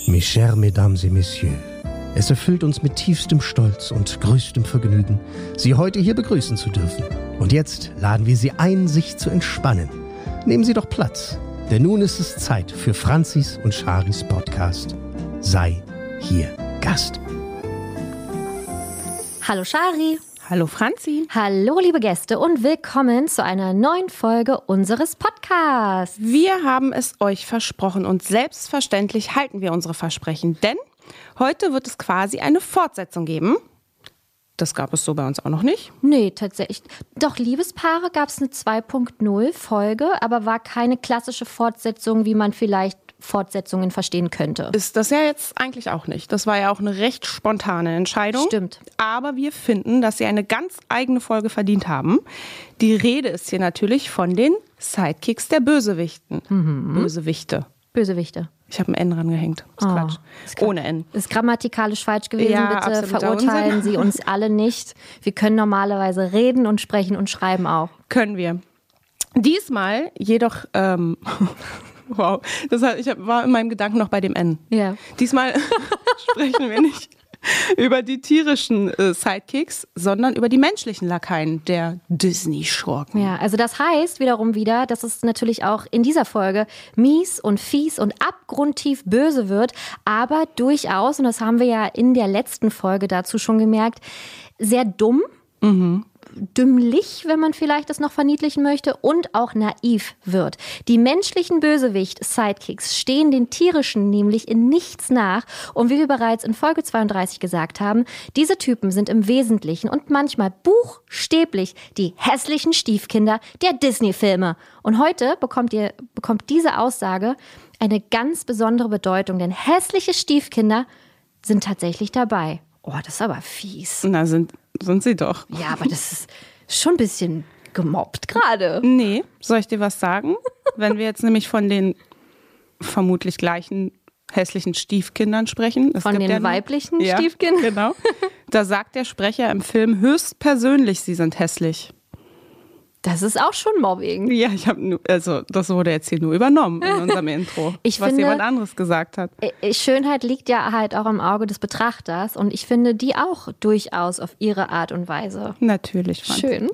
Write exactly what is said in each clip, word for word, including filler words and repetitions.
Mes chers Mesdames et Messieurs, es erfüllt uns mit tiefstem Stolz und größtem Vergnügen, Sie heute hier begrüßen zu dürfen. Und jetzt laden wir Sie ein, sich zu entspannen. Nehmen Sie doch Platz, denn nun ist es Zeit für Franzis und Charis Podcast. Sei hier Gast. Hallo Chari. Hallo Franzi. Hallo liebe Gäste und willkommen zu einer neuen Folge unseres Podcasts. Wir haben es euch versprochen und selbstverständlich halten wir unsere Versprechen, denn heute wird es quasi eine Fortsetzung geben. Das gab es so bei uns auch noch nicht. Nee, tatsächlich. Doch, Liebespaare gab es eine zwei Punkt null Folge, aber war keine klassische Fortsetzung, wie man vielleicht Fortsetzungen verstehen könnte. Ist das ja jetzt eigentlich auch nicht. Das war ja auch eine recht spontane Entscheidung. Stimmt. Aber wir finden, dass sie eine ganz eigene Folge verdient haben. Die Rede ist hier natürlich von den Sidekicks der Bösewichten. Mhm. Bösewichte. Bösewichte. Ich habe ein N rangehängt. Das ist oh, Quatsch. Ist Quatsch. Ohne N. Ist grammatikalisch falsch gewesen. Ja, bitte verurteilen Unsinn. Sie uns alle nicht. Wir können normalerweise reden und sprechen und schreiben auch. Können wir. Diesmal jedoch... Ähm, Wow, das hat, ich hab, war in meinem Gedanken noch bei dem N. Ja. Diesmal sprechen wir nicht über die tierischen äh, Sidekicks, sondern über die menschlichen Lakaien der Disney-Schurken. Ja, also das heißt wiederum wieder, dass es natürlich auch in dieser Folge mies und fies und abgrundtief böse wird, aber durchaus, und das haben wir ja in der letzten Folge dazu schon gemerkt, sehr dumm. Mhm. Dümmlich, wenn man vielleicht das noch verniedlichen möchte, und auch naiv wird. Die menschlichen Bösewicht-Sidekicks stehen den tierischen nämlich in nichts nach. Und wie wir bereits in Folge zweiunddreißig gesagt haben, diese Typen sind im Wesentlichen und manchmal buchstäblich die hässlichen Stiefkinder der Disney-Filme. Und heute bekommt ihr, bekommt diese Aussage eine ganz besondere Bedeutung, denn hässliche Stiefkinder sind tatsächlich dabei. Oh, das ist aber fies. Na, sind, sind sie doch. Ja, aber das ist schon ein bisschen gemobbt gerade. Nee, soll ich dir was sagen? Wenn wir jetzt nämlich von den vermutlich gleichen hässlichen Stiefkindern sprechen. Von den ja weiblichen ja, Stiefkindern? Genau. Da sagt der Sprecher im Film höchstpersönlich, sie sind hässlich. Das ist auch schon Mobbing. Ja, ich habe also das wurde jetzt hier nur übernommen in unserem Intro, ich was finde, jemand anderes gesagt hat. Schönheit liegt ja halt auch im Auge des Betrachters und ich finde die auch durchaus auf ihre Art und Weise. Natürlich. Franz. Schön.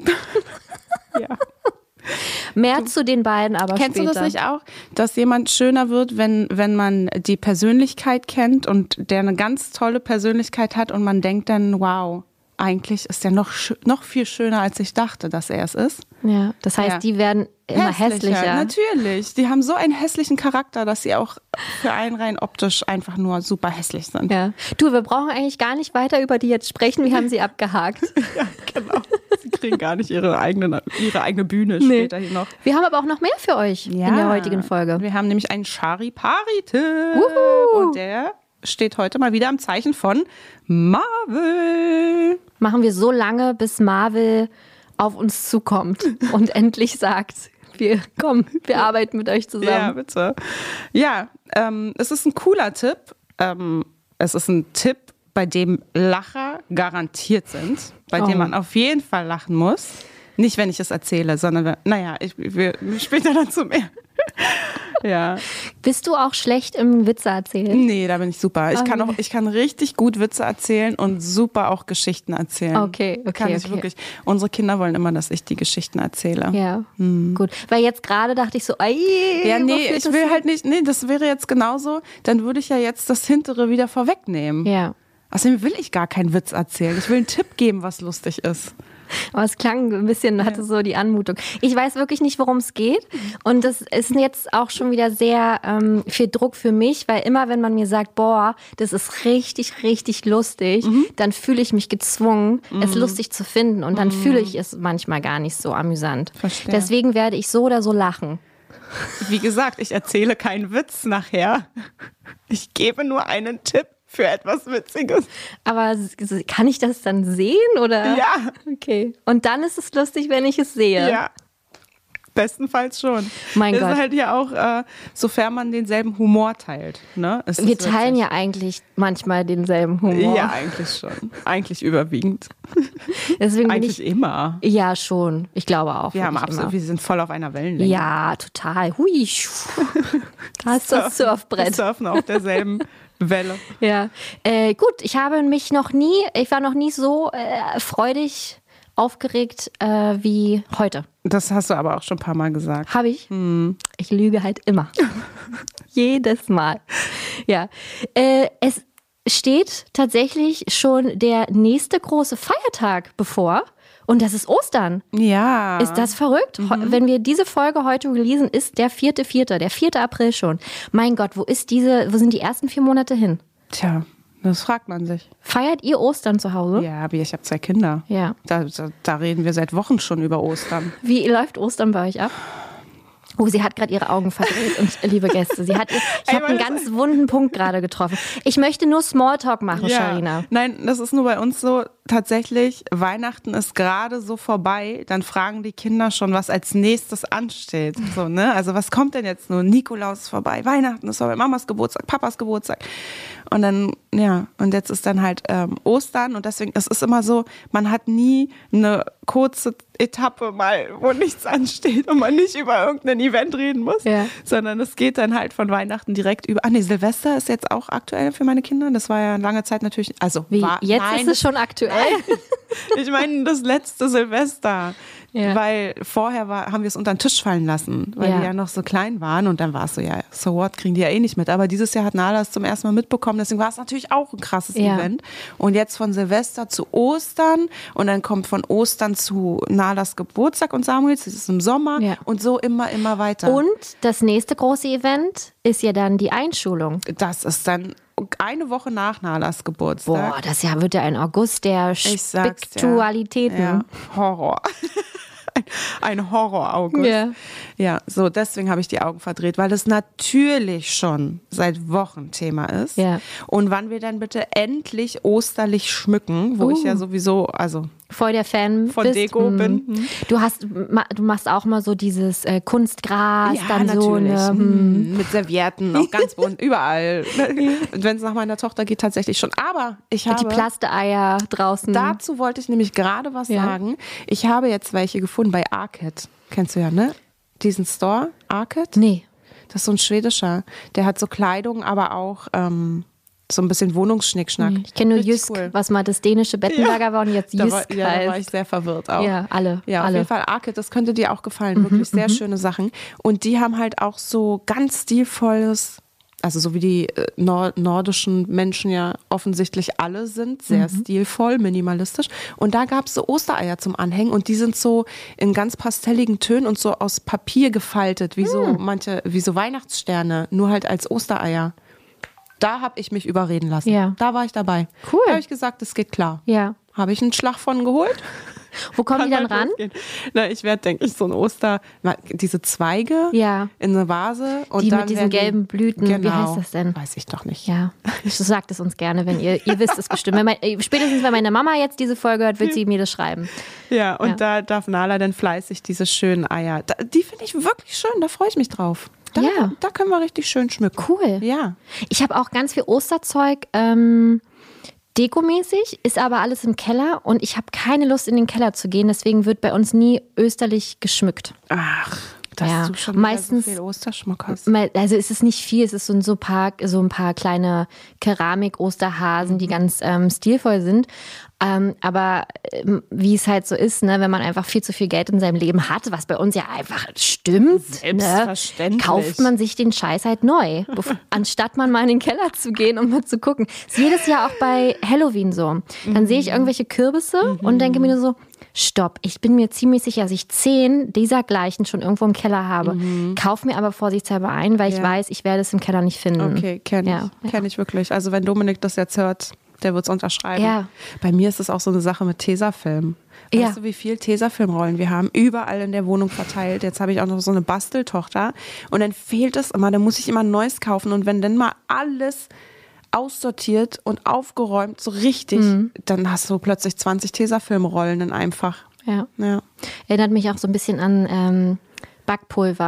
Ja. Mehr du, zu den beiden, aber kennst später. Kennst du das nicht auch, dass jemand schöner wird, wenn, wenn man die Persönlichkeit kennt und der eine ganz tolle Persönlichkeit hat und man denkt dann, wow, eigentlich ist der noch, noch viel schöner, als ich dachte, dass er es ist. Ja, das heißt, ja. die werden immer hässlicher. hässlicher. Natürlich. Die haben so einen hässlichen Charakter, dass sie auch für einen rein optisch einfach nur super hässlich sind. Ja. Du, wir brauchen eigentlich gar nicht weiter über die jetzt sprechen. Wir haben sie abgehakt. Ja, genau. Sie kriegen gar nicht ihre eigene, ihre eigene Bühne nee. später hier noch. Wir haben aber auch noch mehr für euch ja. in der heutigen Folge. Wir haben nämlich einen Chari-Pari-Tipp. Und der steht heute mal wieder am Zeichen von Marvel. Machen wir so lange, bis Marvel auf uns zukommt und endlich sagt, wir kommen, wir arbeiten mit euch zusammen. Ja, bitte. Ja, ähm, es ist ein cooler Tipp. Ähm, es ist ein Tipp, bei dem Lacher garantiert sind, bei oh. dem man auf jeden Fall lachen muss. Nicht, wenn ich es erzähle, sondern, naja, ich, wir, später dazu mehr. Ja. Bist du auch schlecht im Witze erzählen? Nee, da bin ich super. Ich kann auch, ich kann richtig gut Witze erzählen und super auch Geschichten erzählen. Okay, okay. Kann ich okay. wirklich. Unsere Kinder wollen immer, dass ich die Geschichten erzähle. Ja, hm. gut. Weil jetzt gerade dachte ich so, ey, ja, nee, ich will hin? halt nicht, nee, das wäre jetzt genauso, dann würde ich ja jetzt das Hintere wieder vorwegnehmen. Ja. Außerdem will ich gar keinen Witz erzählen. Ich will einen Tipp geben, was lustig ist. Aber es klang ein bisschen, hatte so die Anmutung. Ich weiß wirklich nicht, worum es geht. Und das ist jetzt auch schon wieder sehr ähm, viel Druck für mich, weil immer, wenn man mir sagt, boah, das ist richtig, richtig lustig, mhm. dann fühle ich mich gezwungen, mhm. es lustig zu finden. Und dann mhm. fühle ich es manchmal gar nicht so amüsant. Verstehe. Deswegen werde ich so oder so lachen. Wie gesagt, ich erzähle keinen Witz nachher. Ich gebe nur einen Tipp für etwas Witziges. Aber kann ich das dann sehen, oder? Ja. Okay. Und dann ist es lustig, wenn ich es sehe? Ja. Bestenfalls schon. Mein das Gott. ist halt ja auch, äh, sofern man denselben Humor teilt. Ne? Ist Wir teilen witzig. Ja eigentlich manchmal denselben Humor. Ja, eigentlich schon. Eigentlich überwiegend. Deswegen eigentlich ich, immer. Ja, schon. Ich glaube auch. Wir, haben absolut, wir sind voll auf einer Wellenlänge. Ja, total. Hui. Da ist das Surfbrett. Wir surfen auf derselben Welle. Ja, äh, gut, ich habe mich noch nie, ich war noch nie so äh, freudig aufgeregt äh, wie heute. Das hast du aber auch schon ein paar Mal gesagt. Habe ich? Hm. Ich lüge halt immer. Jedes Mal. Ja, äh, es steht tatsächlich schon der nächste große Feiertag bevor. Und das ist Ostern. Ja. Ist das verrückt? Mhm. Wenn wir diese Folge heute releasen, ist der vierte Vierte, der vierte April schon. Mein Gott, wo ist diese, wo sind die ersten vier Monate hin? Tja, das fragt man sich. Feiert ihr Ostern zu Hause? Ja, aber ich habe zwei Kinder. Ja. Da, da, da reden wir seit Wochen schon über Ostern. Wie läuft Ostern bei euch ab? Oh, sie hat gerade ihre Augen verdreht und liebe Gäste, sie hat, ich habe einen ganz wunden Punkt gerade getroffen. Ich möchte nur Smalltalk machen, ja. Sharina. Nein, das ist nur bei uns so, tatsächlich, Weihnachten ist gerade so vorbei, dann fragen die Kinder schon, was als nächstes ansteht. So, ne? Also was kommt denn jetzt nur? Nikolaus ist vorbei, Weihnachten ist vorbei, Mamas Geburtstag, Papas Geburtstag. Und dann, ja, und jetzt ist dann halt ähm, Ostern und deswegen, es ist immer so, man hat nie eine kurze Etappe mal, wo nichts ansteht und man nicht über irgendein Event reden muss, ja. sondern es geht dann halt von Weihnachten direkt über, ah nee, Silvester ist jetzt auch aktuell für meine Kinder, das war ja lange Zeit natürlich, also Wie, war, jetzt nein, ist es schon aktuell? Ich meine das letzte Silvester. Ja. Weil vorher war, haben wir es unter den Tisch fallen lassen, weil ja. die ja noch so klein waren und dann war es so, ja, so what, kriegen die ja eh nicht mit. Aber dieses Jahr hat Nala es zum ersten Mal mitbekommen, deswegen war es natürlich auch ein krasses ja. Event. Und jetzt von Silvester zu Ostern und dann kommt von Ostern zu Nalas Geburtstag und Samuels, das ist im Sommer ja. und so immer, immer weiter. Und das nächste große Event ist ja dann die Einschulung. Das ist dann eine Woche nach Nalas Geburtstag. Boah, das Jahr wird ja ein August der Spiritualitäten. Ja. Horror. Ein Horror-August. Ja. Ja, so deswegen habe ich die Augen verdreht, weil das natürlich schon seit Wochen Thema ist. Ja. Und wann wir dann bitte endlich osterlich schmücken, wo uh. ich ja sowieso, also voll der Fan von bist. Deko mhm. bin. Hm. Du hast, du machst auch mal so dieses äh, Kunstgras, ja, dann natürlich. so eine, hm. mit Servietten, auch ganz bunt, überall. Und wenn es nach meiner Tochter geht, tatsächlich schon. Aber ich habe... Die Plasteeier draußen. Dazu wollte ich nämlich gerade was ja. sagen. Ich habe jetzt welche gefunden bei Arket. Kennst du ja, ne? Diesen Store, Arket? Nee. Das ist so ein schwedischer. Der hat so Kleidung, aber auch ähm, so ein bisschen Wohnungsschnickschnack. Ich kenne nur Richtig Jysk, cool. was mal das dänische Bettenlager ja. war und jetzt da Jysk war, Ja, heißt. da war ich sehr verwirrt auch. Ja, alle. Ja, alle. auf jeden Fall Arket, das könnte dir auch gefallen. Mhm, wirklich sehr mhm. schöne Sachen. Und die haben halt auch so ganz stilvolles, also so wie die nord- nordischen Menschen ja offensichtlich alle sind, sehr mhm. stilvoll, minimalistisch. Und da gab es so Ostereier zum Anhängen und die sind so in ganz pastelligen Tönen und so aus Papier gefaltet, wie mhm. so manche, wie so Weihnachtssterne, nur halt als Ostereier. Da habe ich mich überreden lassen. Ja. Da war ich dabei. Cool. Da habe ich gesagt, das geht klar. Ja. Habe ich einen Schlag von geholt. Wo kommen die dann ran? Na, ich werde, denke ich, so ein Oster, diese Zweige ja. in eine Vase. Und die dann mit diesen gelben Blüten, genau, wie heißt das denn? Weiß ich doch nicht. Ja, sagt es uns gerne, wenn ihr, ihr wisst es bestimmt. Wenn mein, spätestens, wenn meine Mama jetzt diese Folge hört, wird sie mir das schreiben. Ja, und ja. da darf Nala dann fleißig diese schönen Eier. Da, die finde ich wirklich schön, da freue ich mich drauf. Da, ja. da können wir richtig schön schmücken. Cool. Ja. Ich habe auch ganz viel Osterzeug, ähm, dekomäßig, ist aber alles im Keller und ich habe keine Lust in den Keller zu gehen, deswegen wird bei uns nie österlich geschmückt. Ach, dass ja. du schon meistens so viel Osterschmuck hast. Also es ist nicht viel, es ist so ein, so paar, so ein paar kleine Keramik-Osterhasen, mhm. die ganz ähm, stilvoll sind. Ähm, aber ähm, wie es halt so ist, ne, wenn man einfach viel zu viel Geld in seinem Leben hat, was bei uns ja einfach stimmt, Selbstverständlich. Ne, kauft man sich den Scheiß halt neu, anstatt man mal in den Keller zu gehen und mal zu gucken. Das ist jedes Jahr auch bei Halloween so. Dann mhm. sehe ich irgendwelche Kürbisse mhm. und denke mir nur so, stopp, ich bin mir ziemlich sicher, dass ich zehn dieser gleichen schon irgendwo im Keller habe. Mhm. Kauf mir aber vorsichtshalber ein, weil ich ja. weiß, ich werde es im Keller nicht finden. Okay, kenne ja. ich. Kenn ich wirklich. Also wenn Dominik das jetzt hört, der wird es unterschreiben. Ja. Bei mir ist es auch so eine Sache mit Tesafilm. Weißt ja. du, wie viel Tesafilmrollen wir haben? Überall in der Wohnung verteilt. Jetzt habe ich auch noch so eine Basteltochter. Und dann fehlt es immer, dann muss ich immer ein neues kaufen. Und wenn dann mal alles aussortiert und aufgeräumt, so richtig, mhm. dann hast du plötzlich zwanzig Tesafilmrollen in einfach. Ja. ja. Erinnert mich auch so ein bisschen an ähm, Backpulver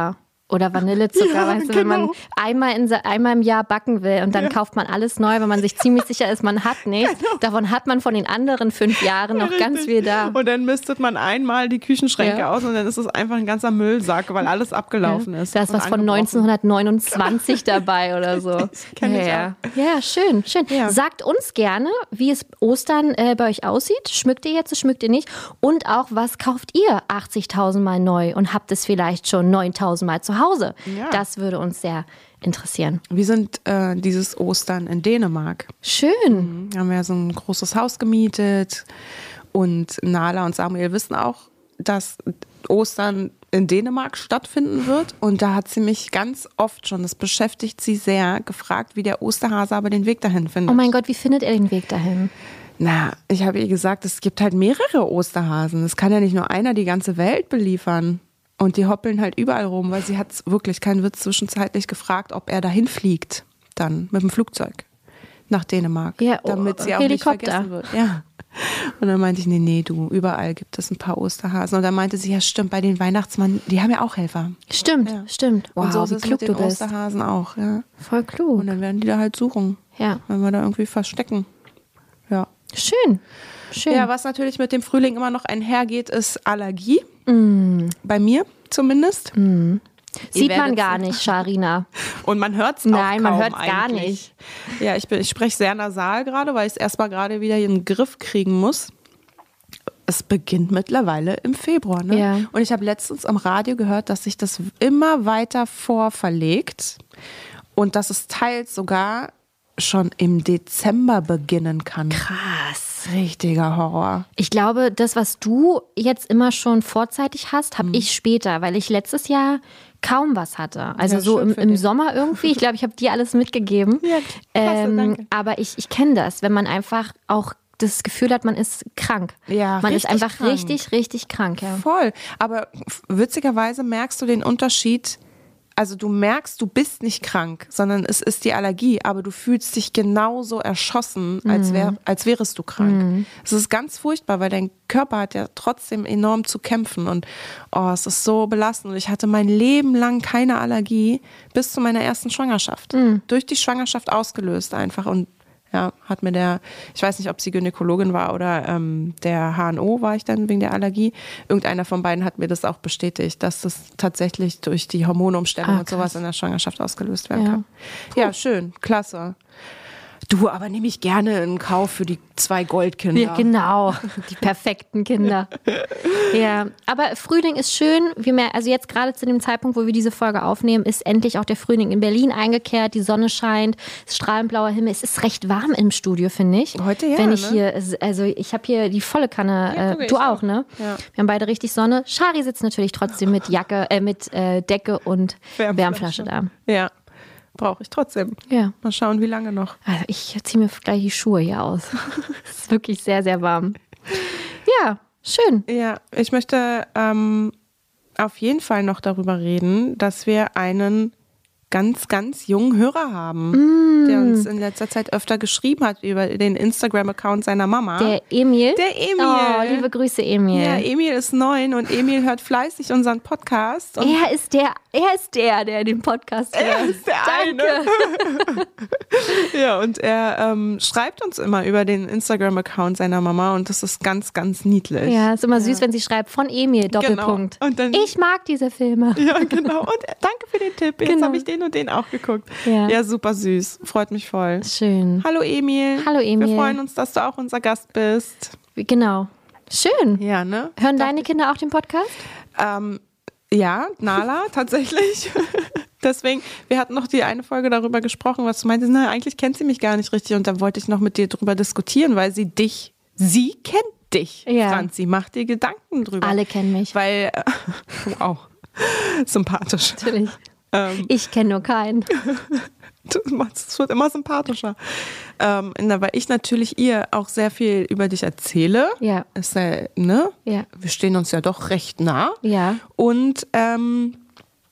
oder Vanillezucker, Ja, weißt du, genau. wenn man einmal, in, einmal im Jahr backen will und dann Ja. kauft man alles neu, weil man sich ziemlich sicher ist, man hat nichts. Genau. Davon hat man von den anderen fünf Jahren noch Richtig. ganz viel da. Und dann mistet man einmal die Küchenschränke Ja. aus und dann ist es einfach ein ganzer Müllsack, weil alles abgelaufen ist. Da ist und was von angebrochen. neunzehnhundertneunundzwanzig dabei oder so. kenn ich ja, ja. ja, schön, schön. Ja. Sagt uns gerne, wie es Ostern äh, bei euch aussieht. Schmückt ihr jetzt, schmückt ihr nicht? Und auch, was kauft ihr achtzigtausend Mal neu und habt es vielleicht schon neuntausend Mal zu Hause? Ja. Das würde uns sehr interessieren. Wir sind äh, dieses Ostern in Dänemark. Schön. Wir haben ja so ein großes Haus gemietet und Nala und Samuel wissen auch, dass Ostern in Dänemark stattfinden wird. Und da hat sie mich ganz oft schon, das beschäftigt sie sehr, gefragt, wie der Osterhase aber den Weg dahin findet. Oh mein Gott, wie findet er den Weg dahin? Na, ich habe ihr gesagt, es gibt halt mehrere Osterhasen. Es kann ja nicht nur einer die ganze Welt beliefern. Und die hoppeln halt überall rum, weil sie hat wirklich, keinen Witz, zwischenzeitlich gefragt, ob er dahin fliegt, dann mit dem Flugzeug nach Dänemark, Ja, oh, damit sie auch Helikopter. nicht vergessen wird. Ja. Und dann meinte ich, nee, nee, du, überall gibt es ein paar Osterhasen. Und dann meinte sie, ja stimmt, bei den Weihnachtsmann, die haben ja auch Helfer. Stimmt, Ja. stimmt. Wow, und so ist wie es klug mit du den bist. Osterhasen auch. Ja. Voll klug. Und dann werden die da halt suchen, Ja, wenn wir da irgendwie verstecken. Ja. schön. Schön. Ja, was natürlich mit dem Frühling immer noch einhergeht, ist Allergie. Mm. Bei mir zumindest. Sieht man werdet gar sehen. nicht, Sharina. Und man hört es auch Nein, man kaum hört's gar eigentlich. Ja, ich, bin- ich spreche sehr nasal gerade, weil ich es erstmal gerade wieder in den Griff kriegen muss. Es beginnt mittlerweile im Februar. Ne? Ja. Und ich habe letztens am Radio gehört, dass sich das immer weiter vorverlegt und dass es teils sogar schon im Dezember beginnen kann. Krass. Richtiger Horror. Ich glaube, das, was du jetzt immer schon vorzeitig hast, Mhm. habe ich später, weil ich letztes Jahr kaum was hatte. Also Ja, so schön im, für im dich. Sommer irgendwie. Ich glaube, ich habe dir alles mitgegeben. Ja, klasse, ähm, danke. aber ich, ich kenne das, wenn man einfach auch das Gefühl hat, man ist krank. Ja, man ist richtig einfach krank. richtig, richtig krank. Ja. Voll. Aber f- witzigerweise merkst du den Unterschied. Also du merkst, du bist nicht krank, sondern es ist die Allergie, aber du fühlst dich genauso erschossen, als, wär, als wärest du krank. Es ist ganz furchtbar, weil dein Körper hat ja trotzdem enorm zu kämpfen und oh, es ist so belastend. Und ich hatte mein Leben lang keine Allergie bis zu meiner ersten Schwangerschaft. Durch die Schwangerschaft ausgelöst einfach und ja, hat mir der, ich weiß nicht, ob sie Gynäkologin war oder ähm, der H N O war ich dann wegen der Allergie. Irgendeiner von beiden hat mir das auch bestätigt, dass das tatsächlich durch die Hormonumstellung Ah, und sowas krass. in der Schwangerschaft ausgelöst werden Ja. kann. Ja, schön, klasse. Du, aber nehme ich gerne in Kauf für die zwei Goldkinder. Ja, genau, die perfekten Kinder. Ja, aber Frühling ist schön. Wie mehr, also jetzt gerade zu dem Zeitpunkt, wo wir diese Folge aufnehmen, ist endlich auch der Frühling in Berlin eingekehrt. Die Sonne scheint, es ist strahlend blauer Himmel. Es ist recht warm im Studio, finde ich. Heute ja, Wenn ich ne? hier, also ich habe hier die volle Kanne. Ja, äh, guck, du ich auch, auch. ne? Ja. Wir haben beide richtig Sonne. Shari sitzt natürlich trotzdem mit Jacke, äh, mit äh, Decke und Wärmflasche. Wärmflasche da. Ja, brauche ich trotzdem. Ja. Mal schauen, wie lange noch. Also ich ziehe mir gleich die Schuhe hier aus. Es ist wirklich sehr, sehr warm. Ja, schön. Ja, ich möchte ähm, auf jeden Fall noch darüber reden, dass wir einen ganz, ganz jungen Hörer haben, Mm. der uns in letzter Zeit öfter geschrieben hat über den Instagram-Account seiner Mama. Der Emil. Der Emil. Oh, liebe Grüße, Emil. Ja, Emil ist neun und Emil hört fleißig unseren Podcast. Und Er ist der, er ist der, der den Podcast hört. er ist der Danke. eine. Ja, und er ähm, schreibt uns immer über den Instagram-Account seiner Mama und das ist ganz, ganz niedlich. Ja, ist immer süß, wenn sie schreibt, von Emil, Doppelpunkt. Und dann- Ich mag diese Filme. Ja, genau. Und äh, danke für den Tipp. Jetzt Genau. habe ich den und den auch geguckt. Ja. Ja, super süß. Freut mich voll. Schön. Hallo Emil. Hallo, Emil. Wir freuen uns, dass du auch unser Gast bist. Genau. Schön. Ja, ne? Hören deine Kinder auch den Podcast? Ähm, ja, Nala, tatsächlich. Deswegen, wir hatten noch die eine Folge darüber gesprochen, was du meintest, na, eigentlich kennt sie mich gar nicht richtig und da wollte ich noch mit dir drüber diskutieren, weil sie dich, sie kennt dich, Ja. Franzi, mach dir Gedanken drüber. Alle kennen mich. Weil, äh, du auch, sympathisch. Natürlich. Ähm, Ich kenne nur keinen. Es wird immer sympathischer. Ähm, na, weil ich natürlich ihr auch sehr viel über dich erzähle. Ja. Ist ja, ne? Ja. Wir stehen uns ja doch recht nah. Ja. Und ähm,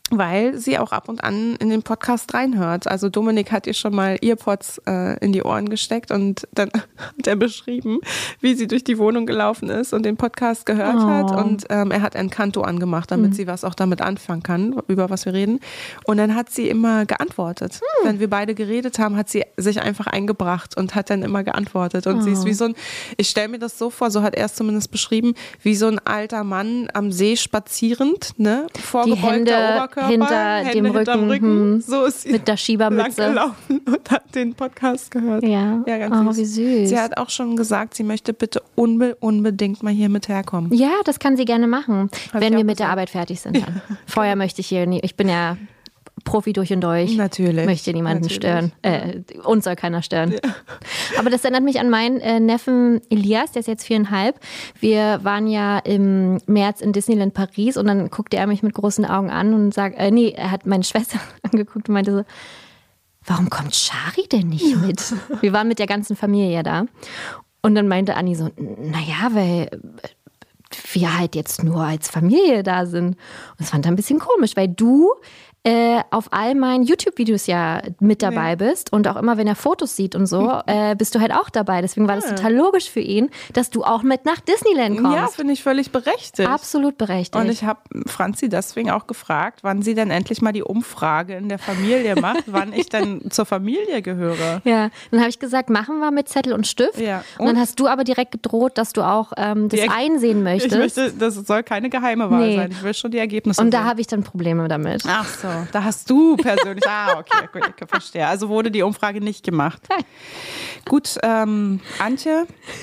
weil sie auch ab und an in den Podcast reinhört. Also Dominik hat ihr schon mal Earpods äh, in die Ohren gesteckt und dann hat er beschrieben, wie sie durch die Wohnung gelaufen ist und den Podcast gehört Oh. hat. Und ähm, er hat Encanto angemacht, damit Mhm. sie was auch damit anfangen kann, über was wir reden. Und dann hat sie immer geantwortet. Mhm. Wenn wir beide geredet haben, hat sie sich einfach eingebracht und hat dann immer geantwortet. Und Oh. sie ist wie so ein, ich stelle mir das so vor, so hat er es zumindest beschrieben, wie so ein alter Mann am See spazierend, ne? Vorgebeugter Hände Oberkörper, hinter Hände dem hinterm Rücken, Rücken. hm. So ist sie Mit der Schiebermütze. lang gelaufen und hat den Podcast gehört. Ja, Ja, ganz oh, süß. wie süß. Sie hat auch schon gesagt, sie möchte bitte unbe- unbedingt mal hier mit herkommen. Ja, das kann sie gerne machen, Hab wenn ich wir auch mit der gesagt. Arbeit fertig sind. Dann. Vorher möchte ich hier nie, ich bin ja Profi durch und durch. Natürlich. Möchte niemanden Natürlich. stören. Äh, uns soll keiner stören. Aber das erinnert mich an meinen äh, Neffen Elias, der ist jetzt viereinhalb. Wir waren ja im März in Disneyland Paris und dann guckte er mich mit großen Augen an und sagt, äh, nee, er hat meine Schwester angeguckt und meinte so, warum kommt Shari denn nicht mit? Wir waren mit der ganzen Familie da. Und dann meinte Anni so, naja, weil wir halt jetzt nur als Familie da sind. Und das fand er ein bisschen komisch, weil du äh, auf all meinen YouTube-Videos ja mit dabei bist und auch immer, wenn er Fotos sieht und so, äh, bist du halt auch dabei. Deswegen war das total logisch für ihn, dass du auch mit nach Disneyland kommst. Ja, finde ich völlig berechtigt. Absolut berechtigt. Und ich habe Franzi deswegen auch gefragt, wann sie denn endlich mal die Umfrage in der Familie macht, wann ich denn zur Familie gehöre. ja, dann habe ich gesagt, machen wir mit Zettel und Stift. Ja. Und, dann Und? hast du aber direkt gedroht, dass du auch ähm, das Die- einsehen möchtest. Ich möchte, das soll keine geheime Wahl Nee. sein. Ich will schon die Ergebnisse und da sehen. habe ich dann Probleme damit. Ach so, da hast du persönlich. Ah, okay, gut, ich verstehe. Also wurde die Umfrage nicht gemacht. Nein. Gut, ähm, Antje,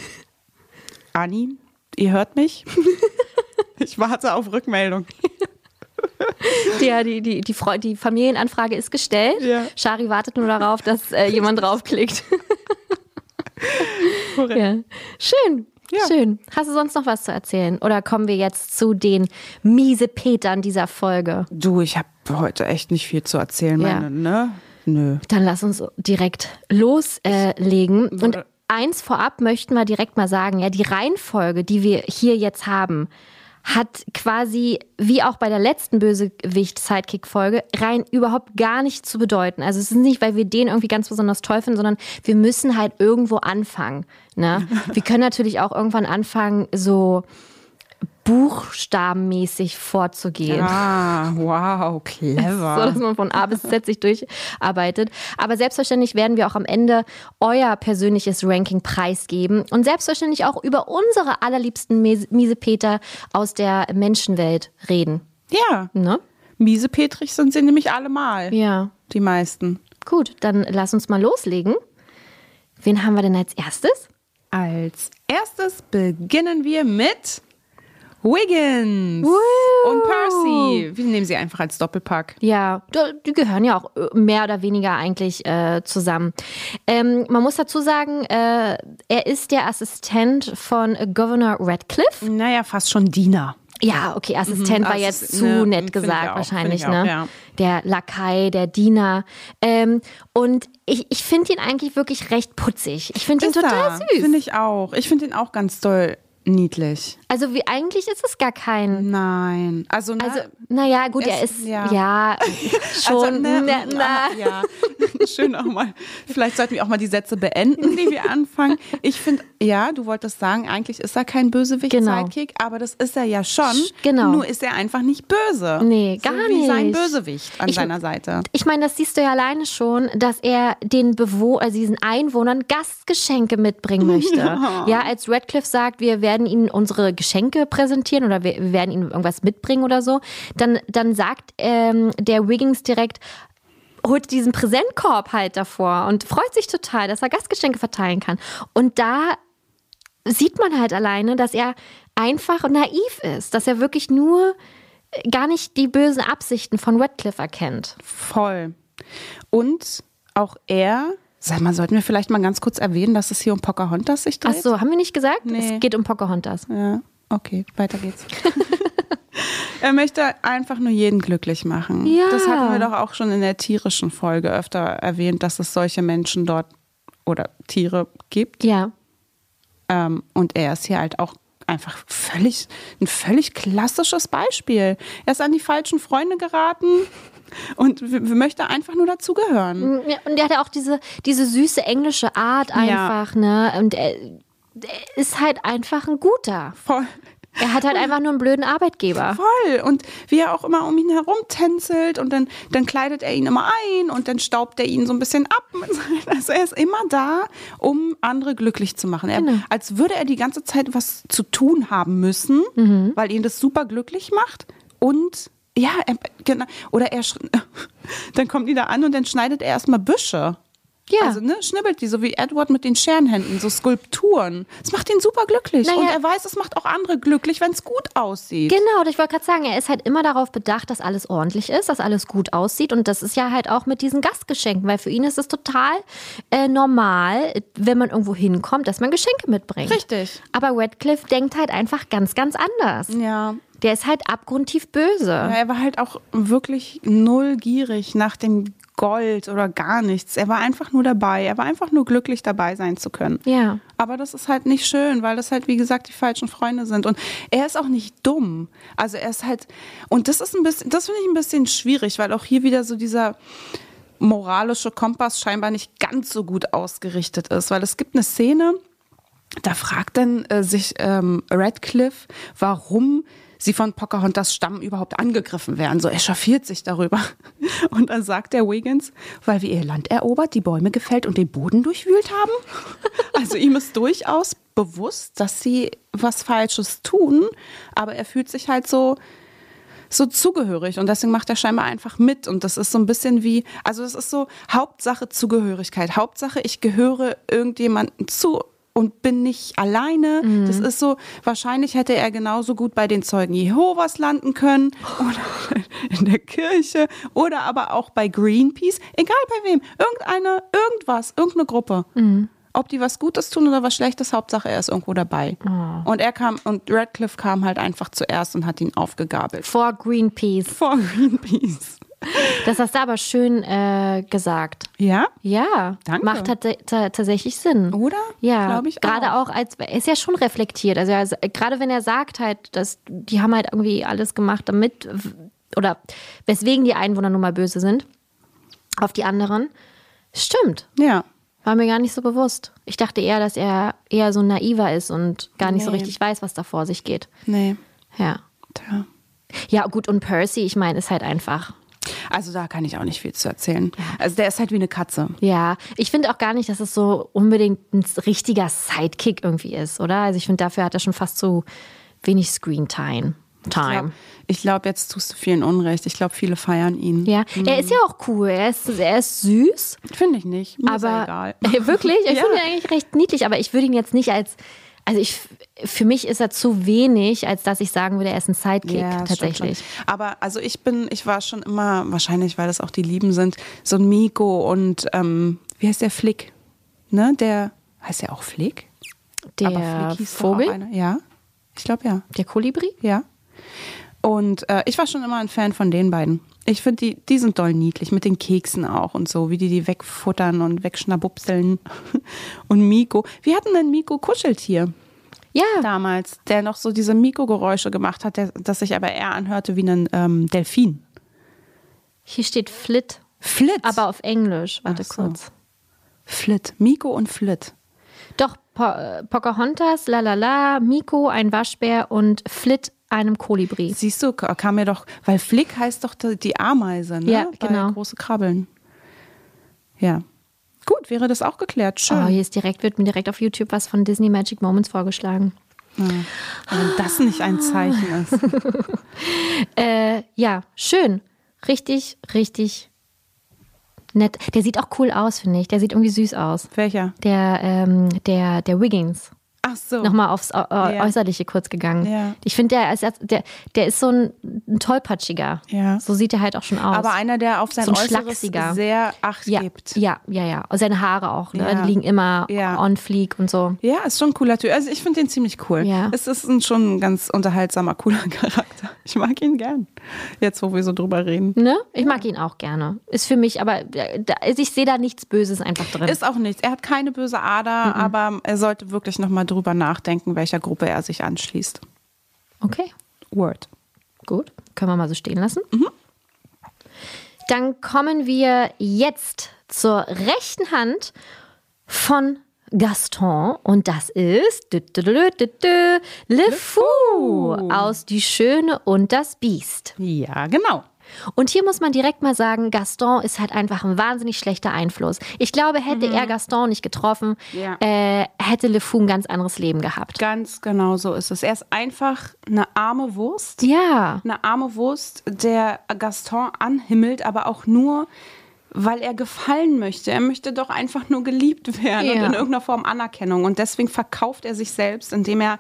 Anni, ihr hört mich. Ich warte auf Rückmeldung. Der, die, die, die, Freu- die Familienanfrage ist gestellt. Ja. Shari wartet nur darauf, dass äh, jemand draufklickt. Korrekt. Ja. Schön. Ja. Schön. Hast du sonst noch was zu erzählen? Oder kommen wir jetzt zu den Miesepetern dieser Folge? Du, ich habe heute echt nicht viel zu erzählen, Ja. meine, ne? Nö. Dann lass uns direkt loslegen. Und Wurde- eins vorab möchten wir direkt mal sagen, ja, die Reihenfolge, die wir hier jetzt haben, hat quasi, wie auch bei der letzten Bösewicht-Sidekick-Folge, rein überhaupt gar nichts zu bedeuten. Also es ist nicht, weil wir den irgendwie ganz besonders toll finden, sondern wir müssen halt irgendwo anfangen. Ne? Wir können natürlich auch irgendwann anfangen, so buchstabenmäßig vorzugehen. Ah, wow, clever. So, dass man von A bis Z sich durcharbeitet. Aber selbstverständlich werden wir auch am Ende euer persönliches Ranking preisgeben und selbstverständlich auch über unsere allerliebsten Mies- Miesepeter aus der Menschenwelt reden. Ja, Ne? miesepetrig sind sie nämlich allemal, Ja. die meisten. Gut, dann lass uns mal loslegen. Wen haben wir denn als erstes? Als erstes beginnen wir mit Wiggins Woo! und Percy. Wir nehmen sie einfach als Doppelpack. Ja, d- die gehören ja auch äh, mehr oder weniger eigentlich äh, zusammen. Ähm, man muss dazu sagen, äh, er ist der Assistent von äh, Governor Radcliffe. Naja, fast schon Diener. Ja, okay, Assistent Mhm, war Assis- jetzt zu ne, nett find ich gesagt auch, wahrscheinlich, find ich auch, ne? ja. Der Lakai, der Diener. Ähm, und ich, ich finde ihn eigentlich wirklich recht putzig. Ich finde ihn Ist total er. süß. Finde ich auch. Ich finde ihn auch ganz doll niedlich. Also wie eigentlich ist es gar kein. Nein. Also, ne, Also, naja, gut, er Es- ist ja. ja, schon. Also, ne, na, mm, na. Ja, schön auch mal. Vielleicht sollten wir auch mal die Sätze beenden, die wir anfangen. Ich finde, ja, du wolltest sagen, eigentlich ist er kein Bösewicht-Sidekick, aber das ist er ja schon. Genau. Nur ist er einfach nicht böse. Nee, so gar wie sein nicht. Bösewicht an Ich- seiner Seite. Ich meine, das siehst du ja alleine schon, dass er den Bewohnern, also diesen Einwohnern Gastgeschenke mitbringen möchte. Ja. ja, als Radcliffe sagt, wir werden ihnen unsere Geschenke präsentieren oder wir, wir werden ihnen irgendwas mitbringen oder so, dann, dann sagt ähm, der Wiggins direkt, holt diesen Präsentkorb halt davor und freut sich total, dass er Gastgeschenke verteilen kann. Und da sieht man halt alleine, dass er einfach naiv ist, dass er wirklich nur gar nicht die bösen Absichten von Radcliffe erkennt. Voll. Und auch er, sag mal, sollten wir vielleicht mal ganz kurz erwähnen, dass es hier um Pocahontas sich dreht? Ach so, haben wir nicht gesagt? Nee. Es geht um Pocahontas. Ja, okay, weiter geht's. Er möchte einfach nur jeden glücklich machen. Ja. Das hatten wir doch auch schon in der tierischen Folge öfter erwähnt, dass es solche Menschen dort oder Tiere gibt. Ja. Ähm, und er ist hier halt auch einfach völlig, ein völlig klassisches Beispiel. Er ist an die falschen Freunde geraten und w- w- möchte einfach nur dazugehören. Ja, und er hat ja auch diese, diese süße englische Art einfach, ja. ne? Und er, er ist halt einfach ein guter. Voll. Er hat halt einfach nur einen blöden Arbeitgeber. Voll. Und wie er auch immer um ihn herum tänzelt und dann, dann kleidet er ihn immer ein und dann staubt er ihn so ein bisschen ab. Also er ist immer da, um andere glücklich zu machen. Er, Genau. Als würde er die ganze Zeit was zu tun haben müssen, mhm. weil ihn das super glücklich macht. Und ja, er, genau. Oder er, dann kommen die da an und dann schneidet er erstmal Büsche. Ja. Also ne, schnibbelt die, so wie Edward mit den Scherenhänden, so Skulpturen. Das macht ihn super glücklich. Naja. Und er weiß, es macht auch andere glücklich, wenn es gut aussieht. Genau, ich wollte gerade sagen, er ist halt immer darauf bedacht, dass alles ordentlich ist, dass alles gut aussieht. Und das ist ja halt auch mit diesen Gastgeschenken, weil für ihn ist es total äh, normal, wenn man irgendwo hinkommt, dass man Geschenke mitbringt. Richtig. Aber Radcliffe denkt halt einfach ganz, ganz anders. Ja. Der ist halt abgrundtief böse. Ja, er war halt auch wirklich null gierig nach dem Gold oder gar nichts. Er war einfach nur dabei. Er war einfach nur glücklich, dabei sein zu können. Ja. Aber das ist halt nicht schön, weil das halt, wie gesagt, die falschen Freunde sind. Und er ist auch nicht dumm. Also er ist halt, und das ist ein bisschen, das finde ich ein bisschen schwierig, weil auch hier wieder so dieser moralische Kompass scheinbar nicht ganz so gut ausgerichtet ist. Weil es gibt eine Szene, da fragt dann äh, sich ähm, Radcliffe, warum sie von Pocahontas Stamm überhaupt angegriffen werden. So echauffiert sich darüber. Und dann sagt der Wiggins, weil wir ihr Land erobert, die Bäume gefällt und den Boden durchwühlt haben. Also ihm ist durchaus bewusst, dass sie was Falsches tun, aber er fühlt sich halt so so zugehörig und deswegen macht er scheinbar einfach mit und das ist so ein bisschen wie, also es ist so Hauptsache Zugehörigkeit, Hauptsache ich gehöre irgendjemandem zu und bin nicht alleine. Mhm. Das ist so, wahrscheinlich hätte er genauso gut bei den Zeugen Jehovas landen können oder in der Kirche oder aber auch bei Greenpeace, egal bei wem, irgendeine, irgendwas, irgendeine Gruppe. Mhm. Ob die was Gutes tun oder was Schlechtes, Hauptsache er ist irgendwo dabei. Oh. Und er kam, und Radcliffe kam halt einfach zuerst und hat ihn aufgegabelt. Vor Greenpeace. Vor Greenpeace. Das hast du aber schön äh, gesagt. Ja? Ja. Danke. Macht t- t- tatsächlich Sinn. Oder? Ja. Glaube ich auch. Gerade auch als, er ist ja schon reflektiert. Also, also gerade wenn er sagt halt, dass die haben halt irgendwie alles gemacht, damit, oder weswegen die Einwohner nun mal böse sind, auf die anderen. Stimmt. Ja. War mir gar nicht so bewusst. Ich dachte eher, dass er eher so naiver ist und gar nicht nee. so richtig weiß, was da vor sich geht. Nee. Ja. Tja. Ja, gut, und Percy, ich meine, ist halt einfach. Also da kann ich auch nicht viel zu erzählen. Ja. Also der ist halt wie eine Katze. Ja, ich finde auch gar nicht, dass es so unbedingt ein richtiger Sidekick irgendwie ist, oder? Also ich finde, dafür hat er schon fast zu wenig Screentime. Time. Ich glaube, glaub, jetzt tust du vielen Unrecht. Ich glaube, viele feiern ihn. Ja, mhm. Er ist ja auch cool. Er ist, er ist süß. Finde ich nicht. Mir aber ist er egal. Wirklich? Ich ja. finde ihn eigentlich recht niedlich, aber ich würde ihn jetzt nicht als, also ich, für mich ist er zu wenig, als dass ich sagen würde, er ist ein Sidekick ja, tatsächlich. Aber also ich bin, ich war schon immer, wahrscheinlich, weil das auch die Lieben sind, so ein Miko und ähm, wie heißt der Flick? Ne, der, heißt der auch Flick? Der aber Flick hieß Vogel? Doch auch einer. Ja, ich glaube ja. Der Kolibri? Ja. Und äh, ich war schon immer ein Fan von den beiden. Ich finde, die, die sind doll niedlich, mit den Keksen auch und so, wie die die wegfuttern und wegschnabupseln. Und Miko. Wir hatten einen Miko-Kuscheltier. Ja. Damals, der noch so diese Miko-Geräusche gemacht hat, der, das sich aber eher anhörte wie ein ähm, Delfin. Hier steht Flit. Flit? Aber auf Englisch. Warte so. kurz. Flit. Miko und Flit. Doch, po- Pocahontas, Lalala, Miko, ein Waschbär und Flit, einem Kolibri. Siehst du, kam mir doch, weil Flick heißt doch die Ameise, ne? Ja, genau. Bei große Krabbeln. Ja. Gut, wäre das auch geklärt. Schön. Oh, hier ist direkt, wird mir direkt auf YouTube was von Disney Magic Moments vorgeschlagen. Ja. Wenn das nicht ein Zeichen ist. äh, ja, schön. Richtig, richtig nett. Der sieht auch cool aus, finde ich. Der sieht irgendwie süß aus. Welcher? Der, ähm, der, der Wiggins. Ach so. Nochmal aufs Ä- ja. Äußerliche kurz gegangen. Ja. Ich finde, der, ist- der, der ist so ein, ein Tollpatschiger. Ja. So sieht er halt auch schon aus. Aber einer, der auf sein So ein Äußeres Schlachsiger. sehr Acht ja, gibt. ja, ja, ja. Und seine Haare auch, ne? Ja. Die liegen immer Ja. on fleek und so. Ja, ist schon ein cooler Typ. Also ich finde den ziemlich cool. Ja. Es ist ein, schon ein ganz unterhaltsamer, cooler Charakter. Ich mag ihn gern. Jetzt, wo wir so drüber reden. Ne? Ich mag ihn auch gerne. Ist für mich, aber äh, da, also ich sehe da nichts Böses einfach drin. Ist auch nichts. Er hat keine böse Ader, Mhm. aber er sollte wirklich nochmal drüber drüber nachdenken, welcher Gruppe er sich anschließt. Okay. Word. Gut, können wir mal so stehen lassen. Mhm. Dann kommen wir jetzt zur rechten Hand von Gaston und das ist dü, dü, dü, dü, dü, Le Fou aus Die Schöne und das Biest. Ja, genau. Und hier muss man direkt mal sagen, Gaston ist halt einfach ein wahnsinnig schlechter Einfluss. Ich glaube, hätte mhm. er Gaston nicht getroffen, ja. äh, hätte Le Fou ein ganz anderes Leben gehabt. Ganz genau so ist es. Er ist einfach eine arme Wurst. Ja. Eine arme Wurst, der Gaston anhimmelt, aber auch nur, weil er gefallen möchte. Er möchte doch einfach nur geliebt werden ja. und in irgendeiner Form Anerkennung. Und deswegen verkauft er sich selbst, indem er,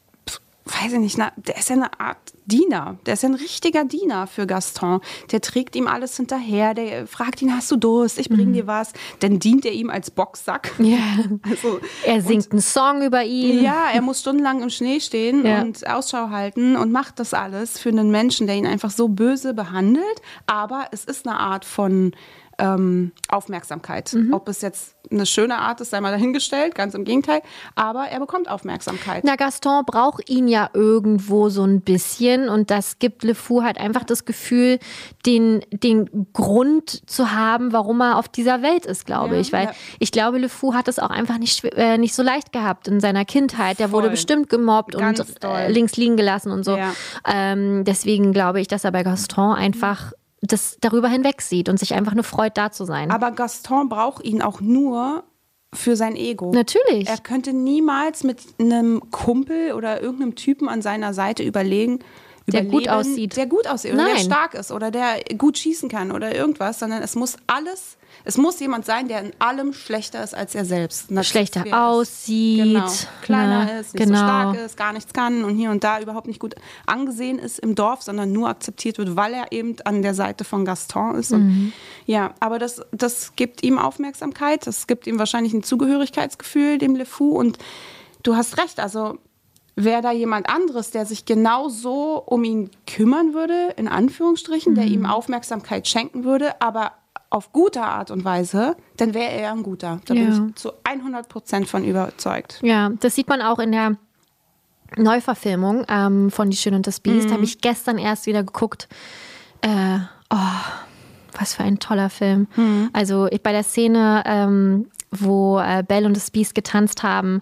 weiß ich nicht, na, der ist ja eine Art Diener. Der ist ja ein richtiger Diener für Gaston. Der trägt ihm alles hinterher. Der fragt ihn, hast du Durst? Ich bring mhm. dir was. Dann dient er ihm als Boxsack. Ja. Also, er singt einen Song über ihn. Ja, er muss stundenlang im Schnee stehen ja. und Ausschau halten und macht das alles für einen Menschen, der ihn einfach so böse behandelt. Aber es ist eine Art von Ähm, Aufmerksamkeit. Mhm. Ob es jetzt eine schöne Art ist, sei mal dahingestellt, ganz im Gegenteil. Aber er bekommt Aufmerksamkeit. Na, Gaston braucht ihn ja irgendwo so ein bisschen und das gibt Le Fou halt einfach das Gefühl, den, den Grund zu haben, warum er auf dieser Welt ist, glaube ja, ich. Weil ja. ich glaube, Le Fou hat es auch einfach nicht, äh, nicht so leicht gehabt in seiner Kindheit. Der Voll. wurde bestimmt gemobbt ganz und äh, links liegen gelassen und so. Ja. Ähm, deswegen glaube ich, dass er bei Gaston einfach das darüber hinweg sieht und sich einfach nur freut, da zu sein. Aber Gaston braucht ihn auch nur für sein Ego. Natürlich. Er könnte niemals mit einem Kumpel oder irgendeinem Typen an seiner Seite überlegen, der gut aussieht. Der gut aussieht oder der stark ist oder der gut schießen kann oder irgendwas, sondern es muss alles, es muss jemand sein, der in allem schlechter ist als er selbst. Schlechter aussieht. Genau. Kleiner ne? ist, nicht genau. so stark ist, gar nichts kann und hier und da überhaupt nicht gut angesehen ist im Dorf, sondern nur akzeptiert wird, weil er eben an der Seite von Gaston ist. Und mhm. ja, aber das, das gibt ihm Aufmerksamkeit, das gibt ihm wahrscheinlich ein Zugehörigkeitsgefühl, dem Le Fou. Und du hast recht, also wäre da jemand anderes, der sich genau so um ihn kümmern würde, in Anführungsstrichen, mhm. der ihm Aufmerksamkeit schenken würde, aber auf gute Art und Weise, dann wäre er ein guter. Da ja. bin ich zu hundert Prozent von überzeugt. Ja, das sieht man auch in der Neuverfilmung ähm, von Die Schöne und das Biest. Mhm. Habe ich gestern erst wieder geguckt. Äh, oh, was für ein toller Film. Mhm. Also ich, bei der Szene, ähm, wo äh, Belle und das Biest getanzt haben,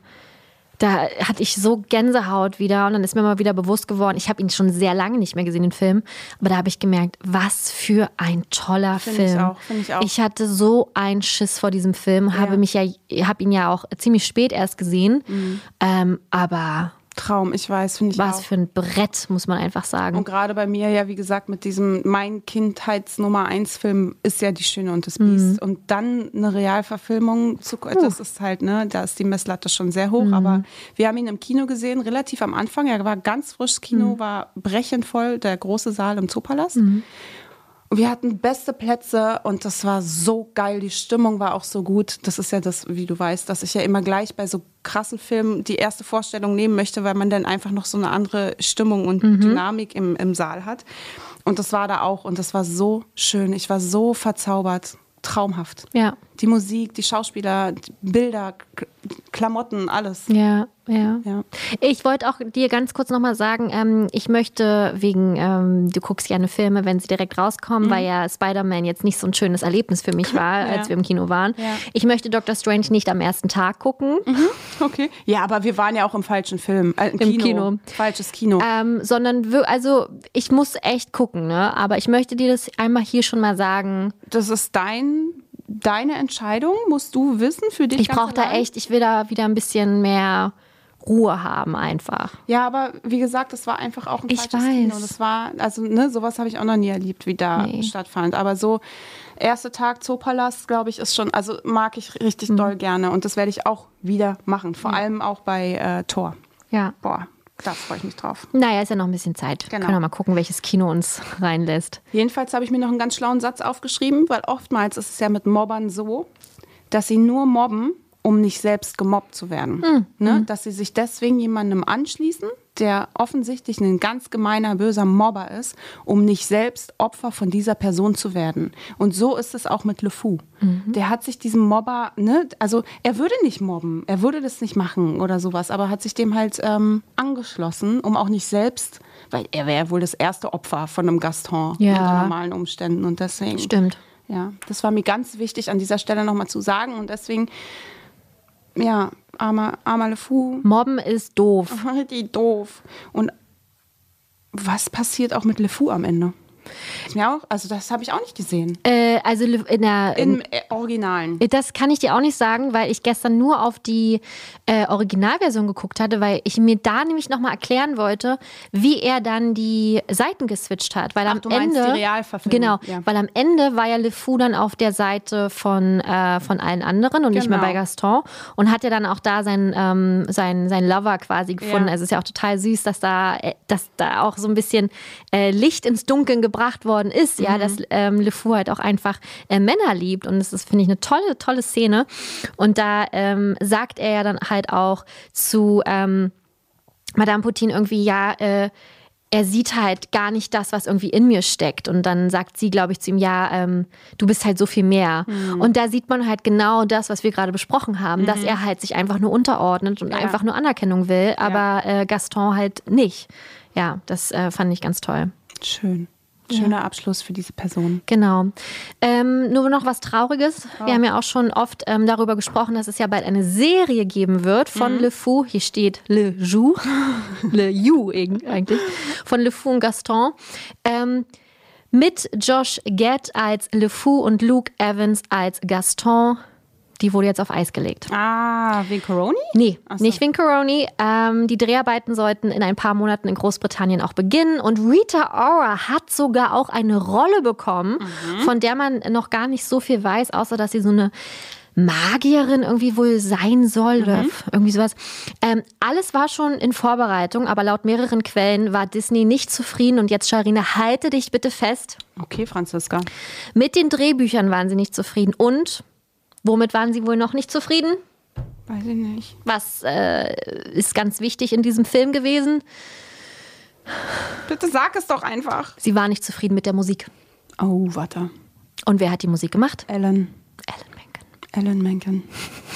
da hatte ich so Gänsehaut wieder und dann ist mir mal wieder bewusst geworden, ich habe ihn schon sehr lange nicht mehr gesehen, den Film, aber da habe ich gemerkt, was für ein toller find Film. Ich auch, finde ich auch. Ich hatte so einen Schiss vor diesem Film, ja. habe mich ja, habe ihn ja auch ziemlich spät erst gesehen, mhm. ähm, aber Traum, ich weiß, finde ich was auch. für ein Brett, muss man einfach sagen. Und gerade bei mir ja, wie gesagt, mit diesem mein Kindheits-Nummer eins Film ist ja Die Schöne und das Biest. Mhm. Und dann eine Realverfilmung, zu, das ist halt, ne, da ist die Messlatte schon sehr hoch. Mhm. Aber wir haben ihn im Kino gesehen, relativ am Anfang. Er war ganz frisch, das Kino mhm. war brechend voll, der große Saal im Zoopalast. Mhm. Wir hatten beste Plätze und das war so geil. Die Stimmung war auch so gut. Das ist ja das, wie du weißt, dass ich ja immer gleich bei so krassen Filmen die erste Vorstellung nehmen möchte, weil man dann einfach noch so eine andere Stimmung und mhm. Dynamik im, im Saal hat. Und das war da auch und das war so schön. Ich war so verzaubert. Traumhaft. Ja. Die Musik, die Schauspieler, die Bilder, K- Klamotten, alles. Ja, ja. ja. Ich wollte auch dir ganz kurz nochmal sagen, ähm, ich möchte wegen, ähm, du guckst gerne Filme, wenn sie direkt rauskommen, mhm. weil ja Spider-Man jetzt nicht so ein schönes Erlebnis für mich war, ja. als wir im Kino waren. Ja. Ich möchte Doctor Strange nicht am ersten Tag gucken. Mhm. Okay. Ja, aber wir waren ja auch im falschen Film. Äh, im, Im Kino. Kino. Falsches Kino. Ähm, sondern, wir, also ich muss echt gucken, ne? Aber ich möchte dir das einmal hier schon mal sagen. Das ist dein Deine Entscheidung, musst du wissen für dich. Ich brauche da echt, ich will da wieder ein bisschen mehr Ruhe haben einfach. Ja, aber wie gesagt, das war einfach auch ein ich falsches weiß. Kino. Das war, also ne, sowas habe ich auch noch nie erlebt, wie da nee. stattfand. Aber so erster Tag Zoopalast, glaube ich, ist schon, also mag ich richtig mhm. doll gerne und das werde ich auch wieder machen. Vor ja. allem auch bei äh, Thor. Ja. Boah. Da freue ich mich drauf. Naja, ist ja noch ein bisschen Zeit. Genau. Können wir mal gucken, welches Kino uns reinlässt. Jedenfalls habe ich mir noch einen ganz schlauen Satz aufgeschrieben, weil oftmals ist es ja mit Mobbern so, dass sie nur mobben, um nicht selbst gemobbt zu werden. Mhm. Ne? Dass sie sich deswegen jemandem anschließen, der offensichtlich ein ganz gemeiner, böser Mobber ist, um nicht selbst Opfer von dieser Person zu werden. Und so ist es auch mit LeFou. Mhm. Der hat sich diesem Mobber, ne, also er würde nicht mobben, er würde das nicht machen oder sowas, aber hat sich dem halt ähm, angeschlossen, um auch nicht selbst, weil er wäre ja wohl das erste Opfer von einem Gaston ja. unter normalen Umständen und deswegen. Stimmt. Ja, das war mir ganz wichtig an dieser Stelle nochmal zu sagen und deswegen, ja, armer, armer LeFou. Mobben ist doof. Richtig doof. Und was passiert auch mit LeFou am Ende? Ist mir auch, also das habe ich auch nicht gesehen. Äh, also in der Im äh, Originalen. Das kann ich dir auch nicht sagen, weil ich gestern nur auf die äh, Originalversion geguckt hatte, weil ich mir da nämlich nochmal erklären wollte, wie er dann die Seiten geswitcht hat. Weil Ach, am du meinst Ende, die Realverfilmung. Genau, ja. weil am Ende war ja LeFou dann auf der Seite von, äh, von allen anderen und genau. nicht mehr bei Gaston und hat ja dann auch da seinen ähm, sein, sein Lover quasi gefunden. Ja. Also es ist ja auch total süß, dass da, dass da auch so ein bisschen äh, Licht ins Dunkeln gebracht worden ist, ja, mhm. dass ähm, LeFou halt auch einfach äh, Männer liebt und das ist, finde ich, eine tolle, tolle Szene und da ähm, sagt er ja dann halt auch zu ähm, Madame Putin irgendwie, ja, äh, er sieht halt gar nicht das, was irgendwie in mir steckt und dann sagt sie, glaube ich, zu ihm, ja, ähm, du bist halt so viel mehr mhm. und da sieht man halt genau das, was wir gerade besprochen haben, mhm. dass er halt sich einfach nur unterordnet und ja. einfach nur Anerkennung will, aber ja. äh, Gaston halt nicht. Ja, das äh, fand ich ganz toll. Schön. Schöner ja. Abschluss für diese Person. Genau. Ähm, nur noch was Trauriges. Oh. Wir haben ja auch schon oft ähm, darüber gesprochen, dass es ja bald eine Serie geben wird von mhm. LeFou. Hier steht Le Jou. Le Jou eigentlich. Von LeFou und Gaston. Ähm, mit Josh Gad als LeFou und Luke Evans als Gaston. Die wurde jetzt auf Eis gelegt. Ah, wegen Corona? Nee, so. nicht wegen Corona. Ähm, die Dreharbeiten sollten in ein paar Monaten in Großbritannien auch beginnen. Und Rita Ora hat sogar auch eine Rolle bekommen, mhm. von der man noch gar nicht so viel weiß, außer dass sie so eine Magierin irgendwie wohl sein soll mhm. oder irgendwie sowas. Ähm, alles war schon in Vorbereitung, aber laut mehreren Quellen war Disney nicht zufrieden. Und jetzt, Sharina, halte dich bitte fest. Okay, Franziska. Mit den Drehbüchern waren sie nicht zufrieden. Und womit waren sie wohl noch nicht zufrieden? Weiß ich nicht. Was äh, ist ganz wichtig in diesem Film gewesen? Bitte sag es doch einfach. Sie war nicht zufrieden mit der Musik. Oh, warte. Und wer hat die Musik gemacht? Alan. Alan Menken. Alan Menken.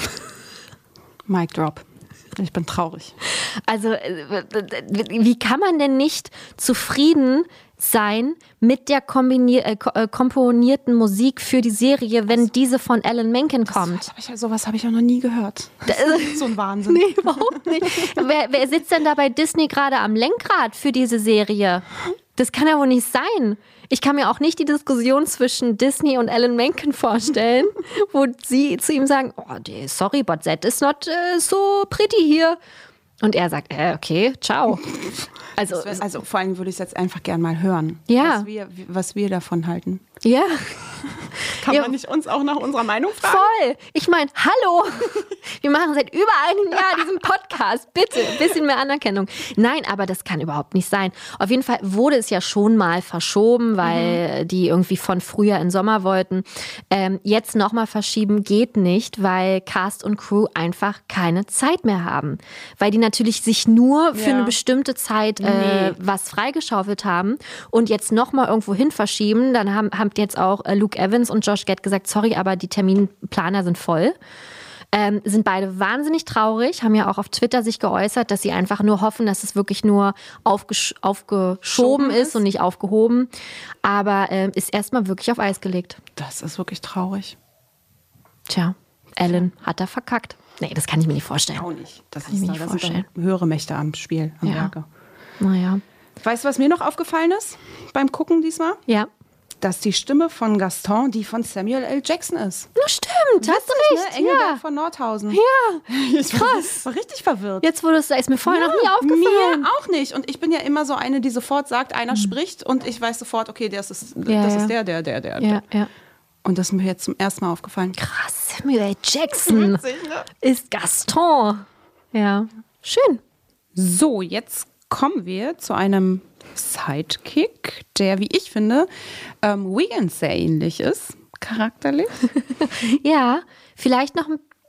Mic drop. Ich bin traurig. Also, wie kann man denn nicht zufrieden sein mit der kombinier- äh, komponierten Musik für die Serie, wenn diese von Alan Menken kommt? Das, das hab ich, sowas habe ich auch noch nie gehört. Das ist so ein Wahnsinn. Nee, überhaupt nicht. wer, wer sitzt denn da bei Disney gerade am Lenkrad für diese Serie? Das kann ja wohl nicht sein. Ich kann mir auch nicht die Diskussion zwischen Disney und Alan Menken vorstellen, wo sie zu ihm sagen, oh, sorry, but that is not uh, so pretty here. Und er sagt, äh, okay, ciao. Also, wär, also vor allem würde ich es jetzt einfach gern mal hören, ja. was, wir, was wir davon halten. Ja. Kann ja. man nicht uns auch nach unserer Meinung fragen? Voll. Ich meine, hallo. Wir machen seit über einem Jahr diesen Podcast. Bitte, ein bisschen mehr Anerkennung. Nein, aber das kann überhaupt nicht sein. Auf jeden Fall wurde es ja schon mal verschoben, weil mhm. die irgendwie von Frühjahr in Sommer wollten. Ähm, jetzt nochmal verschieben geht nicht, weil Cast und Crew einfach keine Zeit mehr haben. Weil die natürlich sich nur für ja. eine bestimmte Zeit äh, nee. was freigeschaufelt haben und jetzt nochmal irgendwo hin verschieben. Dann haben, haben jetzt auch äh, Luke Evans und Josh Gad gesagt, sorry, aber die Terminplaner sind voll. Ähm, sind beide wahnsinnig traurig, haben ja auch auf Twitter sich geäußert, dass sie einfach nur hoffen, dass es wirklich nur aufgesch- aufgeschoben ist, ist und nicht aufgehoben. Aber äh, ist erstmal wirklich auf Eis gelegt. Das ist wirklich traurig. Tja, Alan hat da verkackt. Nee, das kann ich mir nicht vorstellen. Auch nicht. Das, kann ist ich mir da, nicht das vorstellen. sind höhere Mächte am Spiel, am ja. Werke. Naja. Weißt du, was mir noch aufgefallen ist beim Gucken diesmal? Ja. Dass die Stimme von Gaston die von Samuel L. Jackson ist. Na stimmt, hast du recht. Ne? Engelberg ja. von Nordhausen. Ja, ich krass. war richtig verwirrt. Jetzt, wo du es sagst, ist mir vorher ja, noch nie aufgefallen. Mir auch nicht. Und ich bin ja immer so eine, die sofort sagt, einer hm. spricht und ich weiß sofort, okay, das ist, ja, das ja. ist der, der, der, der. Ja, ja. Und das ist mir jetzt zum ersten Mal aufgefallen. Krass, Samuel L. Jackson Witzig, ne? ist Gaston. Ja, schön. So, jetzt kommen wir zu einem Sidekick, der, wie ich finde, ähm, Wiggins sehr ähnlich ist, charakterlich. Ja, vielleicht noch ein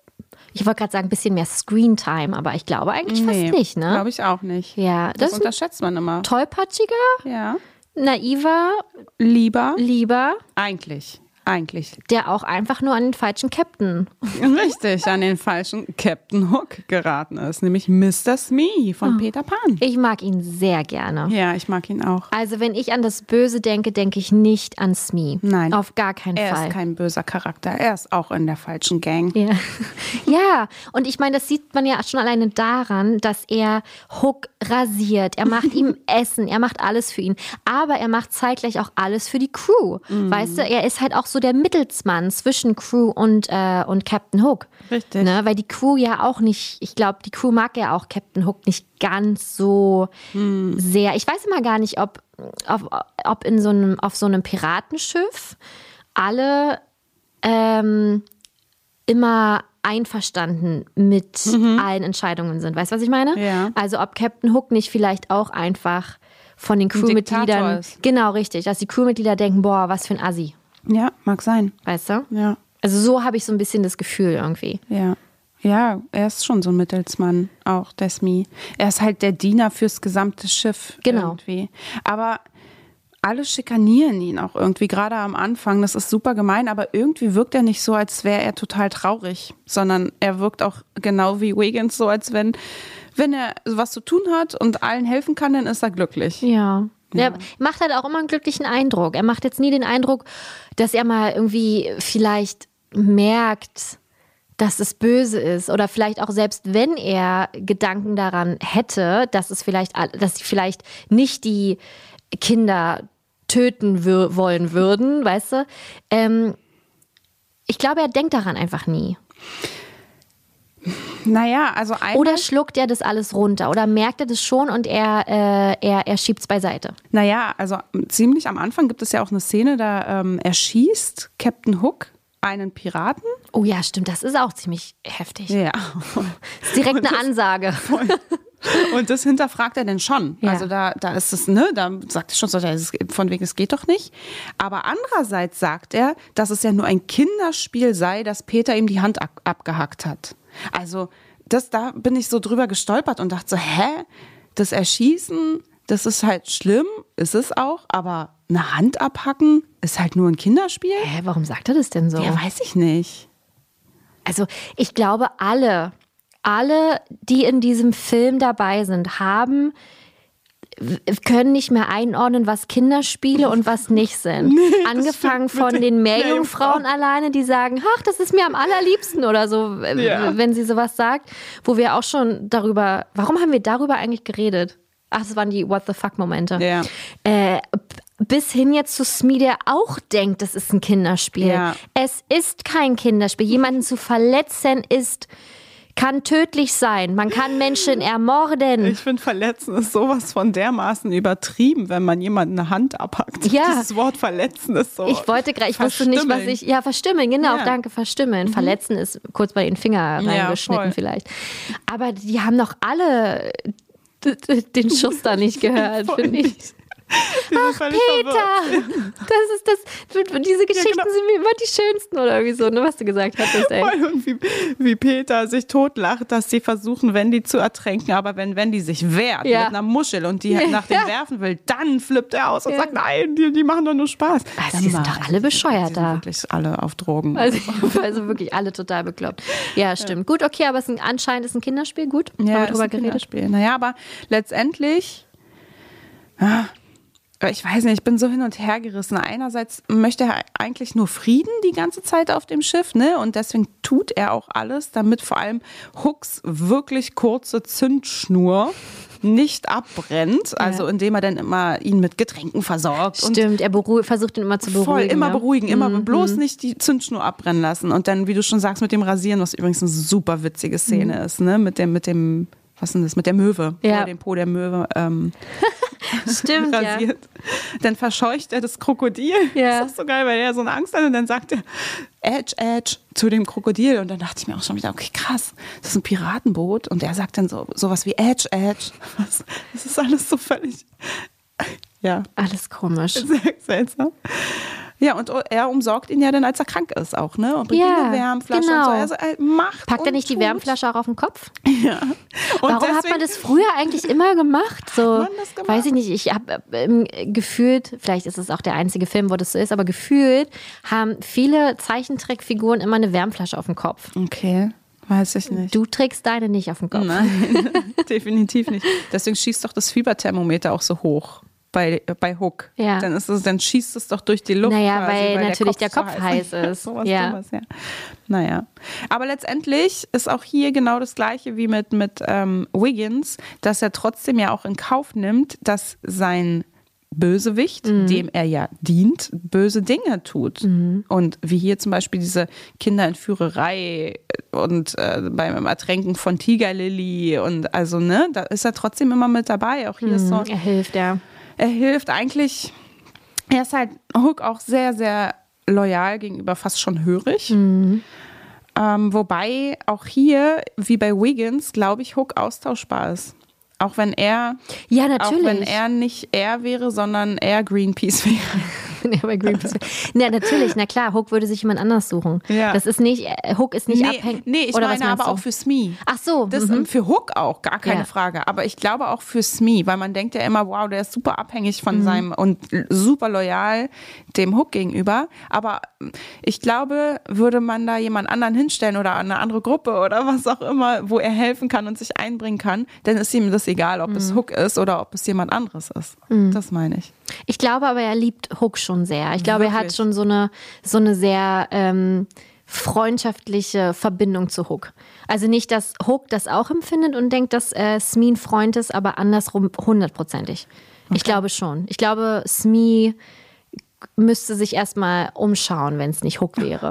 ich wollte gerade sagen, ein bisschen mehr Screentime, aber ich glaube eigentlich Nee, fast nicht, ne? Glaube ich auch nicht. Ja, Das, das ist ein unterschätzt man immer. tollpatschiger, Ja. naiver, Lieber. lieber, Eigentlich. Eigentlich. der auch einfach nur an den falschen Captain. Richtig, an den falschen Captain Hook geraten ist, nämlich Mister Smee von Oh. Peter Pan. Ich mag ihn sehr gerne. Ja, ich mag ihn auch. Also wenn ich an das Böse denke, denke ich nicht an Smee. Nein. Auf gar keinen Er Fall. ist kein böser Charakter, er ist auch in der falschen Gang. Ja. ja, und ich meine, das sieht man ja schon alleine daran, dass er Hook rasiert. Er macht ihm Essen, er macht alles für ihn. Aber er macht zeitgleich auch alles für die Crew. Mhm. Weißt du, er ist halt auch so der Mittelsmann zwischen Crew und, äh, und Captain Hook. Richtig. Ne? Weil die Crew ja auch nicht, ich glaube, die Crew mag ja auch Captain Hook nicht ganz so Hm. sehr. Ich weiß immer gar nicht, ob, ob, ob in so einem, auf so einem Piratenschiff alle ähm, immer einverstanden mit allen Entscheidungen sind. Weißt du, was ich meine? Mhm. Ja. Also ob Captain Hook nicht vielleicht auch einfach von den Diktator Crewmitgliedern, ist. genau richtig, dass die Crewmitglieder denken, boah, was für ein Assi, Ja, mag sein. weißt du? Ja, Also so habe ich so ein bisschen das Gefühl irgendwie. ja. Ja, er ist schon so ein Mittelsmann, auch der Smee. Er ist halt der Diener fürs gesamte Schiff Genau. irgendwie. Aber alle schikanieren ihn auch irgendwie, gerade am Anfang. Das ist super gemein, aber irgendwie wirkt er nicht so, als wäre er total traurig, sondern er wirkt auch genau wie Wiggins so, als wenn, wenn er was zu tun hat und allen helfen kann, dann ist er glücklich. Ja. Ja. Er macht halt auch immer einen glücklichen Eindruck. Er macht jetzt nie den Eindruck, dass er mal irgendwie vielleicht merkt, dass es böse ist. Oder vielleicht auch selbst wenn er Gedanken daran hätte, dass es vielleicht, dass sie vielleicht nicht die Kinder töten wür- wollen würden, weißt du? Ähm, ich glaube, er denkt daran einfach nie. Naja, also einmal, Oder schluckt er das alles runter? Oder merkt er das schon und er, äh, er, er schiebt es beiseite? naja, also ziemlich am Anfang gibt es ja auch eine Szene, da ähm, erschießt Captain Hook einen Piraten. Oh ja, stimmt, das ist auch ziemlich heftig. Ja. Das ist direkt eine Ansage. Und das hinterfragt er denn schon. Ja. Also da, da ist es, ne, da sagt er schon so, das ist- von wegen, es geht doch nicht. Aber andererseits sagt er, dass es ja nur ein Kinderspiel sei, dass Peter ihm die Hand ab, abgehackt hat. Also das, da bin ich so drüber gestolpert und dachte so, hä? Das Erschießen, das ist halt schlimm, ist es auch, aber eine Hand abhacken ist halt nur ein Kinderspiel? Hä, warum sagt er das denn so? Ja, weiß ich nicht. Also ich glaube, alle, alle, die in diesem Film dabei sind, haben können nicht mehr einordnen, was Kinderspiele und was nicht sind. Angefangen stimmt, mit von den den Meerjungfrauen alleine, die sagen, ach, das ist mir am allerliebsten oder so, w- Ja. wenn sie sowas sagt. Wo wir auch schon darüber, warum haben wir darüber eigentlich geredet? Ach, das waren die What the fuck-Momente. Ja. Äh, bis hin jetzt zu Smee, der auch denkt, das ist ein Kinderspiel. Ja. Es ist kein Kinderspiel. Jemanden zu verletzen ist, kann tödlich sein. Man kann Menschen ermorden. Ich finde, verletzen ist sowas von dermaßen übertrieben, wenn man jemanden eine Hand abhackt. Ja. Dieses Wort verletzen ist so. Ich wollte gerade, ich wusste nicht, was Verstümmeln. ich. Ja, verstümmeln, genau, Ja. danke, verstümmeln. Verletzen ist kurz bei den Finger Ja, reingeschnitten voll. vielleicht. Aber die haben doch alle d- d- den Schuss da nicht gehört, Voll finde ich. nicht. Die sind völlig Peter! verwirrt. Das ist das. Diese Geschichten genau. sind mir immer die schönsten oder irgendwie so, ne, was du gesagt hattest, ey. Voll. Und wie, wie Peter sich totlacht, dass sie versuchen, Wendy zu ertränken. Aber wenn Wendy sich wehrt Ja. mit einer Muschel und die nach dem Ja. werfen will, dann flippt er aus und Ja. sagt, nein, die, die machen doch nur Spaß. Also, Dann die sind war- doch alle bescheuert die da. sind wirklich alle auf Drogen. Also, also wirklich alle total bekloppt. Ja, stimmt. Gut, okay, aber es ist ein, anscheinend ist ein Kinderspiel. Gut, haben wir ist drüber ein geredet. Kinderspiel. Naja, aber letztendlich, ah, ich weiß nicht, ich bin so hin und her gerissen. Einerseits möchte er eigentlich nur Frieden die ganze Zeit auf dem Schiff, ne? Und deswegen tut er auch alles, damit vor allem Hooks wirklich kurze Zündschnur nicht abbrennt. Also indem er dann immer ihn mit Getränken versorgt. Und Stimmt, er beruh- versucht ihn immer zu beruhigen. voll, immer ja. beruhigen, immer bloß nicht die Zündschnur abbrennen lassen. Und dann, wie du schon sagst, mit dem Rasieren, was übrigens eine super witzige Szene ist, ne? Mit dem, mit dem, was ist denn das, mit der Möwe, Ja. wo er den Po der Möwe ähm, Stimmt, ja. rasiert. Dann verscheucht er das Krokodil. Ja. Das ist so geil, weil er so eine Angst hat und dann sagt er Edge, Edge zu dem Krokodil. Und dann dachte ich mir auch schon wieder, okay, krass, das ist ein Piratenboot. Und er sagt dann so sowas wie Edge, Edge. Was? Das ist alles so völlig, ja, Alles komisch. sehr seltsam. Ja, und er umsorgt ihn ja dann, als er krank ist auch, ne? Und bringt Ja, ihm eine Wärmflasche genau. und so. Also er macht Packt er und nicht die tut. Wärmflasche auch auf den Kopf? Ja. Und Warum deswegen, hat man das früher eigentlich immer gemacht? So, man das gemacht? weiß ich nicht. Ich habe ähm, gefühlt, vielleicht ist es auch der einzige Film, wo das so ist, aber gefühlt haben viele Zeichentrickfiguren immer eine Wärmflasche auf dem Kopf. Okay, weiß ich nicht. Du trägst deine nicht auf dem Kopf. Nein, definitiv nicht. Deswegen schießt doch das Fieberthermometer auch so hoch bei, bei Hook. Ja. Dann, ist es, dann schießt es doch durch die Luft. Naja, quasi, weil, weil natürlich der der Kopf, Kopf so heiß ist. so was Ja. Dummes, ja. Naja. Aber letztendlich ist auch hier genau das Gleiche wie mit, mit ähm, Wiggins, dass er trotzdem ja auch in Kauf nimmt, dass sein Bösewicht, Mhm. dem er ja dient, böse Dinge tut. Mhm. Und wie hier zum Beispiel diese Kinderentführerei und äh, beim Ertränken von Tigerlily und also, ne, da ist er trotzdem immer mit dabei. Auch hier ist so, Er hilft, ja. er hilft eigentlich, er ist halt Hook auch sehr, sehr loyal gegenüber, fast schon hörig. Mhm. Ähm, wobei auch hier, wie bei Wiggins, glaube ich, Hook austauschbar ist. Auch wenn er, Ja, auch natürlich. wenn er nicht er wäre, sondern er Greenpeace wäre. Ja, bei Greenpeace. Na, natürlich, na klar, Hook würde sich jemand anders suchen. Ja. Das ist nicht, äh, Hook ist nicht Nee, abhängig. nee, ich Oder was meine meinst aber du? auch für Smee. Ach so, Das, mhm. Für Hook auch, gar keine Ja. Frage. Aber ich glaube auch für Smee, weil man denkt ja immer, wow, der ist super abhängig Mhm. von seinem und super loyal dem Hook gegenüber. Aber ich glaube, würde man da jemand anderen hinstellen oder eine andere Gruppe oder was auch immer, wo er helfen kann und sich einbringen kann, dann ist ihm das egal, ob Mhm. es Hook ist oder ob es jemand anderes ist. Das meine ich. Ich glaube aber, er liebt Hook schon sehr. Ich glaube, er hat Wirklich? schon so eine, so eine sehr ähm, freundschaftliche Verbindung zu Hook. Also nicht, dass Hook das auch empfindet und denkt, dass äh, Smee ein Freund ist, aber andersrum hundertprozentig. Ich glaube schon. Ich glaube, Smee müsste sich erstmal umschauen, wenn es nicht Hook wäre.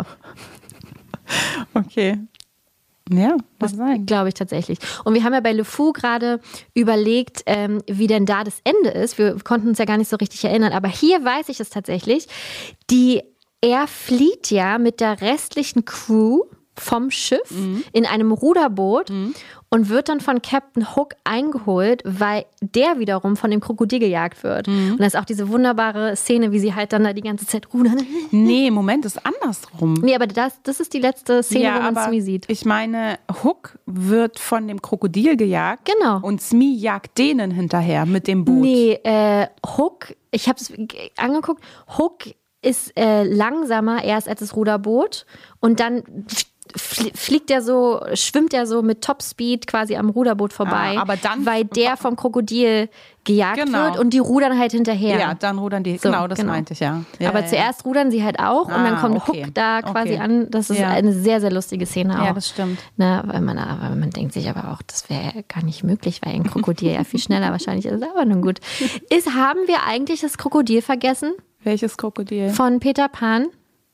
Okay. Ja, was sein. Glaube ich tatsächlich. Und wir haben ja bei Le Fou gerade überlegt, ähm, wie denn da das Ende ist. Wir konnten uns ja gar nicht so richtig erinnern, aber hier weiß ich es tatsächlich. Die, er flieht ja mit der restlichen Crew vom Schiff Mhm. in einem Ruderboot und wird dann von Captain Hook eingeholt, weil der wiederum von dem Krokodil gejagt wird. Mhm. Und da ist auch diese wunderbare Szene, wie sie halt dann da die ganze Zeit rudern. Nee, Moment, ist andersrum. Nee, aber das, das ist die letzte Szene, wo man aber Smee sieht. ich meine, Hook wird von dem Krokodil gejagt. Genau. Und Smee jagt denen hinterher mit dem Boot. Nee, äh, Hook, ich habe es angeguckt, Hook ist äh, langsamer erst als das Ruderboot und dann fl- fliegt er so, schwimmt er so mit Topspeed quasi am Ruderboot vorbei, Ah, aber dann- weil der vom Krokodil gejagt Genau. wird und die rudern halt hinterher. Ja, dann rudern die. So, genau, das genau. meinte ich, ja. ja Aber ja, zuerst rudern sie halt auch und dann Ah, kommt okay. Hook da quasi Okay. an. Das ist Ja. eine sehr, sehr lustige Szene auch. Ja, das stimmt. Ne, weil man, aber man denkt sich aber auch, das wäre gar nicht möglich, weil ein Krokodil ja viel schneller wahrscheinlich ist. Aber nun gut. Ist, haben wir eigentlich das Krokodil vergessen Welches Krokodil? von Peter Pan?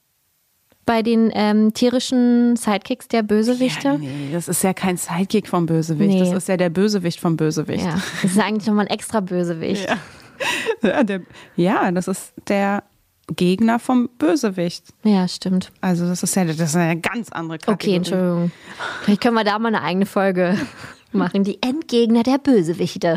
Bei den ähm, tierischen Sidekicks der Bösewichte? Ja, nee, das ist ja kein Sidekick vom Bösewicht. Nee. Das ist ja der Bösewicht vom Bösewicht. Ja, das ist eigentlich nochmal ein extra Bösewicht. Ja. Ja, der, ja, das ist der Gegner vom Bösewicht. Ja, stimmt. Also das ist ja, das ist eine ganz andere Kategorie. Okay, Entschuldigung. Vielleicht können wir da mal eine eigene Folge machen. Die Endgegner der Bösewichte.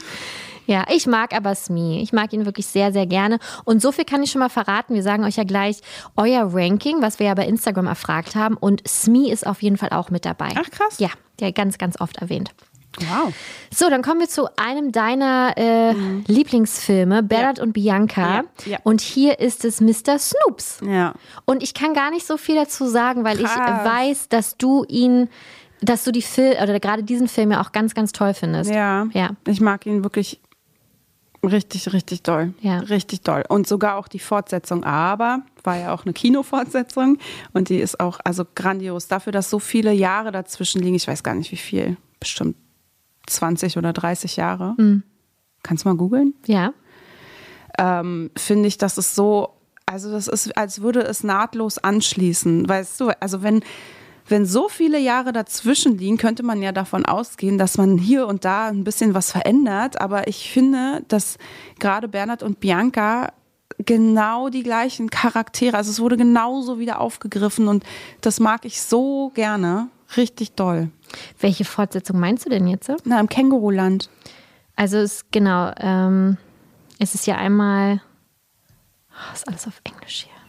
Ja, ich mag aber Smee. Ich mag ihn wirklich sehr, sehr gerne. Und so viel kann ich schon mal verraten. Wir sagen euch ja gleich euer Ranking, was wir ja bei Instagram erfragt haben. Und Smee ist auf jeden Fall auch mit dabei. Ach, krass. Ja, der ganz, ganz oft erwähnt. Wow. So, dann kommen wir zu einem deiner äh, Lieblingsfilme, Bernhard und Bianca. Ja, ja. Und hier ist es Mister Snoops. Ja. Und ich kann gar nicht so viel dazu sagen, weil Krass. ich weiß, dass du ihn, dass du die Film oder gerade diesen Film ja auch ganz, ganz toll findest. Ja. Ja. Ich mag ihn wirklich richtig, richtig doll. Ja. Richtig doll. Und sogar auch die Fortsetzung. Aber war ja auch eine Kinofortsetzung. Und die ist auch also grandios. Dafür, dass so viele Jahre dazwischen liegen. Ich weiß gar nicht wie viel. Bestimmt zwanzig oder dreißig Jahre. Mhm. Kannst du mal googeln? Ja. Ähm, finde ich, das ist so, also das ist, als würde es nahtlos anschließen. Weißt du, also wenn, wenn so viele Jahre dazwischen liegen, könnte man ja davon ausgehen, dass man hier und da ein bisschen was verändert. Aber ich finde, dass gerade Bernhard und Bianca genau die gleichen Charaktere, also es wurde genauso wieder aufgegriffen und das mag ich so gerne. Richtig doll. Welche Fortsetzung meinst du denn jetzt? Na, im Känguruland. Also es genau, ähm, es ist ja einmal, oh, ist alles auf Englisch hier.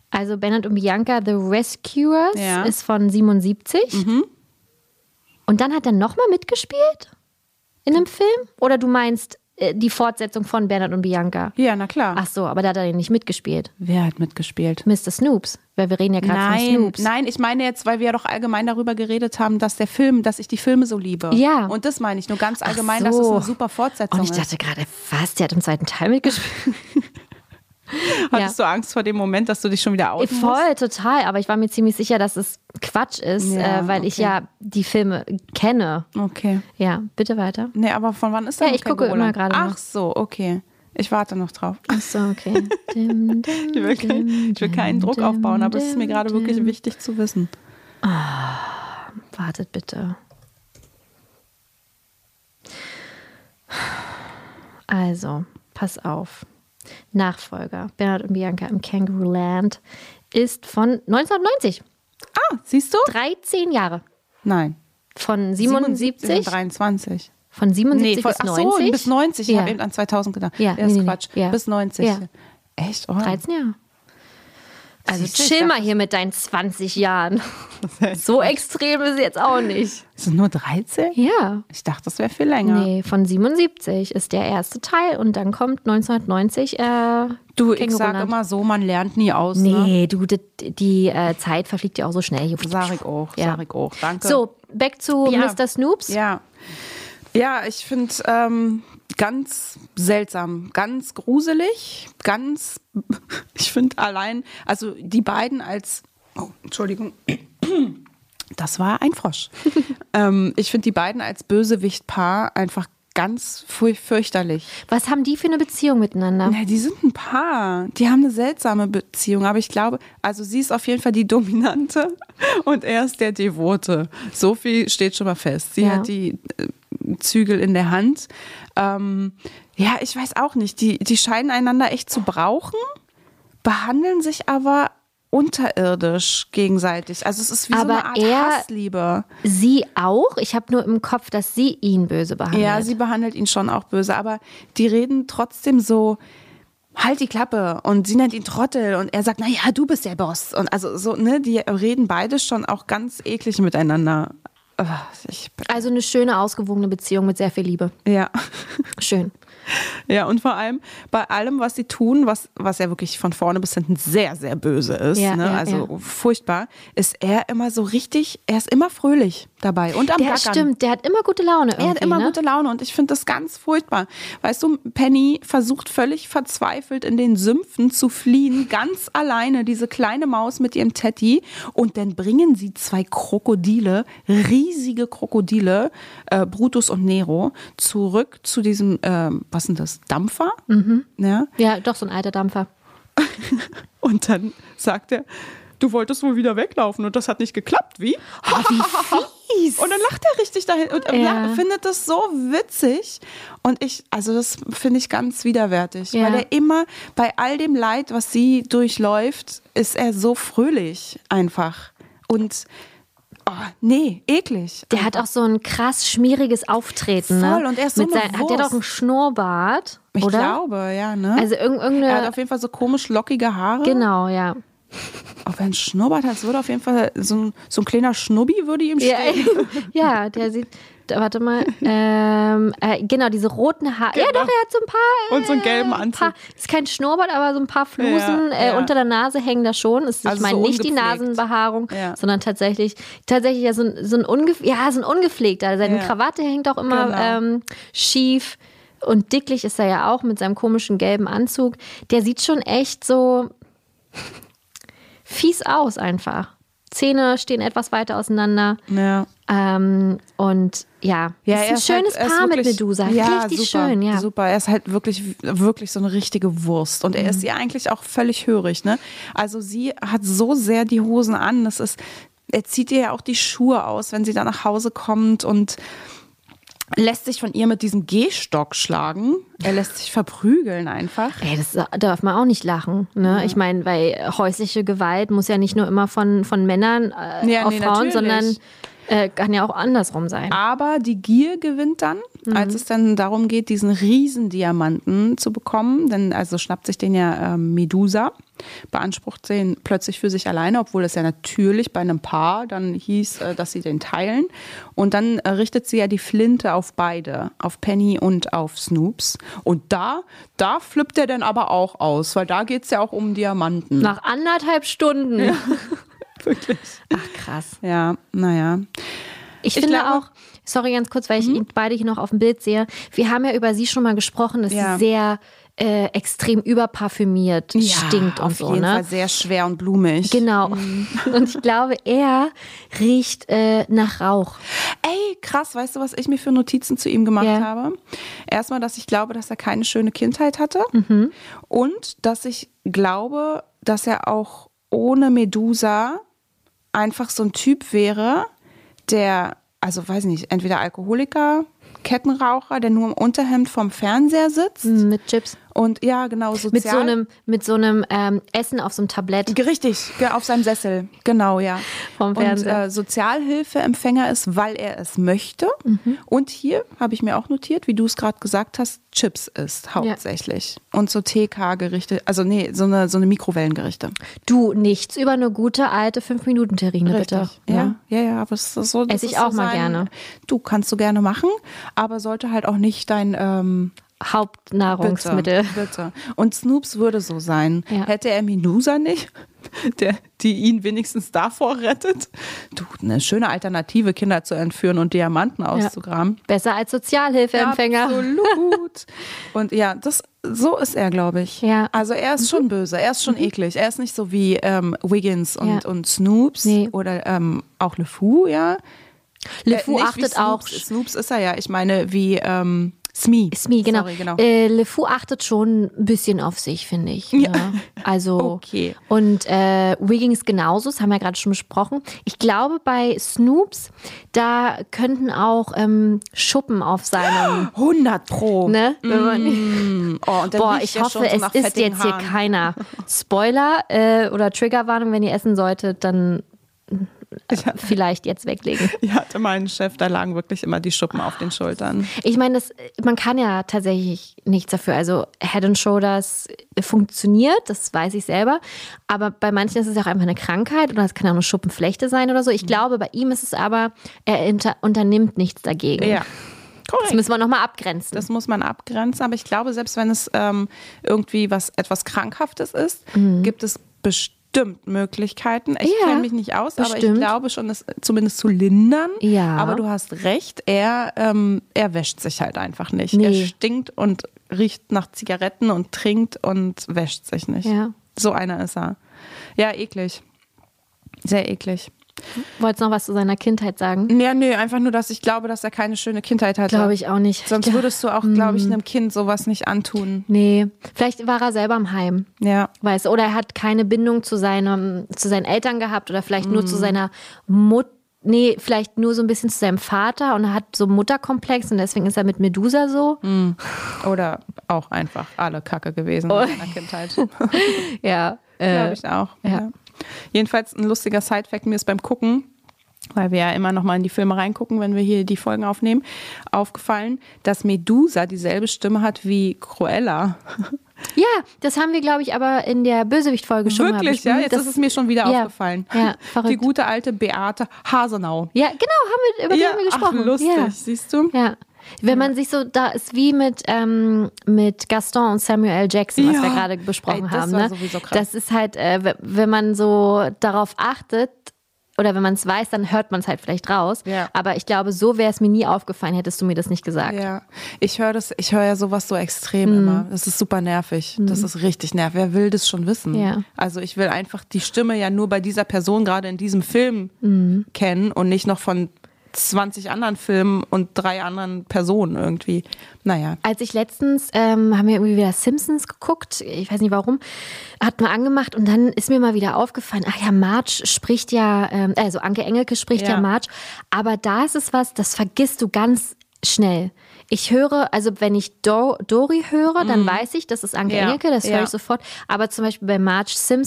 Also Bernhard und Bianca, The Rescuers Ja. ist von siebenundsiebzig. Mhm. Und dann hat er nochmal mitgespielt in einem Film? Oder du meinst äh, die Fortsetzung von Bernhard und Bianca? Ja, na klar. Ach so, aber da hat er nicht mitgespielt. Wer hat mitgespielt? Mister Snoops, weil wir reden ja gerade von Nein, Snoops. nein, ich meine jetzt, weil wir ja doch allgemein darüber geredet haben, dass der Film, dass ich die Filme so liebe. Ja. Und das meine ich nur ganz Ach allgemein, so. dass es eine super Fortsetzung Und ich ist. dachte gerade, was, der hat im zweiten Teil mitgespielt? Hattest du Angst vor dem Moment, dass du dich schon wieder outen musst? Voll, total. Aber ich war mir ziemlich sicher, dass es Quatsch ist, Ja, äh, weil ich okay. ja die Filme kenne. Okay. Ja, bitte weiter. Nee, aber von wann ist der Ja, ich gucke immer gerade noch. Ach so, okay. Ich warte noch drauf. Ach so, okay. Dim, dim, Ich will, kein, ich will keinen Druck dim, aufbauen, aber es ist mir dim, gerade wirklich dim. wichtig zu wissen. Wartet bitte. Also, pass auf. Nachfolger Bernhard und Bianca im Kangaroo Land ist von neunzehnhundertneunzig. Ah, siehst du? dreizehn Jahre. Nein. Von siebenundsiebzig? dreiundzwanzig. Von siebenundsiebzig Nee, von, bis ach so, neunzig? bis neunzig. Ich Ja. habe eben an zweitausend gedacht. Ja, das ist nee, nee, Quatsch. nee. Ja. Bis neunzig. Ja. Echt? Oh. dreizehn Jahre. Also Siehst du, ich chill mal dachte- hier mit deinen zwanzig Jahren. So extrem ist es jetzt auch nicht. Ist es nur dreizehn? Ja. Ich dachte, das wäre viel länger. Nee, von siebenundsiebzig ist der erste Teil und dann kommt neunzehnhundertneunzig äh, Du, ich Känguru sage Land. immer so, man lernt nie aus. Ne? Nee, du, die, die äh, Zeit verfliegt ja auch so schnell. Sag ich auch, Ja. sag ich auch. Danke. So, back zu Ja. Mister Snoops. Ja, ja ich finde ähm, ganz seltsam, ganz gruselig, ganz, ich finde allein, also die beiden als, oh, Entschuldigung, das war ein Frosch. ähm, ich finde die beiden als Bösewichtpaar einfach ganz furch- fürchterlich. Was haben die für eine Beziehung miteinander? Ja, die sind ein Paar. Die haben eine seltsame Beziehung. Aber ich glaube, also sie ist auf jeden Fall die Dominante und er ist der Devote. So viel steht schon mal fest. Sie Ja. hat die äh, Zügel in der Hand. Ähm, ja, ich weiß auch nicht. Die, die scheinen einander echt zu brauchen, behandeln sich aber unterirdisch gegenseitig. Also es ist wie Aber so eine Art er- Hassliebe. Sie auch? Ich habe nur im Kopf, dass sie ihn böse behandelt. Ja, sie behandelt ihn schon auch böse, aber die reden trotzdem so, halt die Klappe, und sie nennt ihn Trottel und er sagt, naja, du bist der Boss. Und also so, ne, die reden beide schon auch ganz eklig miteinander. Ach, Ich, also eine schöne, ausgewogene Beziehung mit sehr viel Liebe. ja. Schön. Ja, und vor allem bei allem, was sie tun, was, was ja wirklich von vorne bis hinten sehr, sehr böse ist, Ja, ne? ja, also ja. furchtbar, ist er immer so richtig, er ist immer fröhlich dabei und am Der Gackern. stimmt, der hat immer gute Laune. Er hat irgendwie, immer ne? gute Laune und ich finde das ganz furchtbar. Weißt du, Penny versucht völlig verzweifelt in den Sümpfen zu fliehen, ganz alleine, diese kleine Maus mit ihrem Teddy, und dann bringen sie zwei Krokodile, riesige Krokodile, äh, Brutus und Nero, zurück zu diesem, ähm, was sind das, Dampfer? Mhm. Ja? Ja, doch, so ein alter Dampfer. Und dann sagt er, du wolltest wohl wieder weglaufen und das hat nicht geklappt, wie? Oh, wie fies. Und dann lacht er richtig dahin und Ja. ja. findet das so witzig. Und ich, also das finde ich ganz widerwärtig, Ja. weil er immer bei all dem Leid, was sie durchläuft, ist er so fröhlich einfach. Und oh, nee, eklig. Der hat auch so ein krass schmieriges Auftreten. Voll, ne? und er ist so Mit eine sein, Hat der Wurst. doch einen Schnurrbart? Ich oder? glaube, ja, ne? Also irg er hat irgendeine. auf jeden Fall so komisch lockige Haare. Genau, ja. Ob er einen Schnurrbart hat, es würde auf jeden Fall so ein, so ein kleiner Schnubbi würde ihm Ja, stehen. ja, der sieht. da- Warte mal. Ähm, äh, genau, diese roten Haare. Ja, Genau. doch, er hat so ein paar. Und so einen gelben äh, Anzug. Paar, ist kein Schnurrbart, aber so ein paar Flusen Ja, äh, ja. unter der Nase hängen da schon. Ist, Also ich meine so nicht die ungepflegt. Nasenbehaarung, Ja. sondern tatsächlich, tatsächlich ja so ein, so ein, ungef ja, so ein ungepflegter. Seine Ja. Krawatte hängt auch immer Genau. ähm, schief. Und dicklich ist er ja auch mit seinem komischen gelben Anzug. Der sieht schon echt so fies aus einfach. Zähne stehen etwas weiter auseinander. Ja. Ähm, und ja, Ja, ist er ein ist schönes halt, er ist Paar mit wirklich- Medusa. Ja, Richtig super, schön, ja. Super, er ist halt wirklich, wirklich so eine richtige Wurst. Und er Mhm. ist ihr eigentlich auch völlig hörig, ne? Also sie hat so sehr die Hosen an. Das ist, er zieht ihr ja auch die Schuhe aus, wenn sie da nach Hause kommt, und lässt sich von ihr mit diesem Gehstock schlagen. Er lässt sich verprügeln einfach. Ey, das darf man auch nicht lachen. Ne? Ich meine, weil häusliche Gewalt muss ja nicht nur immer von, von Männern äh, Ja, auf nee, Frauen, natürlich. sondern äh, kann ja auch andersrum sein. Aber die Gier gewinnt dann. mhm. als es dann darum geht, diesen Riesendiamanten zu bekommen. Denn also schnappt sich den ja ähm, Medusa, beansprucht den plötzlich für sich alleine, obwohl es ja natürlich bei einem Paar dann hieß, äh, dass sie den teilen. Und dann äh, richtet sie ja die Flinte auf beide, auf Penny und auf Snoops. Und da, da flippt er dann aber auch aus, weil da geht es ja auch um Diamanten. Nach anderthalb Stunden. Ja. Wirklich. Ach, krass. Ja, naja. Ich, ich finde glaube, auch, sorry ganz kurz, weil ich ihn beide hier noch auf dem Bild sehe, wir haben ja über sie schon mal gesprochen, dass ja. sie sehr äh, extrem überparfümiert ja, stinkt und auf so. jeden ne? Fall sehr schwer und blumig. Genau. Mhm. Und ich glaube, er riecht äh, nach Rauch. Ey, krass, weißt du, was ich mir für Notizen zu ihm gemacht ja. habe? Erstmal, dass ich glaube, dass er keine schöne Kindheit hatte mhm. und dass ich glaube, dass er auch ohne Medusa einfach so ein Typ wäre, der, also weiß nicht, entweder Alkoholiker, Kettenraucher, der nur im Unterhemd vorm Fernseher sitzt. Mit Chips. Und ja, genau, sozial. Mit so einem, mit so einem ähm, Essen auf so einem Tablett. Richtig, auf seinem Sessel, genau, ja. Vom Fernseher. Und äh, Sozialhilfeempfänger ist, weil er es möchte. Mhm. Und hier habe ich mir auch notiert, wie du es gerade gesagt hast, Chips isst hauptsächlich. Ja. Und so T K-Gerichte, also nee, so eine, so eine Mikrowellengerichte. Du, nichts über eine gute alte fünf Minuten Terrine, bitte. Ja, ja, ja, aber es ist so. Esse ich auch so mal sein, gerne. Du, kannst du gerne machen, aber sollte halt auch nicht dein ähm, Hauptnahrungsmittel. Bitte, bitte. Und Snoops würde so sein. Ja. Hätte er Medusa nicht, der, die ihn wenigstens davor rettet, du, eine schöne Alternative, Kinder zu entführen und Diamanten auszugraben. Ja. Besser als Sozialhilfeempfänger. Absolut. Und ja, das, so ist er, glaube ich. Ja. Also er ist schon böse, er ist schon mhm. eklig. Er ist nicht so wie ähm, Wiggins und, ja. und Snoops nee. oder ähm, auch LeFou, ja. LeFou äh, achtet Snoops. auch. Snoops ist er ja, ich meine wie ähm, Smee. Smee, genau. Sorry, genau. Äh, LeFou achtet schon ein bisschen auf sich, finde ich. Ja. Ne? Also, okay. Und äh, Wiggins genauso, das haben wir gerade schon besprochen. Ich glaube, bei Snoops, da könnten auch ähm, Schuppen auf seinem... hundert Pro. Ne? Wenn man, mm. oh, und dann boah, ich hoffe, so es ist jetzt Haaren. hier keiner Spoiler äh, oder Triggerwarnung, wenn ihr essen solltet, dann... Ja. Vielleicht jetzt weglegen. Ich hatte meinen Chef, da lagen wirklich immer die Schuppen auf den Schultern. Ich meine, das, man kann ja tatsächlich nichts dafür. Also Head and Shoulders funktioniert, das weiß ich selber. Aber bei manchen ist es auch einfach eine Krankheit oder es kann auch eine Schuppenflechte sein oder so. Ich mhm. glaube, bei ihm ist es aber, er inter, unternimmt nichts dagegen. Ja. Korrekt. Das müssen wir nochmal abgrenzen. Das muss man abgrenzen. Aber ich glaube, selbst wenn es ähm, irgendwie was etwas Krankhaftes ist, mhm. gibt es bestimmt Stimmt, Möglichkeiten. Ich ja, kenne mich nicht aus, bestimmt. aber ich glaube schon, das zumindest zu lindern. Ja. Aber du hast recht, er, ähm, er wäscht sich halt einfach nicht. Nee. Er stinkt und riecht nach Zigaretten und trinkt und wäscht sich nicht. Ja. So einer ist er. Ja, eklig. Sehr eklig. Wolltest du noch was zu seiner Kindheit sagen? Ja, nee, einfach nur, dass ich glaube, dass er keine schöne Kindheit hatte. Glaube ich auch nicht. Sonst würdest du auch, glaube ich, einem Kind sowas nicht antun. Nee, vielleicht war er selber im Heim. Ja. Weißt du, oder er hat keine Bindung zu, seinem, zu seinen Eltern gehabt oder vielleicht mm. nur zu seiner Mutter. Nee, vielleicht nur so ein bisschen zu seinem Vater und er hat so einen Mutterkomplex und deswegen ist er mit Medusa so. Mm. Oder auch einfach alle Kacke gewesen oh. in seiner Kindheit. Ja. Äh, glaube ich auch. Ja. ja. Jedenfalls ein lustiger Sidefact mir ist beim Gucken, weil wir ja immer noch mal in die Filme reingucken, wenn wir hier die Folgen aufnehmen, aufgefallen, dass Medusa dieselbe Stimme hat wie Cruella. Ja, das haben wir, glaube ich, aber in der Bösewicht-Folge schon mal Wirklich, ja? Jetzt das, ist es mir schon wieder ja, aufgefallen. Ja, verrückt. Die gute alte Beate Hasenau. Ja, genau, haben wir, über die ja, haben wir gesprochen. Ach, lustig, ja. siehst du? Ja. Wenn man sich so, da ist wie mit, ähm, mit Gaston und Samuel L. Jackson, was ja. wir gerade besprochen Ey, das haben. war Ne? sowieso krass. Das ist halt, äh, wenn man so darauf achtet, oder wenn man es weiß, dann hört man es halt vielleicht raus. Ja. Aber ich glaube, so wäre es mir nie aufgefallen, hättest du mir das nicht gesagt. Ja, ich höre das, ich höre ja sowas so extrem mhm. immer. Das ist super nervig. Mhm. Das ist richtig nervig. Wer will das schon wissen? Ja. Also ich will einfach die Stimme ja nur bei dieser Person gerade in diesem Film mhm. kennen und nicht noch von zwanzig anderen Filmen und drei anderen Personen irgendwie. Naja. Als ich letztens, ähm, haben wir irgendwie wieder Simpsons geguckt, ich weiß nicht warum, hat man angemacht und dann ist mir mal wieder aufgefallen, ach ja, Marge spricht ja, ähm, also Anke Engelke spricht ja. ja Marge, aber da ist es was, das vergisst du ganz schnell. Ich höre, also wenn ich Do- Dory höre, dann mm. weiß ich, das ist Anke ja. Engelke, das ja. höre ich sofort, aber zum Beispiel bei Marge Simpson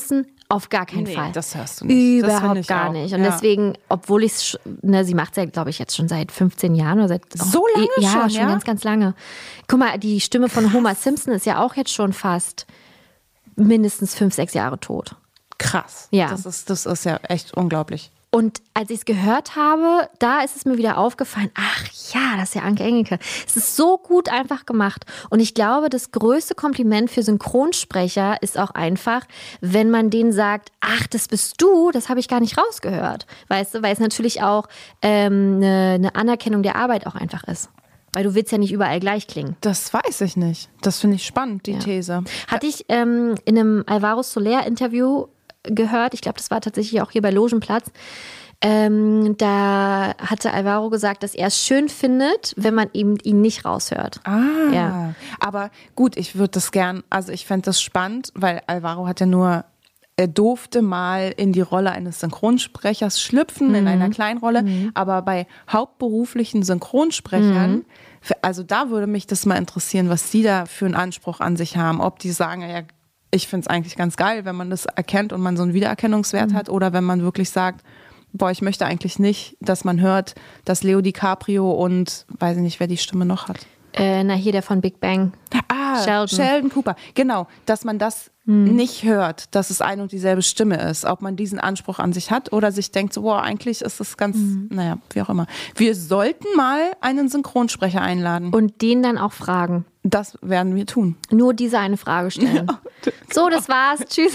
Auf gar keinen nee, Fall. das hörst du nicht. Überhaupt das gar auch. nicht. Und ja. deswegen, obwohl ich es, ne, sie macht es ja, glaube ich, jetzt schon seit fünfzehn Jahren oder seit. So lange ja, schon, schon ja? ganz, ganz lange. Guck mal, die Stimme von Homer Simpson ist ja auch jetzt schon fast mindestens fünf, sechs Jahre tot. Krass. Ja. Das ist, das ist ja echt unglaublich. Und als ich es gehört habe, da ist es mir wieder aufgefallen, ach ja, das ist ja Anke Engelke. Es ist so gut einfach gemacht. Und ich glaube, das größte Kompliment für Synchronsprecher ist auch einfach, wenn man denen sagt, ach, das bist du, das habe ich gar nicht rausgehört. Weißt du, weil es natürlich auch ähm, eine, eine Anerkennung der Arbeit auch einfach ist. Weil du willst ja nicht überall gleich klingen. Das weiß ich nicht. Das finde ich spannend, die Ja. These. Hatte ich ähm, in einem Alvaro Soler-Interview gehört, ich glaube, das war tatsächlich auch hier bei Logenplatz, ähm, da hatte Alvaro gesagt, dass er es schön findet, wenn man eben ihn nicht raushört. Ah, Ja. aber gut, ich würde das gern, also ich fände das spannend, weil Alvaro hat ja nur, er durfte mal in die Rolle eines Synchronsprechers schlüpfen, Mhm. in einer Kleinrolle, mhm. aber bei hauptberuflichen Synchronsprechern, Mhm. also da würde mich das mal interessieren, was die da für einen Anspruch an sich haben, ob die sagen, ja, ich finde es eigentlich ganz geil, wenn man das erkennt und man so einen Wiedererkennungswert mhm. hat, oder wenn man wirklich sagt, boah, ich möchte eigentlich nicht, dass man hört, dass Leo DiCaprio und weiß ich nicht, wer die Stimme noch hat. Äh, na, hier der von Big Bang. Ah, Sheldon. Sheldon Cooper. Genau, dass man das hm. nicht hört, dass es ein und dieselbe Stimme ist. Ob man diesen Anspruch an sich hat oder sich denkt, so, boah, eigentlich ist es ganz, hm. naja, wie auch immer. Wir sollten mal einen Synchronsprecher einladen. Und den dann auch fragen. Das werden wir tun. Nur diese eine Frage stellen. Ja. So, das war's. Tschüss.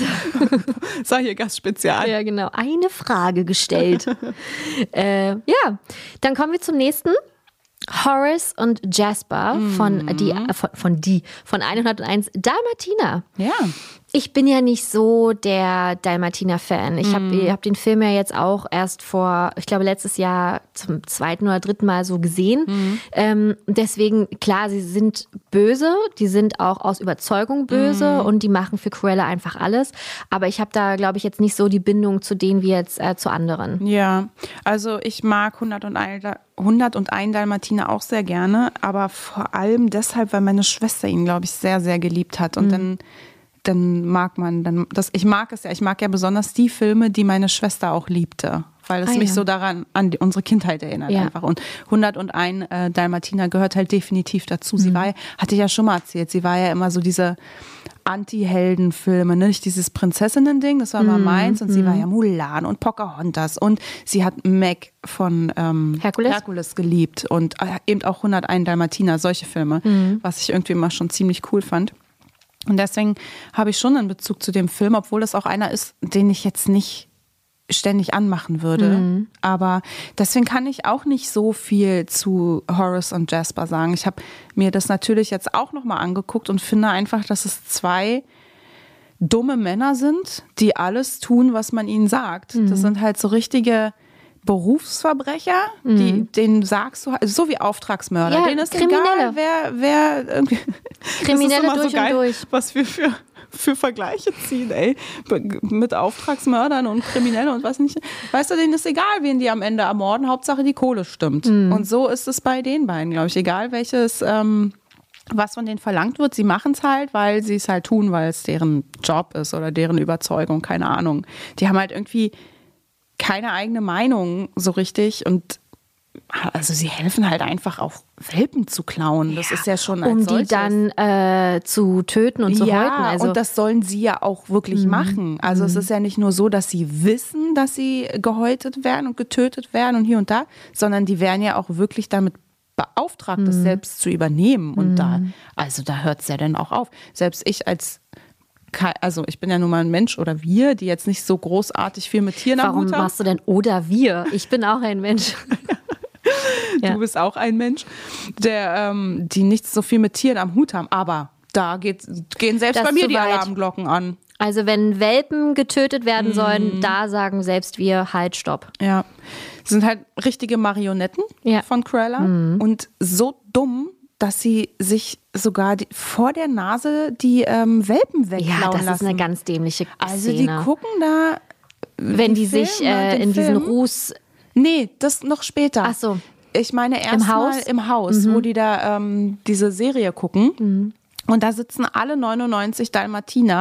Sei hier Gastspezial. Ja, genau. Eine Frage gestellt. äh, ja, dann kommen wir zum nächsten. Horace und Jasper von die von, von die von hunderteins Dalmatiner. Ja. Ich bin ja nicht so der Dalmatiner-Fan. Ich habe mm. hab den Film ja jetzt auch erst vor, ich glaube, letztes Jahr zum zweiten oder dritten Mal so gesehen. Mm. Ähm, deswegen, klar, sie sind böse. Die sind auch aus Überzeugung böse mm. und die machen für Cruella einfach alles. Aber ich habe da, glaube ich, jetzt nicht so die Bindung zu denen wie jetzt äh, zu anderen. Ja, also ich mag hunderteins Dalmatiner auch sehr gerne, aber vor allem deshalb, weil meine Schwester ihn, glaube ich, sehr, sehr geliebt hat. Und mm. dann dann mag man, dann das, ich mag es ja, ich mag ja besonders die Filme, die meine Schwester auch liebte, weil es ah, mich ja. so daran, an die, unsere Kindheit erinnert ja. einfach. Und hunderteins äh, Dalmatiner gehört halt definitiv dazu. Sie mhm. war, hatte ich ja schon mal erzählt, sie war ja immer so diese Anti-Helden-Filme, ne? Nicht dieses Prinzessinnen-Ding, das war immer mhm. meins, und mhm. sie war ja Mulan und Pocahontas und sie hat Meg von ähm, Herkules? Herkules geliebt und äh, eben auch hunderteins Dalmatiner, solche Filme, mhm. was ich irgendwie immer schon ziemlich cool fand. Und deswegen habe ich schon einen Bezug zu dem Film, obwohl es auch einer ist, den ich jetzt nicht ständig anmachen würde. Mhm. Aber deswegen kann ich auch nicht so viel zu Horace und Jasper sagen. Ich habe mir das natürlich jetzt auch nochmal angeguckt und finde einfach, dass es zwei dumme Männer sind, die alles tun, was man ihnen sagt. Mhm. Das sind halt so richtige Berufsverbrecher, mhm. die, denen sagst du, also so wie Auftragsmörder, ja, denen ist Kriminelle. egal, wer, wer irgendwie. Kriminelle durch so geil, und durch. Was wir für, für Vergleiche ziehen, ey, mit Auftragsmördern und Kriminellen und was nicht. Weißt du, denen ist egal, wen die am Ende ermorden, Hauptsache die Kohle stimmt. Mhm. Und so ist es bei den beiden, glaube ich, egal welches, ähm, was von denen verlangt wird, sie machen es halt, weil sie es halt tun, weil es deren Job ist oder deren Überzeugung, keine Ahnung. Die haben halt irgendwie keine eigene Meinung so richtig und also sie helfen halt einfach auch Welpen zu klauen. Das ja, ist ja schon als um solches. die dann äh, zu töten und zu ja, häuten. Also und das sollen sie ja auch wirklich mhm. machen. Also mhm. es ist ja nicht nur so, dass sie wissen, dass sie gehäutet werden und getötet werden und hier und da, sondern die werden ja auch wirklich damit beauftragt, mhm. das selbst zu übernehmen. Und mhm. da, also da hört es ja dann auch auf. Selbst ich als Also ich bin ja nun mal ein Mensch oder wir, die jetzt nicht so großartig viel mit Tieren am Warum Hut haben. Warum machst du denn oder wir? Ich bin auch ein Mensch. Du ja. bist auch ein Mensch, der ähm, die nicht so viel mit Tieren am Hut haben. Aber da geht, gehen selbst das bei mir die weit. Alarmglocken an. Also wenn Welpen getötet werden sollen, mm. da sagen selbst wir halt Stopp. Ja, das sind halt richtige Marionetten ja. von Cruella mm. und so dumm, dass sie sich sogar die, vor der Nase die ähm, Welpen wegklauen lassen. Ja, das lassen. ist eine ganz dämliche Szene. Also die gucken da, wenn die, die sich Film, äh, in diesen Ruß... Nee, das noch später. Ach so. Ich meine erst mal im Haus, mhm. wo die da ähm, diese Serie gucken. Mhm. Und da sitzen alle neunundneunzig Dalmatiner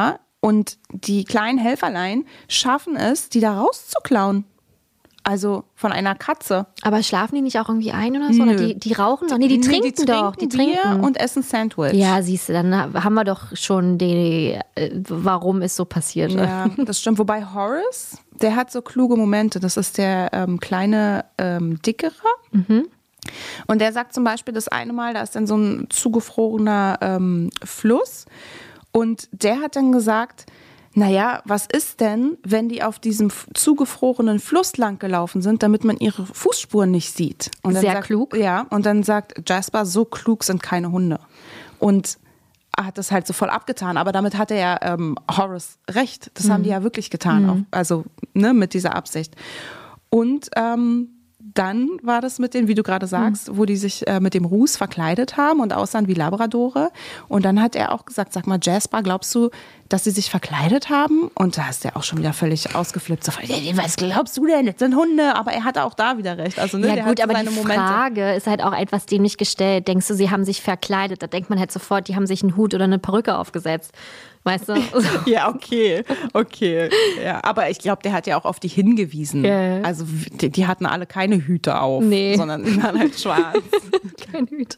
Und die kleinen Helferlein schaffen es, die da rauszuklauen. Also von einer Katze. Aber schlafen die nicht auch irgendwie ein oder so? Oder die, die rauchen doch? Nee, die Nee, trinken, die trinken doch. Die Bier trinken. und essen Sandwich. Ja, siehst du, dann haben wir doch schon die, äh, warum es so passiert. Ja, das stimmt. Wobei Horace, der hat so kluge Momente. Das ist der ähm, kleine ähm, Dickere. Mhm. Und der sagt zum Beispiel das eine Mal, da ist dann so ein zugefrorener ähm, Fluss. Und der hat dann gesagt, naja, was ist denn, wenn die auf diesem zugefrorenen Fluss lang gelaufen sind, damit man ihre Fußspuren nicht sieht? Und dann Sehr sagt, klug. Ja, und dann sagt Jasper, so klug sind keine Hunde. Und er hat das halt so voll abgetan. Aber damit hatte ja ähm, Horace recht. Das mhm. haben die ja wirklich getan. Mhm. Auch, also ne, mit dieser Absicht. Und ähm, dann war das mit den, wie du gerade sagst, mhm. wo die sich äh, mit dem Ruß verkleidet haben und aussahen wie Labradore. Und dann hat er auch gesagt, sag mal, Jasper, glaubst du, dass sie sich verkleidet haben? Und da ist er auch schon wieder völlig ausgeflippt. So, was glaubst du denn? Das sind Hunde. Aber er hatte auch da wieder recht. Also, ne, ja der gut, hat aber seine die Momente. Frage ist halt auch etwas dämlich gestellt. Denkst du, sie haben sich verkleidet? Da denkt man halt sofort, die haben sich einen Hut oder eine Perücke aufgesetzt. Weißt du? Ja, okay, okay. Ja, aber ich glaube, der hat ja auch auf die hingewiesen. Ja. Also die, die hatten alle keine Hüte auf, nee. sondern die waren halt schwarz. Kein Hüte.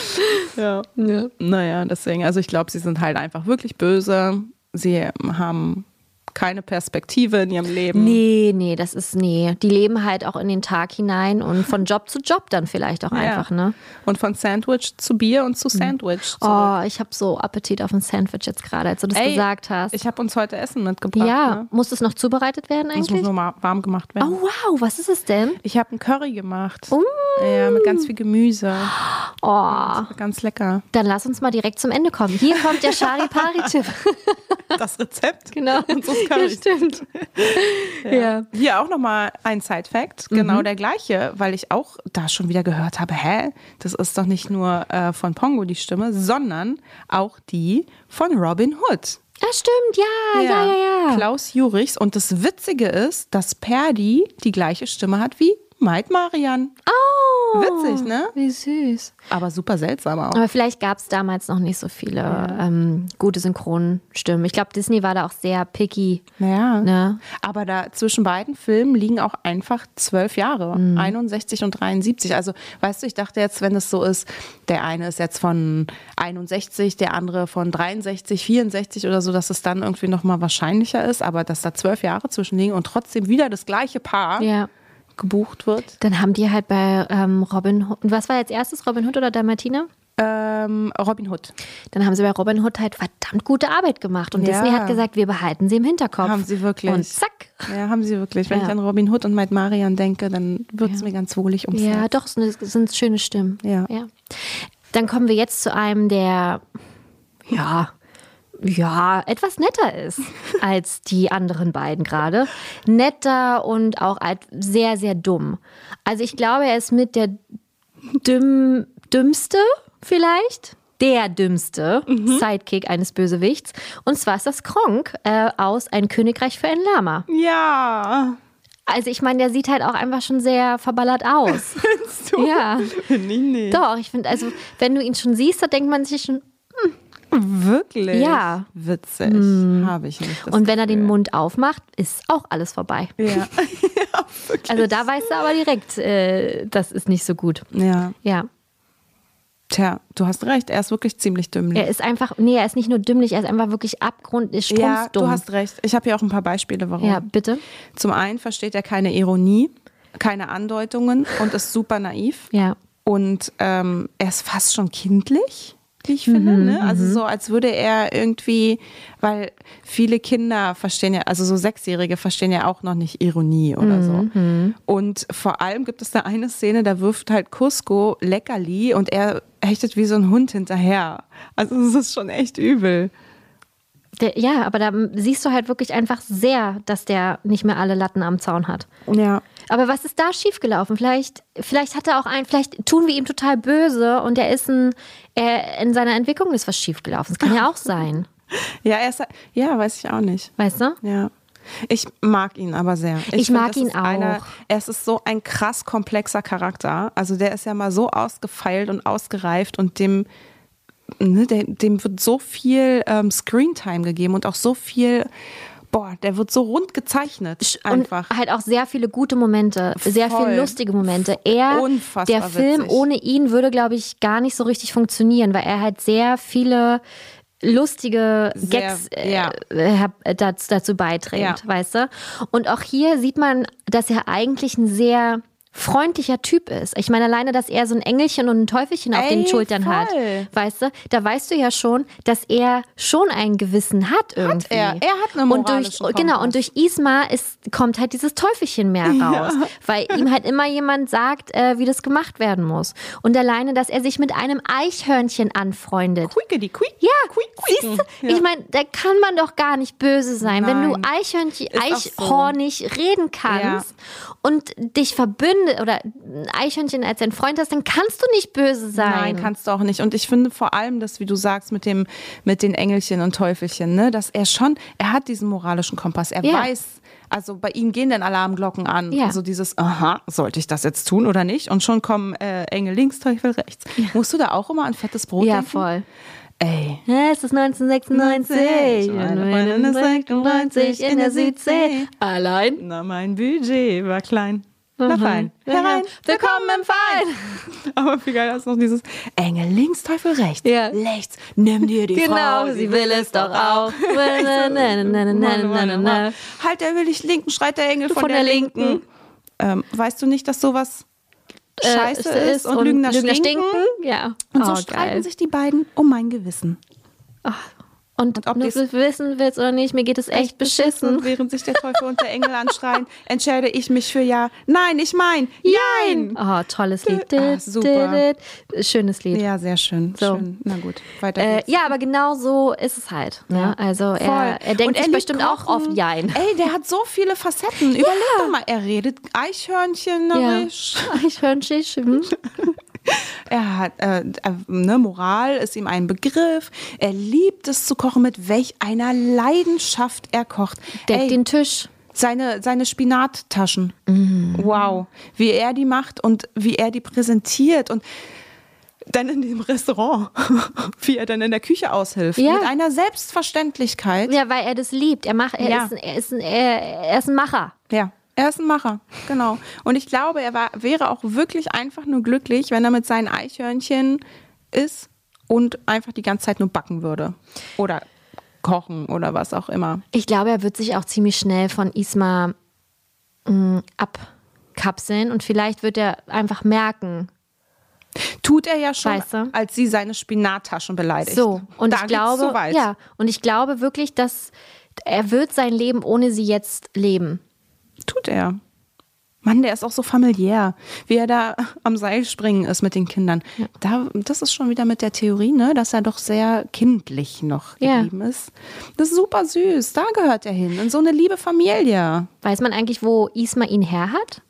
Ja. Ja. Naja, deswegen, also ich glaube, sie sind halt einfach wirklich böse. Sie haben keine Perspektive in ihrem Leben. Nee, nee, das ist, nee. Die leben halt auch in den Tag hinein und von Job zu Job dann vielleicht auch einfach, ja. ne? Und von Sandwich zu Bier und zu Sandwich. Zurück. Oh, ich habe so Appetit auf ein Sandwich jetzt gerade, als du das Ey, gesagt hast. Ich habe uns heute Essen mitgebracht. Ja, ne? muss es noch zubereitet werden Das eigentlich? muss nur mal warm gemacht werden. Oh wow, was ist es denn? Ich habe einen Curry gemacht. Uh. Ja, mit ganz viel Gemüse. Oh, Ganz lecker. dann lass uns mal direkt zum Ende kommen. Hier kommt der Chari-Pari-Tipp. Das Rezept Genau. unseres Ja, Currys. stimmt. Ja. Ja. Hier auch nochmal ein Side-Fact, genau mhm. der gleiche, weil ich auch da schon wieder gehört habe, hä, das ist doch nicht nur äh, von Pongo die Stimme, sondern auch die von Robin Hood. Ah, stimmt, ja, ja, ja, ja. Klaus Jurichs. Und das Witzige ist, dass Perdi die gleiche Stimme hat wie Maid Marian. Oh, Witzig, ne? Wie süß. Aber super seltsam auch. Aber vielleicht gab es damals noch nicht so viele ja. ähm, gute Synchronstimmen. Ich glaube, Disney war da auch sehr picky. Ja. Ne? Aber da zwischen beiden Filmen liegen auch einfach zwölf Jahre. Mhm. einundsechzig und dreiundsiebzig. Also, weißt du, ich dachte jetzt, wenn es so ist, der eine ist jetzt von einundsechzig, der andere von dreiundsechzig, vierundsechzig oder so, dass es dann irgendwie nochmal wahrscheinlicher ist. Aber dass da zwölf Jahre zwischen liegen und trotzdem wieder das gleiche Paar. Ja. gebucht wird. Dann haben die halt bei ähm, Robin Hood, was war jetzt erstes, Robin Hood oder Dalmatiner? Ähm, Robin Hood. Dann haben sie bei Robin Hood halt verdammt gute Arbeit gemacht und Ja. Disney hat gesagt, wir behalten sie im Hinterkopf. Haben sie wirklich. Und zack. Ja, haben sie wirklich. Wenn Ja. ich an Robin Hood und Maid Marian denke, dann wird es Ja. mir ganz wohlig ums Ja, Herz. doch, es sind, es sind schöne Stimmen. Ja. ja. Dann kommen wir jetzt zu einem, der, ja, ja, etwas netter ist als die anderen beiden gerade. Netter und auch sehr, sehr dumm. Also ich glaube, er ist mit der dümm, dümmste vielleicht. Der dümmste mhm. Sidekick eines Bösewichts. Und zwar ist das Kronk äh, aus Ein Königreich für ein Lama. Ja. Also ich meine, der sieht halt auch einfach schon sehr verballert aus. Findest du? Ja. Finde ich nicht. Doch, ich finde, also wenn du ihn schon siehst, da denkt man sich schon, Wirklich? Ja. Witzig. Mm. Habe ich nicht. Das und wenn er den Gefühl. Mund aufmacht, ist auch alles vorbei. Ja. ja, wirklich. Also da weißt du aber direkt, äh, das ist nicht so gut. Ja. Ja. Tja, du hast recht, er ist wirklich ziemlich dümmlich. Er ist einfach, nee, er ist nicht nur dümmlich, er ist einfach wirklich abgrundlich, Ja, strunzdumm. du hast recht. Ich habe hier auch ein paar Beispiele, warum. Ja, bitte. Zum einen versteht er keine Ironie, keine Andeutungen und ist super naiv. Ja. Und ähm, er ist fast schon kindlich, wie ich finde. Mhm, ne? Also mhm. so, als würde er irgendwie, weil viele Kinder verstehen ja, also so Sechsjährige verstehen ja auch noch nicht Ironie oder so. Mhm. Und vor allem gibt es da eine Szene, da wirft halt Cusco Leckerli und er hechtet wie so ein Hund hinterher. Also das ist schon echt übel. Der, ja, aber da siehst du halt wirklich einfach sehr, dass der nicht mehr alle Latten am Zaun hat. Ja. Aber was ist da schiefgelaufen? Vielleicht, vielleicht hat er auch ein, vielleicht tun wir ihm total böse und er ist ein, er, in seiner Entwicklung ist was schiefgelaufen. Das kann ja auch sein. Ja, er ist, ja, weiß ich auch nicht. Weißt du? Ja. Ich mag ihn aber sehr. Ich, Ich find, mag das ihn ist einer- auch. Es ist so ein krass komplexer Charakter. Also der ist ja mal so ausgefeilt und ausgereift und dem ne, der, dem wird so viel ähm, Screentime gegeben und auch so viel, boah, der wird so rund gezeichnet einfach. Und halt auch sehr viele gute Momente, sehr Voll. viele lustige Momente. Er, Unfassbar der Film witzig. ohne ihn würde, glaube ich, gar nicht so richtig funktionieren, weil er halt sehr viele lustige Sehr, Gags ja. äh, äh, dazu, dazu beiträgt, Ja. weißt du? Und auch hier sieht man, dass er eigentlich ein sehr freundlicher Typ ist. Ich meine, alleine, dass er so ein Engelchen und ein Teufelchen auf Ey, den Schultern voll. hat, weißt du, da weißt du ja schon, dass er schon ein Gewissen hat irgendwie. er. Er hat einen und durch, moralischen Genau, Kompass. und durch Isma ist, kommt halt dieses Teufelchen mehr raus, weil ihm halt immer jemand sagt, äh, wie das gemacht werden muss. Und alleine, dass er sich mit einem Eichhörnchen anfreundet. Quickedy, quick. Ja, quick, quick. siehst du, ich meine, da kann man doch gar nicht böse sein, wenn du Nein. Eichhörnchen, Ist auch so. Eichhornig reden kannst und dich verbündet oder ein Eichhörnchen als dein Freund hast, dann kannst du nicht böse sein. Nein, kannst du auch nicht. Und ich finde vor allem, dass, wie du sagst, mit dem, mit den Engelchen und Teufelchen, ne, dass er schon, er hat diesen moralischen Kompass. Er Ja. weiß, also bei ihm gehen dann Alarmglocken an. Ja. Also dieses, aha, sollte ich das jetzt tun oder nicht? Und schon kommen äh, Engel links, Teufel rechts. Musst du da auch immer an fettes Brot Ja, denken? voll. Ey. Ja, es ist neunzehnhundertsechsundneunzig, neunzehnhundertsechsundneunzig in der Südsee. Allein. Na, mein Budget war klein. Na fein. Herein. Willkommen im Verein. Aber wie geil ist noch dieses Engel links, Teufel rechts. Ja. Rechts, nimm dir die Genau, Frau. sie will es doch auch. Na, na, na, na, na, na, na, na. Halt, der will ich linken, schreit der Engel von, Von der, der Linken. Linken. Ähm, weißt du nicht, dass sowas scheiße Äh, ist und, Lügner stinken? Ja. Und so Oh, streiten geil. sich die beiden um mein Gewissen. Und, Und ob ob du die's- es wissen willst oder nicht, mir geht es echt beschissen. Und während sich der Teufel und der Engel anschreien, entscheide ich mich für Ja. Nein, ich mein Jein. Oh, tolles Lied. Ah, super. Schönes Lied. Ja, sehr schön. So. schön. Na gut, weiter Äh, geht's. ja, aber genau so ist es halt. Ne? Also Voll. er, er denkt Und er sich liebt bestimmt auch Kochen. oft Jein. Ey, der hat so viele Facetten. Überleg doch mal, er redet Eichhörnchenerisch. Eichhörnchen. hm? Er hat, äh, äh, ne, Moral ist ihm ein Begriff. Er liebt es zu kochen, mit welch einer Leidenschaft er kocht. Deckt Ey, den Tisch. seine, seine Spinattaschen. Mhm. Wow. Wie er die macht und wie er die präsentiert und dann in dem Restaurant, wie er dann in der Küche aushilft. Ja. Mit einer Selbstverständlichkeit. Ja, weil er das liebt. Er, macht, er, Ja. ist, ein, er, ist, ein, er, er ist ein Macher. Ja, er ist ein Macher, genau. Und ich glaube, er war, wäre auch wirklich einfach nur glücklich, wenn er mit seinen Eichhörnchen ist und einfach die ganze Zeit nur backen würde. Oder kochen oder was auch immer. Ich glaube, er wird sich auch ziemlich schnell von Isma mh, abkapseln und vielleicht wird er einfach merken, Tut er ja schon, Weißt du? als sie seine Spinattaschen beleidigt. so. Und da ich geht's glaube, so weit. ja, und ich glaube wirklich, dass er wird sein Leben ohne sie jetzt leben. Tut er. Mann, der ist auch so familiär, wie er da am Seilspringen ist mit den Kindern. Da, das ist schon wieder mit der Theorie, ne, dass er doch sehr kindlich noch Ja. geblieben ist. Das ist super süß. Da gehört er hin, in so eine liebe Familie. Weiß man eigentlich, wo Isma ihn her hat?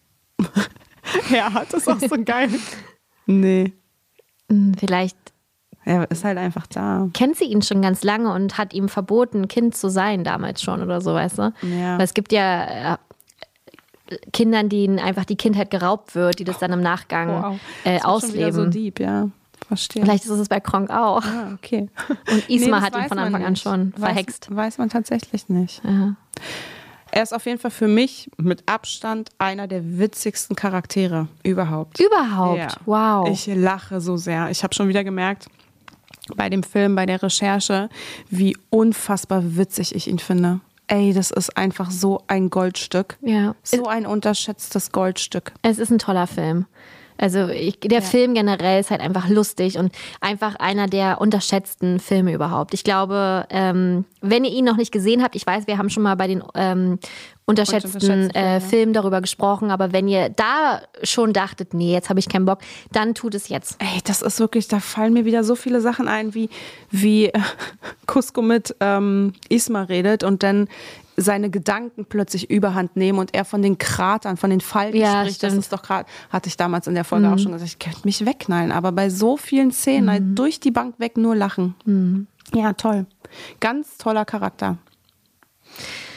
Ja, das ist auch so geil. Nee. Hm, Vielleicht Er ist halt einfach da. kennt sie ihn schon ganz lange und hat ihm verboten, Kind zu sein damals schon oder so, weißt du? Ja. Weil es gibt ja äh, Kindern, denen einfach die Kindheit geraubt wird, die das dann im Nachgang Wow. äh, Das wird schon wieder ausleben. so deep, ja. Verstehe. Vielleicht ist es bei Kronk auch. Ah, okay. Und Isma das hat ihn weiß von man Anfang an nicht. schon weiß, verhext. Weiß man tatsächlich nicht. Ja. Er ist auf jeden Fall für mich mit Abstand einer der witzigsten Charaktere überhaupt. Überhaupt. Ja. Wow. Ich lache so sehr. Ich habe schon wieder gemerkt, bei dem Film, bei der Recherche, wie unfassbar witzig ich ihn finde. Ey, das ist einfach so ein Goldstück. ja. So ein unterschätztes Goldstück. Es ist ein toller Film. Also ich, der Film generell ist halt einfach lustig und einfach einer der unterschätzten Filme überhaupt. Ich glaube, ähm, wenn ihr ihn noch nicht gesehen habt, ich weiß, wir haben schon mal bei den ähm, unterschätzten unterschätzten äh, Filme. Filmen darüber gesprochen, aber wenn ihr da schon dachtet, nee, jetzt habe ich keinen Bock, dann tut es jetzt. Ey, das ist wirklich, da fallen mir wieder so viele Sachen ein, wie, wie äh, Cusco mit ähm, Isma redet und dann seine Gedanken plötzlich überhand nehmen und er von den Kratern, von den Falten Ja, spricht. stimmt. Das ist doch gerade, hatte ich damals in der Folge auch schon gesagt, ich könnte mich wegknallen, aber bei so vielen Szenen halt durch die Bank weg nur lachen. Ja, toll. Ganz toller Charakter.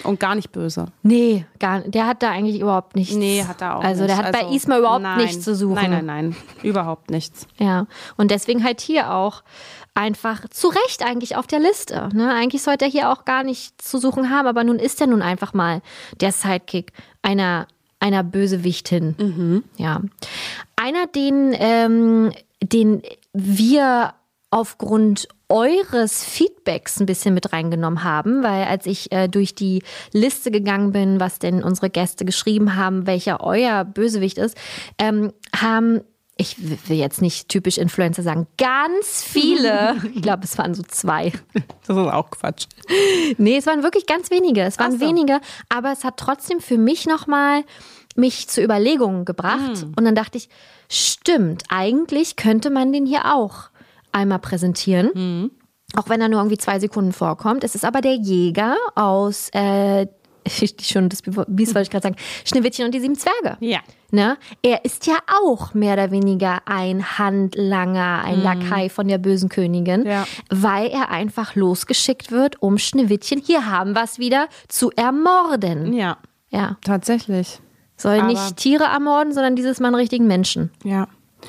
Und gar nicht böse. Nee, gar, der hat da eigentlich überhaupt nichts. Nee, hat er auch Also der nicht. hat Also, bei Isma überhaupt nein, nichts zu suchen. Nein, nein, nein, überhaupt nichts. Ja, und deswegen halt hier auch einfach zu Recht eigentlich auf der Liste. Ne? Eigentlich sollte er hier auch gar nicht zu suchen haben, aber nun ist er nun einfach mal der Sidekick einer, einer Bösewichtin. Mhm. Ja. Einer, den, ähm, den wir aufgrund eures Feedbacks ein bisschen mit reingenommen haben, weil als ich äh, durch die Liste gegangen bin, was denn unsere Gäste geschrieben haben, welcher euer Bösewicht ist, ähm, haben, ich will jetzt nicht typisch Influencer sagen, ganz viele, ich glaube, es waren so zwei. Das ist auch Quatsch. Nee, es waren wirklich ganz wenige. Es waren Ach so. wenige, aber es hat trotzdem für mich nochmal mich zu Überlegungen gebracht. Hm. Und dann dachte ich, stimmt, eigentlich könnte man den hier auch einmal präsentieren. Hm. Auch wenn er nur irgendwie zwei Sekunden vorkommt. Es ist aber der Jäger aus, äh, schon das Biest wollte ich gerade sagen, Schneewittchen und die sieben Zwerge. Ja. Ne? Er ist ja auch mehr oder weniger ein Handlanger, ein Lakai von der bösen Königin, Ja. weil er einfach losgeschickt wird, um Schneewittchen, hier haben wir es wieder, zu ermorden. Ja, Ja. tatsächlich. Soll Aber- nicht Tiere ermorden, sondern dieses Mal einen richtigen Menschen. Ja.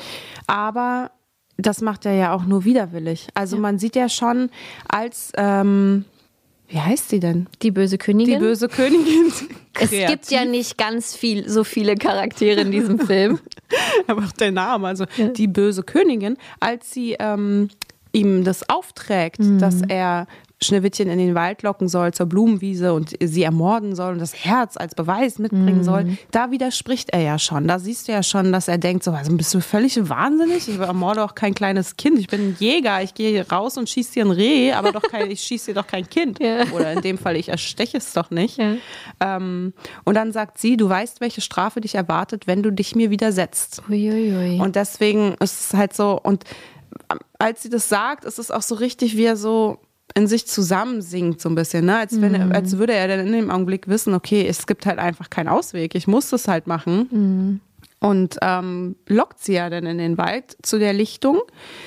Aber das macht er ja auch nur widerwillig. Also man sieht ja schon als, ähm, wie heißt sie denn? Die böse Königin. Die böse Königin. es gibt ja nicht ganz viel, so viele Charaktere in diesem Film. Aber auch der Name, also die böse Königin, als sie ähm, ihm das aufträgt, Mhm. dass er Schneewittchen in den Wald locken soll zur Blumenwiese und sie ermorden soll und das Herz als Beweis mitbringen Mhm. soll, da widerspricht er ja schon. Da siehst du ja schon, dass er denkt, so, also bist du völlig wahnsinnig? Ich ermorde auch kein kleines Kind. Ich bin ein Jäger. Ich gehe hier raus und schieße dir ein Reh, aber doch kein, ich schieße dir doch kein Kind. Ja. Oder in dem Fall, ich ersteche es doch nicht. Ja. Ähm, und dann sagt sie, du weißt, welche Strafe dich erwartet, wenn du dich mir widersetzt. Uiuiui. Und deswegen ist es halt so, und als sie das sagt, ist es auch so richtig, wie er so in sich zusammensinkt, so ein bisschen, ne? Als, wenn, er- als würde er dann in dem Augenblick wissen, okay, es gibt halt einfach keinen Ausweg, ich muss das halt machen. Und ähm, lockt sie ja dann in den Wald zu der Lichtung.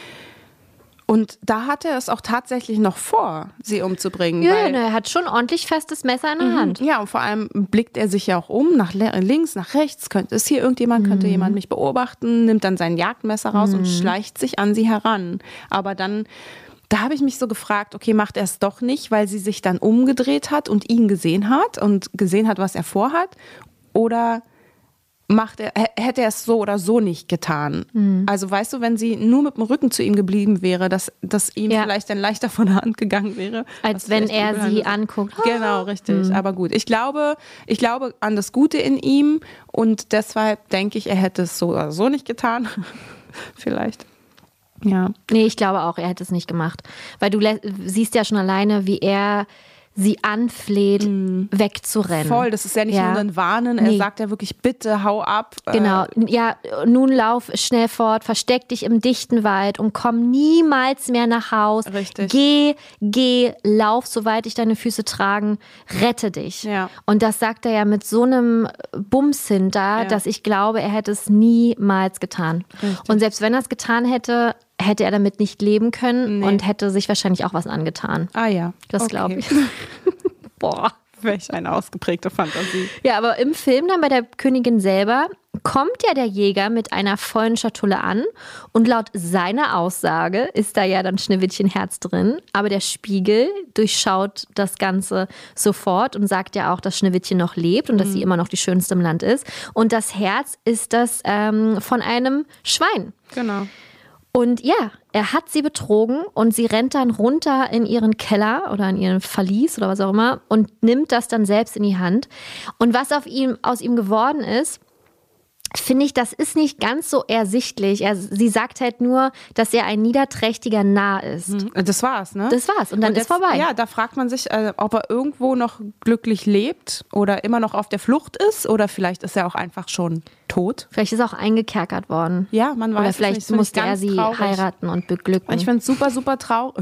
Und da hat er es auch tatsächlich noch vor, sie umzubringen. ja, weil, ne, er hat schon ordentlich festes Messer in der Hand. ja, und vor allem blickt er sich ja auch um, nach le- links, nach rechts. Könnte es hier irgendjemand, könnte Mhm. jemand mich beobachten, nimmt dann sein Jagdmesser raus und schleicht sich an sie heran. Aber dann, da habe ich mich so gefragt, okay, macht er es doch nicht, weil sie sich dann umgedreht hat und ihn gesehen hat und gesehen hat, was er vorhat? Oder macht er, h- hätte er es so oder so nicht getan? Mhm. Also weißt du, wenn sie nur mit dem Rücken zu ihm geblieben wäre, dass, dass ihm Ja. vielleicht dann leichter von der Hand gegangen wäre. Als was wenn vielleicht er übel sie an- anguckt. Genau, richtig. Aber gut, ich glaube, ich glaube an das Gute in ihm und deshalb denke ich, er hätte es so oder so nicht getan. Vielleicht. Ja. Nee, ich glaube auch, er hätte es nicht gemacht. Weil du lä- siehst ja schon alleine, wie er sie anfleht, wegzurennen. Voll, das ist ja nicht Ja. nur ein Warnen, er Nee. sagt ja wirklich, bitte hau ab. Genau, Äh, ja, nun lauf schnell fort, versteck dich im dichten Wald und komm niemals mehr nach Haus. Richtig. Geh, geh, lauf, soweit dich deine Füße tragen, rette dich. Ja. Und das sagt er ja mit so einem Bums hinter, dass ich glaube, er hätte es niemals getan. Und selbst wenn er es getan hätte, hätte er damit nicht leben können Nee. und hätte sich wahrscheinlich auch was angetan. Ah ja. Das Okay. glaube ich. Boah. Welch eine ausgeprägte Fantasie. Ja, aber im Film dann bei der Königin selber kommt ja der Jäger mit einer vollen Schatulle an und laut seiner Aussage ist da ja dann Schneewittchen Herz drin, aber der Spiegel durchschaut das Ganze sofort und sagt ja auch, dass Schneewittchen noch lebt und dass sie immer noch die schönste im Land ist und das Herz ist das ähm, von einem Schwein. Genau. Und ja, er hat sie betrogen und sie rennt dann runter in ihren Keller oder in ihren Verlies oder was auch immer und nimmt das dann selbst in die Hand. Und was auf ihm, aus ihm geworden ist, finde ich, das ist nicht ganz so ersichtlich. Er, sie sagt halt nur, dass er ein niederträchtiger Narr ist. Das war's, ne? Das war's und dann Und ist vorbei. Ja, da fragt man sich, äh, ob er irgendwo noch glücklich lebt oder immer noch auf der Flucht ist oder vielleicht ist er auch einfach schon tot. Vielleicht ist er auch eingekerkert worden. Ja, man weiß Oder es vielleicht nicht. Das finde ich musste er ganz sie traurig. heiraten und beglücken. Ich finde es super, super traurig.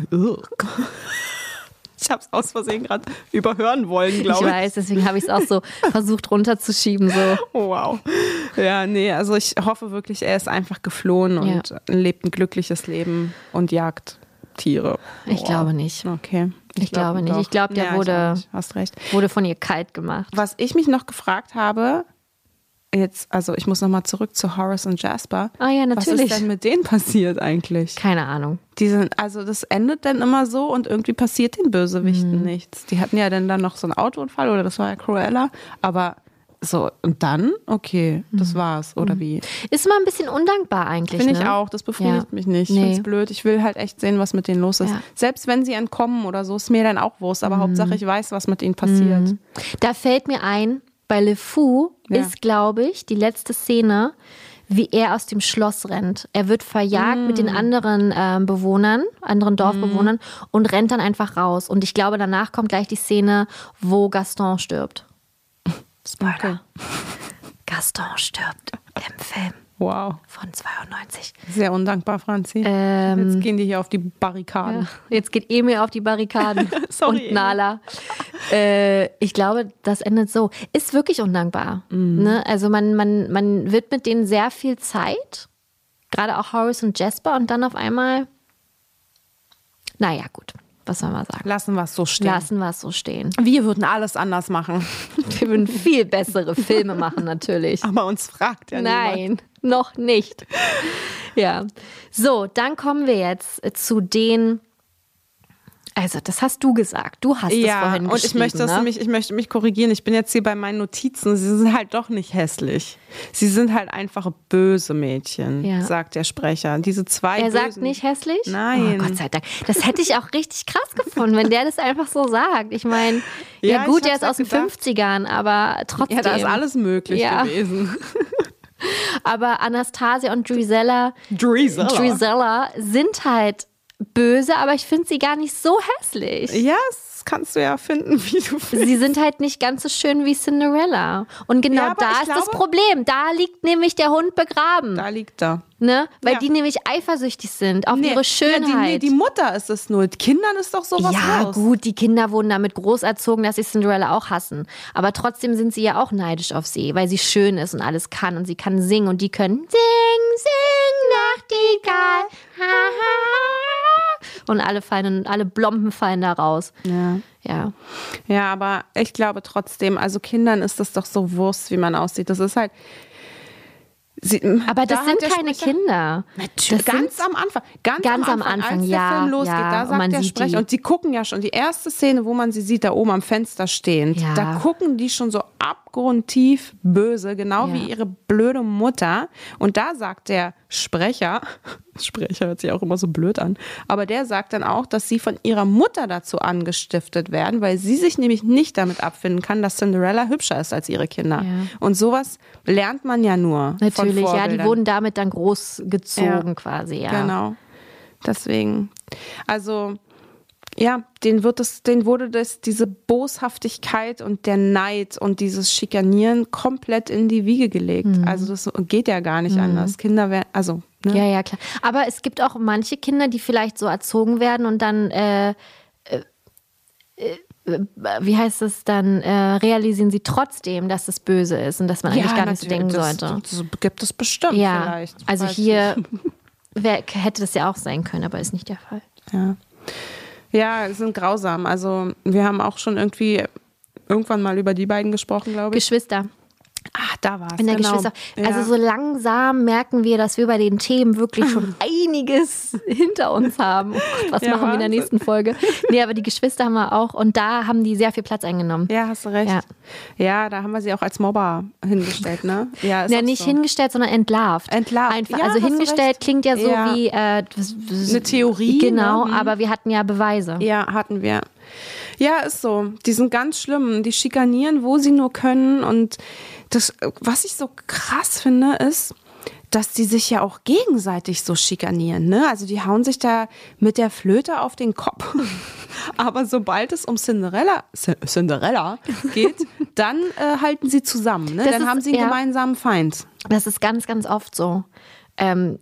Ich habe es aus Versehen gerade überhören wollen, ich glaube ich. weiß, deswegen habe ich es auch so versucht runterzuschieben. So. Oh, wow. Ja, nee, also ich hoffe wirklich, er ist einfach geflohen und lebt ein glückliches Leben und jagt Tiere. Ich Wow. glaube nicht. Okay. Ich, ich glaube nicht. Doch. Ich glaube, der ja, wurde, Hast recht. wurde von ihr kalt gemacht. Was ich mich noch gefragt habe, jetzt, also ich muss nochmal zurück zu Horace und Jasper. Ah ja, natürlich. Was ist denn mit denen passiert eigentlich? Keine Ahnung. Die sind, also das endet dann immer so und irgendwie passiert den Bösewichten mhm. nichts. Die hatten ja dann, dann noch so einen Autounfall oder das war ja Cruella, aber so, und dann? Okay, das war's, oder wie? Ist mal ein bisschen undankbar eigentlich, Finde ne? ich auch, das befriedigt ja. mich nicht. Ich nee. finde es blöd. Ich will halt echt sehen, was mit denen los ist. Ja. Selbst wenn sie entkommen oder so, ist mir dann auch Wurst, aber mhm. Hauptsache ich weiß, was mit ihnen passiert. Mhm. Da fällt mir ein, bei Le Fou ja. ist, glaube ich, die letzte Szene, wie er aus dem Schloss rennt. Er wird verjagt mhm. mit den anderen äh, Bewohnern, anderen Dorfbewohnern mhm. und rennt dann einfach raus. Und ich glaube, danach kommt gleich die Szene, wo Gaston stirbt. Spoiler. Okay. Gaston stirbt im Film. Wow. Von zweiundneunzig. Sehr undankbar, Franzi. Ähm, jetzt gehen die hier auf die Barrikaden. Ja, jetzt geht Emil auf die Barrikaden. Sorry, und Nala. Äh, ich glaube, das endet so. Ist wirklich undankbar. Mhm. Ne? Also man, man, man widmet denen sehr viel Zeit. Gerade auch Horace und Jasper. Und dann auf einmal, naja, gut. Was soll man sagen? Lassen wir es so stehen. Lassen wir es so stehen. Wir würden alles anders machen. Wir würden viel bessere Filme machen, natürlich. Aber uns fragt ja Nein, niemand. noch nicht. Ja. So, dann kommen wir jetzt zu den. Also, das hast du gesagt. Du hast ja, es vorhin geschrieben. Und ich möchte, dass ne? du mich, ich möchte mich korrigieren. Ich bin jetzt hier bei meinen Notizen. Sie sind halt doch nicht hässlich. Sie sind halt einfach böse Mädchen, ja. sagt der Sprecher. Diese zwei Er Bösen. sagt nicht hässlich? Nein. Oh, Gott sei Dank. Das hätte ich auch richtig krass gefunden, wenn der das einfach so sagt. Ich meine, ja, ja gut, der ist aus den gedacht. fünfzigern, aber trotzdem. Ja, da ist alles möglich ja. gewesen. Aber Anastasia und Drizella, Drizella. Drizella sind halt böse, aber ich finde sie gar nicht so hässlich. Ja, das kannst du ja finden, wie du willst. Sie sind halt nicht ganz so schön wie Cinderella. Und genau ja, da ist glaube, das Problem. Da liegt nämlich der Hund begraben. Da liegt er. Ne? Weil ja. die nämlich eifersüchtig sind auf nee, ihre Schönheit. Ja, die, nee, die Mutter ist es nur. Kindern ist doch sowas Ja, raus. gut, die Kinder wurden damit groß erzogen, dass sie Cinderella auch hassen. Aber trotzdem sind sie ja auch neidisch auf sie, weil sie schön ist und alles kann. Und sie kann singen und die können Sing, sing, Nachtigall. Ha, ha, ha. Und alle fallen, alle Blomben fallen da raus. Ja. Ja. Ja, aber ich glaube trotzdem, also Kindern ist das doch so Wurst, wie man aussieht. Das ist halt. Sie, aber das da sind keine Sprecher, Kinder. Natürlich. Das ganz am Anfang. Ganz, ganz am Anfang, am Anfang als ja, der Film losgeht, ja, da sagt der Sprecher. Die. Und sie gucken ja schon, die erste Szene, wo man sie sieht, da oben am Fenster stehend, ja. da gucken die schon so abgrundtief böse, genau ja. wie ihre blöde Mutter. Und da sagt der Sprecher, Sprecher hört sich auch immer so blöd an, aber der sagt dann auch, dass sie von ihrer Mutter dazu angestiftet werden, weil sie sich nämlich nicht damit abfinden kann, dass Cinderella hübscher ist als ihre Kinder. Ja. Und sowas lernt man ja nur. Natürlich, von ja, die wurden damit dann großgezogen ja. quasi, ja. Genau. Deswegen, also ja, denen wird es, denen wurde das, diese Boshaftigkeit und der Neid und dieses Schikanieren komplett in die Wiege gelegt. Mhm. Also das geht ja gar nicht mhm. anders. Kinder werden, also ne? Ja, ja, klar. Aber es gibt auch manche Kinder, die vielleicht so erzogen werden und dann äh, äh, äh, wie heißt es dann, äh, realisieren sie trotzdem, dass es böse ist und dass man eigentlich ja, gar nicht so denken das, sollte. Das gibt es bestimmt ja, vielleicht. Also hier wer, hätte das ja auch sein können, aber ist nicht der Fall. Ja. Ja, sind grausam. Also wir haben auch schon irgendwie irgendwann mal über die beiden gesprochen, glaube ich. Geschwister. Ach, da war es. In der genau. Geschwister. Also ja. so langsam merken wir, dass wir bei den Themen wirklich schon einiges hinter uns haben. Oh Gott, was ja, machen wir in der nächsten Folge? Nee, aber die Geschwister haben wir auch und da haben die sehr viel Platz eingenommen. Ja, hast du recht. Ja, ja da haben wir sie auch als Mobber hingestellt, ne? Ja, ist ja nicht so. hingestellt, sondern entlarvt. Entlarvt. Einfach. Ja, also hingestellt klingt ja so ja. wie äh, eine Theorie. Genau, ne? aber wir hatten ja Beweise. Ja, hatten wir. Ja, ist so. Die sind ganz schlimm. Die schikanieren, wo sie nur können. Und das, was ich so krass finde, ist, dass die sich ja auch gegenseitig so schikanieren. Ne? Also die hauen sich da mit der Flöte auf den Kopf. Aber sobald es um Cinderella, Cinderella geht, dann äh, halten sie zusammen. Ne? Dann ist, haben sie einen ja, gemeinsamen Feind. Das ist ganz, ganz oft so. Ähm,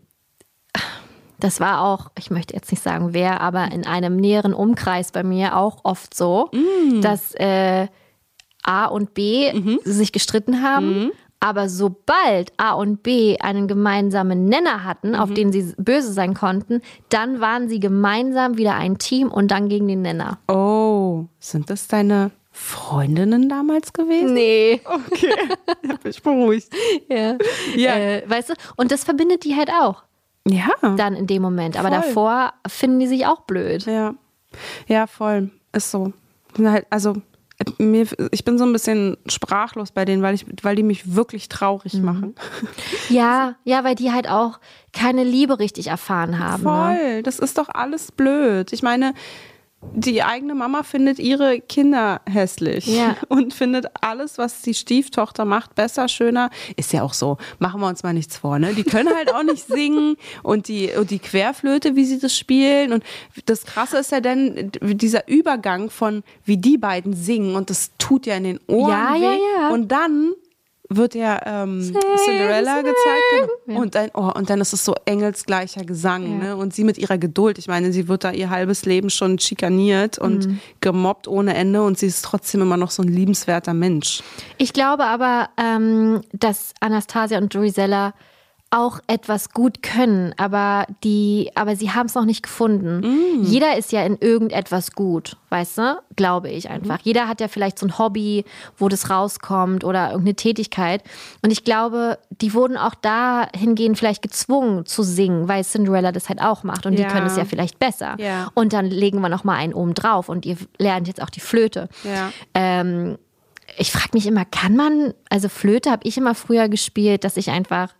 Das war auch, ich möchte jetzt nicht sagen wer, aber in einem näheren Umkreis bei mir auch oft so, mm. dass äh, A und B mhm. sich gestritten haben, mhm. Aber sobald A und B einen gemeinsamen Nenner hatten, mhm. auf den sie böse sein konnten, dann waren sie gemeinsam wieder ein Team und dann gegen den Nenner. Oh, sind das deine Freundinnen damals gewesen? Nee. Okay, da bin ich beruhigt. Ja. ja. Äh, weißt du, und das verbindet die halt auch. Ja. Dann in dem Moment. Aber voll. davor finden die sich auch blöd. Ja, ja, voll. Ist so. Also, mir, ich bin so ein bisschen sprachlos bei denen, weil, ich, weil die mich wirklich traurig mhm. machen. Ja, ja, weil die halt auch keine Liebe richtig erfahren haben. Voll, ne? Das ist doch alles blöd. Ich meine, die eigene Mama findet ihre Kinder hässlich ja. und findet alles, was die Stieftochter macht, besser, schöner. Ist ja auch so, machen wir uns mal nichts vor, ne? Die können halt auch nicht singen und die, und die Querflöte, wie sie das spielen. Und das Krasse ist ja dann dieser Übergang von, wie die beiden singen und das tut ja in den Ohren ja, weh. Ja, ja. Und dann wird ja ähm, sing, Cinderella sing. gezeigt. Genau. Ja. Und, dann, oh, und dann ist es so engelsgleicher Gesang. Ja. Ne? Und sie mit ihrer Geduld. Ich meine, sie wird da ihr halbes Leben schon schikaniert und mhm. gemobbt ohne Ende. Und sie ist trotzdem immer noch so ein liebenswerter Mensch. Ich glaube aber, ähm, dass Anastasia und Drizella auch etwas gut können, aber die, aber sie haben es noch nicht gefunden. Mm. Jeder ist ja in irgendetwas gut, weißt du? Glaube ich einfach. Mm. Jeder hat ja vielleicht so ein Hobby, wo das rauskommt oder irgendeine Tätigkeit. Und ich glaube, die wurden auch dahingehend vielleicht gezwungen zu singen, weil Cinderella das halt auch macht und ja. die können es ja vielleicht besser. Ja. Und dann legen wir noch mal einen oben drauf und ihr lernt jetzt auch die Flöte. Ja. Ähm, ich frage mich immer, kann man, also Flöte habe ich immer früher gespielt, dass ich einfach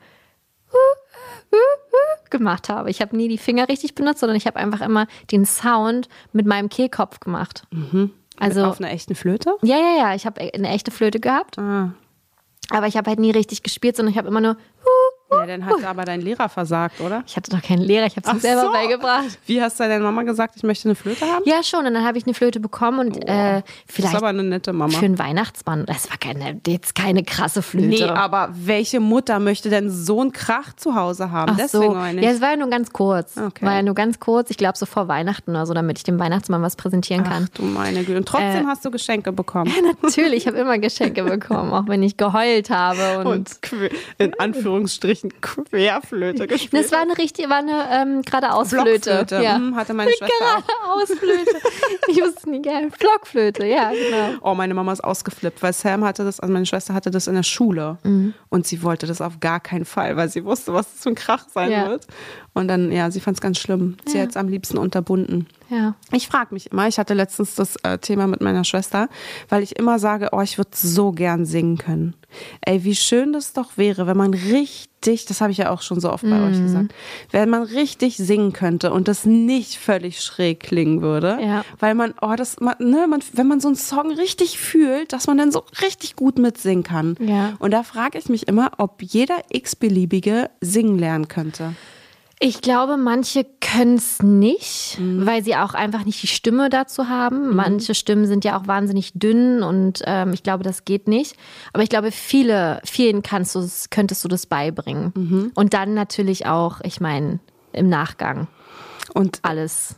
gemacht habe. Ich habe nie die Finger richtig benutzt, sondern ich habe einfach immer den Sound mit meinem Kehlkopf gemacht. Mhm. Also auf einer echten Flöte? Ja, ja, ja. Ich habe eine echte Flöte gehabt. Ah. Aber ich habe halt nie richtig gespielt, sondern ich habe immer nur Ja, dann hat aber dein Lehrer versagt, oder? Ich hatte doch keinen Lehrer, ich habe es mir selber so. beigebracht. Wie hast du deiner Mama gesagt, ich möchte eine Flöte haben? Ja, schon. Und dann habe ich eine Flöte bekommen und oh, äh, vielleicht das ist aber eine nette Mama. Für einen Weihnachtsmann. Das war keine, jetzt keine krasse Flöte. Nee, aber welche Mutter möchte denn so einen Krach zu Hause haben? Ach Deswegen so. meine Ja, ich. es war ja nur ganz kurz. Okay. War ja nur ganz kurz. Ich glaube so vor Weihnachten oder so, damit ich dem Weihnachtsmann was präsentieren kann. Ach du meine Güte. Und trotzdem äh, hast du Geschenke bekommen. Ja, natürlich. Ich habe immer Geschenke bekommen, auch wenn ich geheult habe. Und, und in Anführungsstrichen Querflöte gespielt. Das war eine richtige, war eine ähm, geradeausflöte. Ja. Hm, hatte meine Schwester Geradeausflöte. Ich wusste es nie gerne. Blockflöte, ja, genau. Oh, meine Mama ist ausgeflippt, weil Sam hatte das, also meine Schwester hatte das in der Schule. Mhm. Und sie wollte das auf gar keinen Fall, weil sie wusste, was das für ein Krach sein ja. wird. Und dann, ja, sie fand es ganz schlimm. Sie ja. hat es am liebsten unterbunden. Ja. Ich frage mich immer, ich hatte letztens das äh, Thema mit meiner Schwester, weil ich immer sage, oh, ich würde so gern singen können. Ey, wie schön das doch wäre, wenn man richtig, das habe ich ja auch schon so oft bei mm. euch gesagt, wenn man richtig singen könnte und das nicht völlig schräg klingen würde, ja. weil man, oh, das, man, ne, man, wenn man so einen Song richtig fühlt, dass man dann so richtig gut mitsingen kann. Ja. Und da frage ich mich immer, ob jeder x-beliebige singen lernen könnte. Ich glaube, manche können es nicht, mhm. weil sie auch einfach nicht die Stimme dazu haben. Mhm. Manche Stimmen sind ja auch wahnsinnig dünn und ähm, ich glaube, das geht nicht. Aber ich glaube, viele, vielen kannst du, könntest du das beibringen. Mhm. Und dann natürlich auch, ich meine, im Nachgang und alles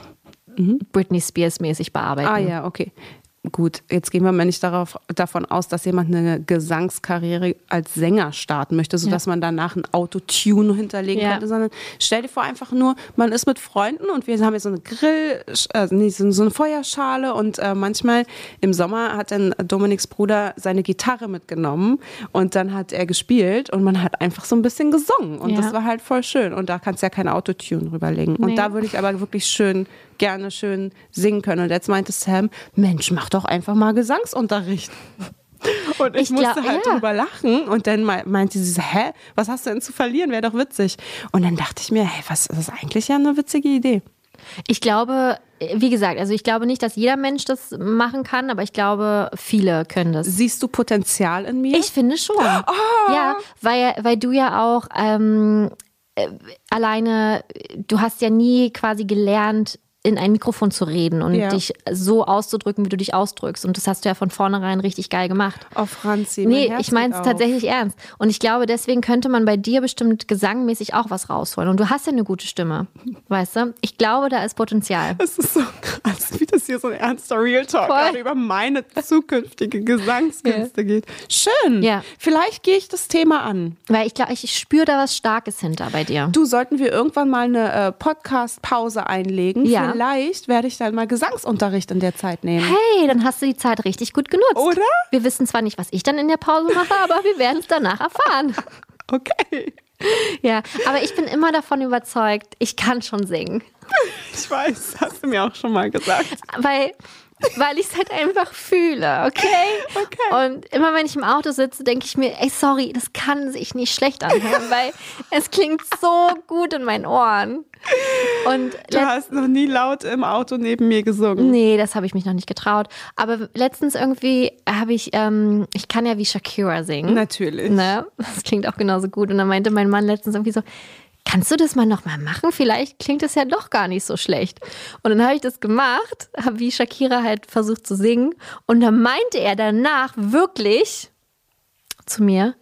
mhm. Britney Spears mäßig bearbeiten. Ah ja, okay. Gut, jetzt gehen wir mal nicht darauf, davon aus, dass jemand eine Gesangskarriere als Sänger starten möchte, sodass ja. man danach ein Autotune hinterlegen ja. könnte, sondern stell dir vor einfach nur, man ist mit Freunden und wir haben jetzt so eine Grill, äh, nee, so eine Feuerschale und äh, manchmal im Sommer hat dann Dominiks Bruder seine Gitarre mitgenommen und dann hat er gespielt und man hat einfach so ein bisschen gesungen und ja. das war halt voll schön und da kannst du ja kein Autotune rüberlegen und nee. da würde ich aber wirklich schön gerne schön singen können. Und jetzt meinte Sam, Mensch, mach doch einfach mal Gesangsunterricht. Und ich, ich musste glaub, halt ja. drüber lachen. Und dann meinte sie so, hä, was hast du denn zu verlieren? Wäre doch witzig. Und dann dachte ich mir, hey, was, das ist eigentlich ja eine witzige Idee. Ich glaube, wie gesagt, also ich glaube nicht, dass jeder Mensch das machen kann, aber ich glaube, viele können das. Siehst du Potenzial in mir? Ich finde schon. Oh. Ja, weil, weil du ja auch ähm, äh, alleine, du hast ja nie quasi gelernt, in ein Mikrofon zu reden und Ja. dich so auszudrücken, wie du dich ausdrückst. Und das hast du ja von vornherein richtig geil gemacht. Oh, Franzi, Nee, mein Herz ich meine es geht auf. tatsächlich ernst. Und ich glaube, deswegen könnte man bei dir bestimmt gesangmäßig auch was rausholen. Und du hast ja eine gute Stimme, weißt du? Ich glaube, da ist Potenzial. Es ist so krass, wie das hier so ein ernster Real Talk Voll. gerade über meine zukünftige Gesangskünste geht. Schön. Ja. Vielleicht gehe ich das Thema an. Weil ich glaube, ich spüre da was Starkes hinter bei dir. Du, sollten wir irgendwann mal eine äh, Podcast-Pause einlegen? Ja. Vielleicht werde ich dann mal Gesangsunterricht in der Zeit nehmen. Hey, dann hast du die Zeit richtig gut genutzt. Oder? Wir wissen zwar nicht, was ich dann in der Pause mache, aber wir werden es danach erfahren. Okay. Ja, aber ich bin immer davon überzeugt, ich kann schon singen. Ich weiß, hast du mir auch schon mal gesagt. Weil, weil ich es halt einfach fühle, okay? Okay. Und immer wenn ich im Auto sitze, denke ich mir, ey, sorry, das kann sich nicht schlecht anhören, weil es klingt so gut in meinen Ohren. Und Du hast noch nie laut im Auto neben mir gesungen. Nee, das habe ich mich noch nicht getraut. Aber letztens irgendwie habe ich, ähm, ich kann ja wie Shakira singen. Natürlich. Ne? Das klingt auch genauso gut. Und dann meinte mein Mann letztens irgendwie so, kannst du das mal nochmal machen? Vielleicht klingt es ja doch gar nicht so schlecht. Und dann habe ich das gemacht, habe wie Shakira halt versucht zu singen. Und dann meinte er danach wirklich zu mir,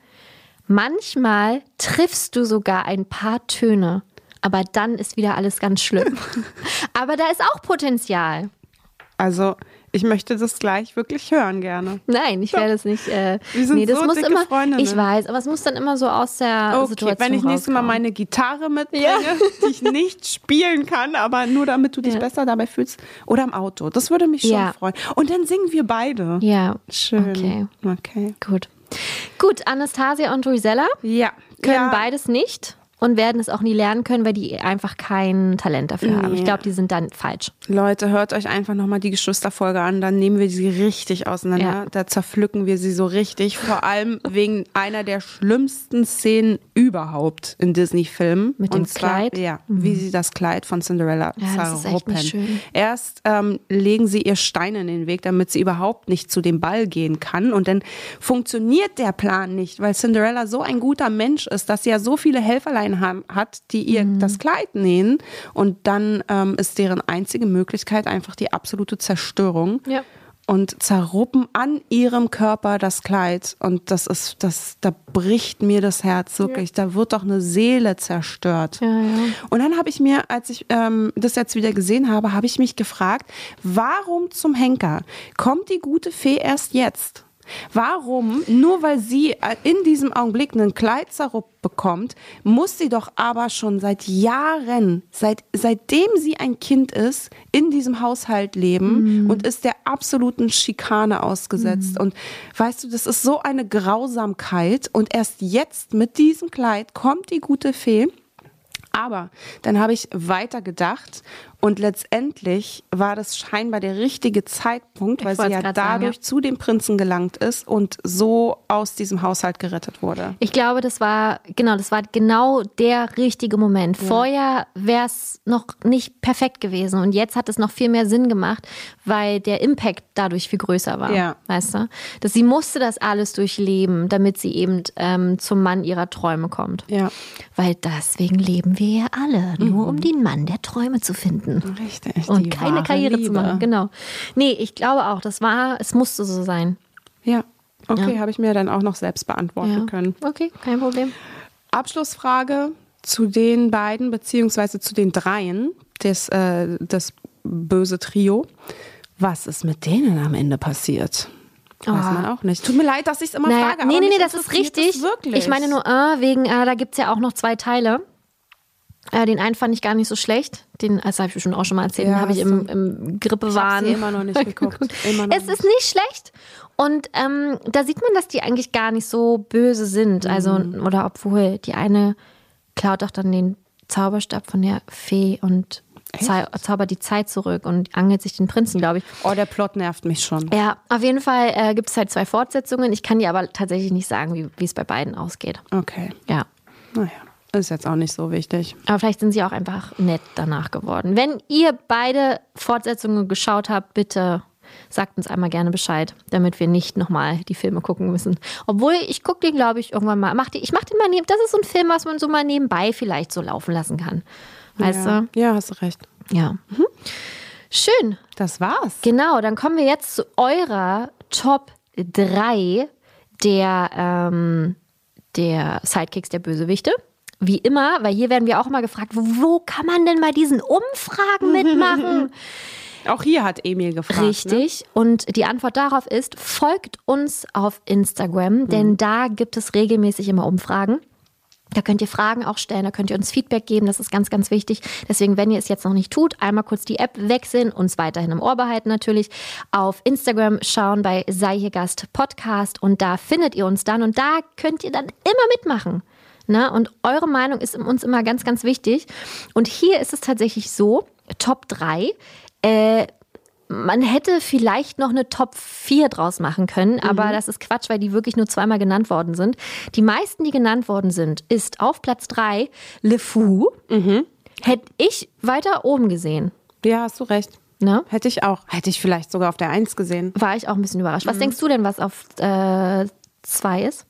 manchmal triffst du sogar ein paar Töne. Aber dann ist wieder alles ganz schlimm. Aber da ist auch Potenzial. Also, ich möchte das gleich wirklich hören gerne. Nein, ich werde es nicht. Äh, Wir sind nee, das so muss dicke immer. Freundinnen. Ich weiß, aber es muss dann immer so aus der Okay, Situation wenn ich nächstes Mal rauskommen. meine Gitarre mitbringe, Ja. die ich nicht spielen kann, aber nur damit du dich Ja. besser dabei fühlst. Oder im Auto. Das würde mich schon Ja. freuen. Und dann singen wir beide. Ja. Schön. Okay. Okay. Gut. Gut, Anastasia und Gisella Ja. können ja. beides nicht und werden es auch nie lernen können, weil die einfach kein Talent dafür haben. Ich Nee. glaube, die sind dann falsch. Leute, hört euch einfach nochmal die Geschwisterfolge an, dann nehmen wir sie richtig auseinander. Ja. Da zerpflücken wir sie so richtig. Vor allem wegen einer der schlimmsten Szenen überhaupt in Disney-Filmen. Mit dem Und zwar, Kleid? Ja, wie sie das Kleid von Cinderella Ja, das ist echt zerruppen. nicht schön. Erst ähm, legen sie ihr Stein in den Weg, damit sie überhaupt nicht zu dem Ball gehen kann. Und dann funktioniert der Plan nicht, weil Cinderella so ein guter Mensch ist, dass sie ja so viele Helferlein haben, hat, die ihr Mhm. das Kleid nähen. Und dann ähm, ist deren einzige Möglichkeit einfach die absolute Zerstörung. Ja. Und zerruppen an ihrem Körper das Kleid. Und das ist, das, da bricht mir das Herz wirklich. Da wird doch eine Seele zerstört. Ja, ja. Und dann habe ich mir, als ich ähm, das jetzt wieder gesehen habe, habe ich mich gefragt, warum zum Henker kommt die gute Fee erst jetzt? Warum, nur weil sie in diesem Augenblick einen Kleid zerruppt bekommt, muss sie doch aber schon seit Jahren, seit, seitdem sie ein Kind ist, in diesem Haushalt leben Mhm. und ist der absoluten Schikane ausgesetzt. Mhm. Und weißt du, das ist so eine Grausamkeit und erst jetzt mit diesem Kleid kommt die gute Fee. Aber dann habe ich weitergedacht und letztendlich war das scheinbar der richtige Zeitpunkt, Ich weil sie wollte ja es grad sagen, dadurch ja. zu dem Prinzen gelangt ist und so aus diesem Haushalt gerettet wurde. Ich glaube, das war, genau, das war genau der richtige Moment. Vorher wäre es noch nicht perfekt gewesen und jetzt hat es noch viel mehr Sinn gemacht, weil der Impact dadurch viel größer war. Ja. Weißt du? Dass sie musste das alles durchleben, damit sie eben ähm, zum Mann ihrer Träume kommt. Ja, Weil deswegen leben wir ja alle, nur um den Mann der Träume zu finden. richtig. Und die keine wahre Karriere Liebe. zu machen, genau. Nee, ich glaube auch, das war, es musste so sein. Ja, okay, Ja. habe ich mir dann auch noch selbst beantworten Ja. können. Okay, kein Problem. Abschlussfrage zu den beiden, beziehungsweise zu den dreien, das, äh, das böse Trio. Was ist mit denen am Ende passiert? Weiß man auch nicht. Tut mir leid, dass ich es immer Naja, frage. nee, aber nee, mich nee, das ist interessiert richtig. das wirklich. Ich meine nur, äh, wegen, äh, da gibt es ja auch noch zwei Teile. Äh, den einen fand ich gar nicht so schlecht. Den, das habe ich bestimmt auch schon mal erzählt, Ja, den habe ich hast im, du- im Grippewahn. Ich hab sie immer noch nicht geguckt. Immer noch Es ist nicht schlecht. Und ähm, da sieht man, dass die eigentlich gar nicht so böse sind. Also, Mhm. oder obwohl, die eine klaut auch dann den Zauberstab von der Fee und zau zaubert die Zeit zurück und angelt sich den Prinzen, glaube ich. Oh, der Plot nervt mich schon. Ja, auf jeden Fall äh, gibt es halt zwei Fortsetzungen. Ich kann dir aber tatsächlich nicht sagen, wie wie es bei beiden ausgeht. Okay, Ja. naja, ist jetzt auch nicht so wichtig. Aber vielleicht sind sie auch einfach nett danach geworden. Wenn ihr beide Fortsetzungen geschaut habt, bitte sagt uns einmal gerne Bescheid, damit wir nicht nochmal die Filme gucken müssen. Obwohl, ich gucke den, glaube ich, irgendwann mal. Mach die, ich mache den mal neben. Das ist so ein Film, was man so mal nebenbei vielleicht so laufen lassen kann. Weißt ja. du? Ja, hast du recht. Ja. Mhm. Schön. Das war's. Genau, dann kommen wir jetzt zu eurer Top drei der, ähm, der Sidekicks der Bösewichte. Wie immer, weil hier werden wir auch immer gefragt, wo, wo kann man denn bei diesen Umfragen mitmachen? Auch hier hat Emil gefragt. Richtig. Ne? Und die Antwort darauf ist, folgt uns auf Instagram, mhm. denn da gibt es regelmäßig immer Umfragen. Da könnt ihr Fragen auch stellen, da könnt ihr uns Feedback geben, das ist ganz, ganz wichtig. Deswegen, wenn ihr es jetzt noch nicht tut, einmal kurz die App wechseln, uns weiterhin im Ohr behalten natürlich. Auf Instagram schauen bei Sei hier Gast Podcast und da findet ihr uns dann und da könnt ihr dann immer mitmachen. Ne? Und eure Meinung ist uns immer ganz, ganz wichtig. Und hier ist es tatsächlich so, Top drei, äh, man hätte vielleicht noch eine Top vier draus machen können, aber mhm. das ist Quatsch, weil die wirklich nur zweimal genannt worden sind. Die meisten, die genannt worden sind, ist auf Platz drei Le Fou. Mhm. Hätte ich weiter oben gesehen. Ja, hast du recht. Ne? Hätte ich auch. Hätte ich vielleicht sogar auf der eins gesehen. War ich auch ein bisschen überrascht. Was mhm. denkst du denn, was auf äh, zwei ist?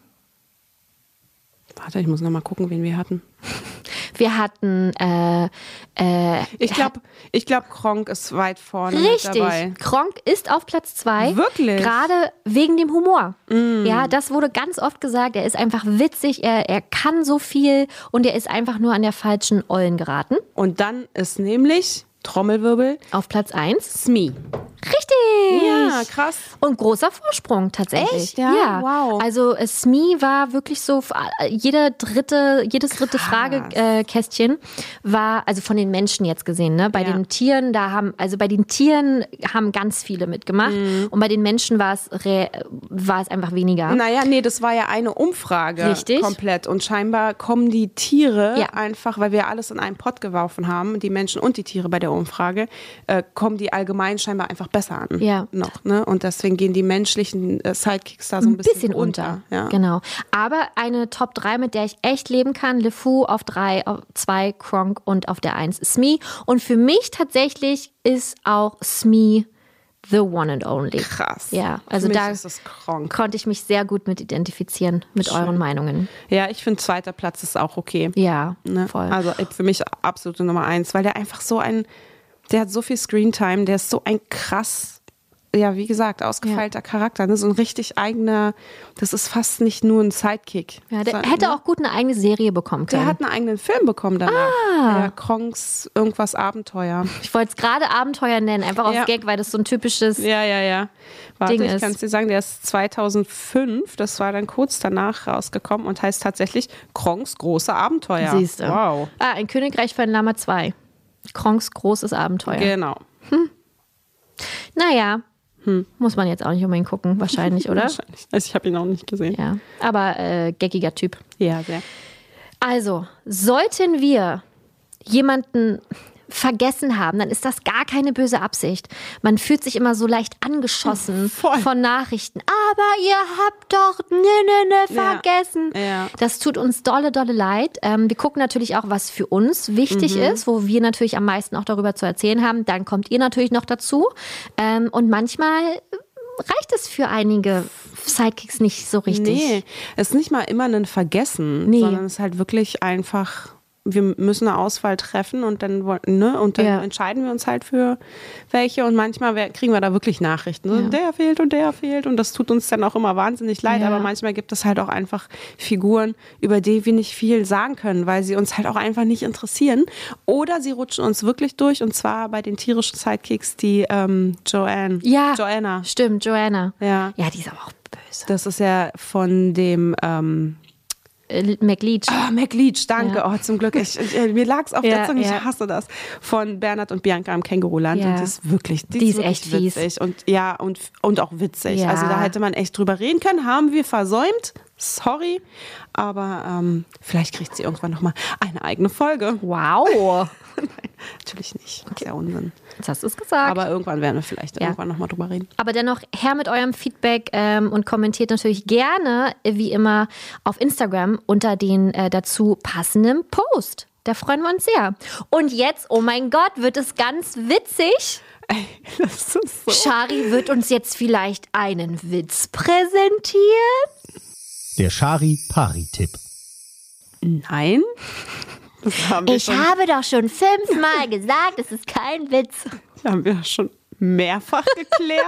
Warte, ich muss noch mal gucken, wen wir hatten. Wir hatten äh, äh, Ich glaube, ich glaub, Kronk ist weit vorne richtig. mit dabei. Kronk ist auf Platz zwei. Wirklich? Gerade wegen dem Humor. Mm. Ja, das wurde ganz oft gesagt. Er ist einfach witzig, er, er kann so viel und er ist einfach nur an der falschen Ollen geraten. Und dann ist nämlich, Trommelwirbel, auf Platz eins Smee. Richtig. Ja, krass. Und großer Vorsprung tatsächlich. Echt? Ja? Ja. Wow. Also äh, Smee war wirklich so, jede dritte, jedes dritte krass. Fragekästchen war, also von den Menschen jetzt gesehen, ne? Bei ja. den Tieren, da haben, also bei den Tieren haben ganz viele mitgemacht mhm. und bei den Menschen war es, war es einfach weniger. Naja, nee, das war ja eine Umfrage. Richtig. Komplett. Und scheinbar kommen die Tiere ja. einfach, weil wir alles in einen Pott geworfen haben, die Menschen und die Tiere bei der Umfrage, äh, kommen die allgemein scheinbar einfach besser an. Ja. Noch, ne? Und deswegen gehen die menschlichen äh, Sidekicks da so ein bisschen, bisschen unter. unter. Ja. Genau. Aber eine Top drei, mit der ich echt leben kann. Le Fou auf drei, auf zwei Kronk und auf der eins Smee. Und für mich tatsächlich ist auch Smee the one and only. Krass. Ja, also für mich da ist es Kronk. Konnte ich mich sehr gut mit identifizieren, mit Schön. euren Meinungen. Ja, ich finde, zweiter Platz ist auch okay. Ja, ne? voll. Also für mich absolute Nummer eins, weil der einfach so ein, der hat so viel Screentime, der ist so ein krass, ja, wie gesagt, ausgefeilter ja. Charakter. Ne? So ein richtig eigener, das ist fast nicht nur ein Sidekick. Ja, der sondern, hätte ne? auch gut eine eigene Serie bekommen können. Der hat einen eigenen Film bekommen danach. Ah. Der Kronks irgendwas Abenteuer. Ich wollte es gerade Abenteuer nennen, einfach aus ja. Gag, weil das so ein typisches Ja, ja, ja. Warte, Ding ich ist. kann es dir sagen, der ist zweitausendfünf, das war dann kurz danach rausgekommen und heißt tatsächlich Kronks große Abenteuer. Siehst du. Wow. Ah, ein Königreich für ein Lama zwei. Kronks großes Abenteuer. Genau. Hm. Naja, hm. muss man jetzt auch nicht unbedingt gucken, wahrscheinlich, oder? Wahrscheinlich. Also ich habe ihn auch nicht gesehen. Ja, aber äh, geckiger Typ. Ja, sehr. Also, sollten wir jemanden vergessen haben, dann ist das gar keine böse Absicht. Man fühlt sich immer so leicht angeschossen Voll. von Nachrichten. Aber ihr habt doch ne, ne, ne vergessen. Ja. Ja. Das tut uns dolle, dolle leid. Ähm, wir gucken natürlich auch, was für uns wichtig mhm. ist, wo wir natürlich am meisten auch darüber zu erzählen haben. Dann kommt ihr natürlich noch dazu. Ähm, und manchmal reicht es für einige Sidekicks nicht so richtig. Nee, es ist nicht mal immer ein Vergessen, nee. sondern es ist halt wirklich einfach, wir müssen eine Auswahl treffen und dann, ne, und dann ja. entscheiden wir uns halt für welche und manchmal kriegen wir da wirklich Nachrichten. So, ja. der fehlt und der fehlt und das tut uns dann auch immer wahnsinnig leid, ja. aber manchmal gibt es halt auch einfach Figuren, über die wir nicht viel sagen können, weil sie uns halt auch einfach nicht interessieren oder sie rutschen uns wirklich durch und zwar bei den tierischen Sidekicks die ähm, Joanne. Ja, Joanna. Stimmt, Joanna. Ja. ja, die ist aber auch böse. Das ist ja von dem ähm, McLeach. Oh, McLeach, danke. Ja. Oh, zum Glück. Ich, ich, mir lag es auf ja, der Zunge, ich ja. hasse das. Von Bernhard und Bianca im Känguruland. Ja. Und die ist wirklich, die, die ist, ist wirklich echt fies. witzig. Und, ja, und, und auch witzig. Ja. Also da hätte man echt drüber reden können. Haben wir versäumt. Sorry. Aber ähm, vielleicht kriegt sie irgendwann nochmal eine eigene Folge. Wow. Nein, natürlich nicht. Das ist ja Unsinn. Jetzt hast du es gesagt. Aber irgendwann werden wir vielleicht ja. irgendwann nochmal drüber reden. Aber dennoch her mit eurem Feedback ähm, und kommentiert natürlich gerne, wie immer, auf Instagram unter den äh, dazu passenden Post. Da freuen wir uns sehr. Und jetzt, oh mein Gott, wird es ganz witzig. Ey, das ist so. Shari wird uns jetzt vielleicht einen Witz präsentieren. Der Shari-Pari-Tipp. Nein. Das haben wir Ich schon, habe doch schon fünfmal gesagt, es ist kein Witz. das haben wir schon mehrfach geklärt.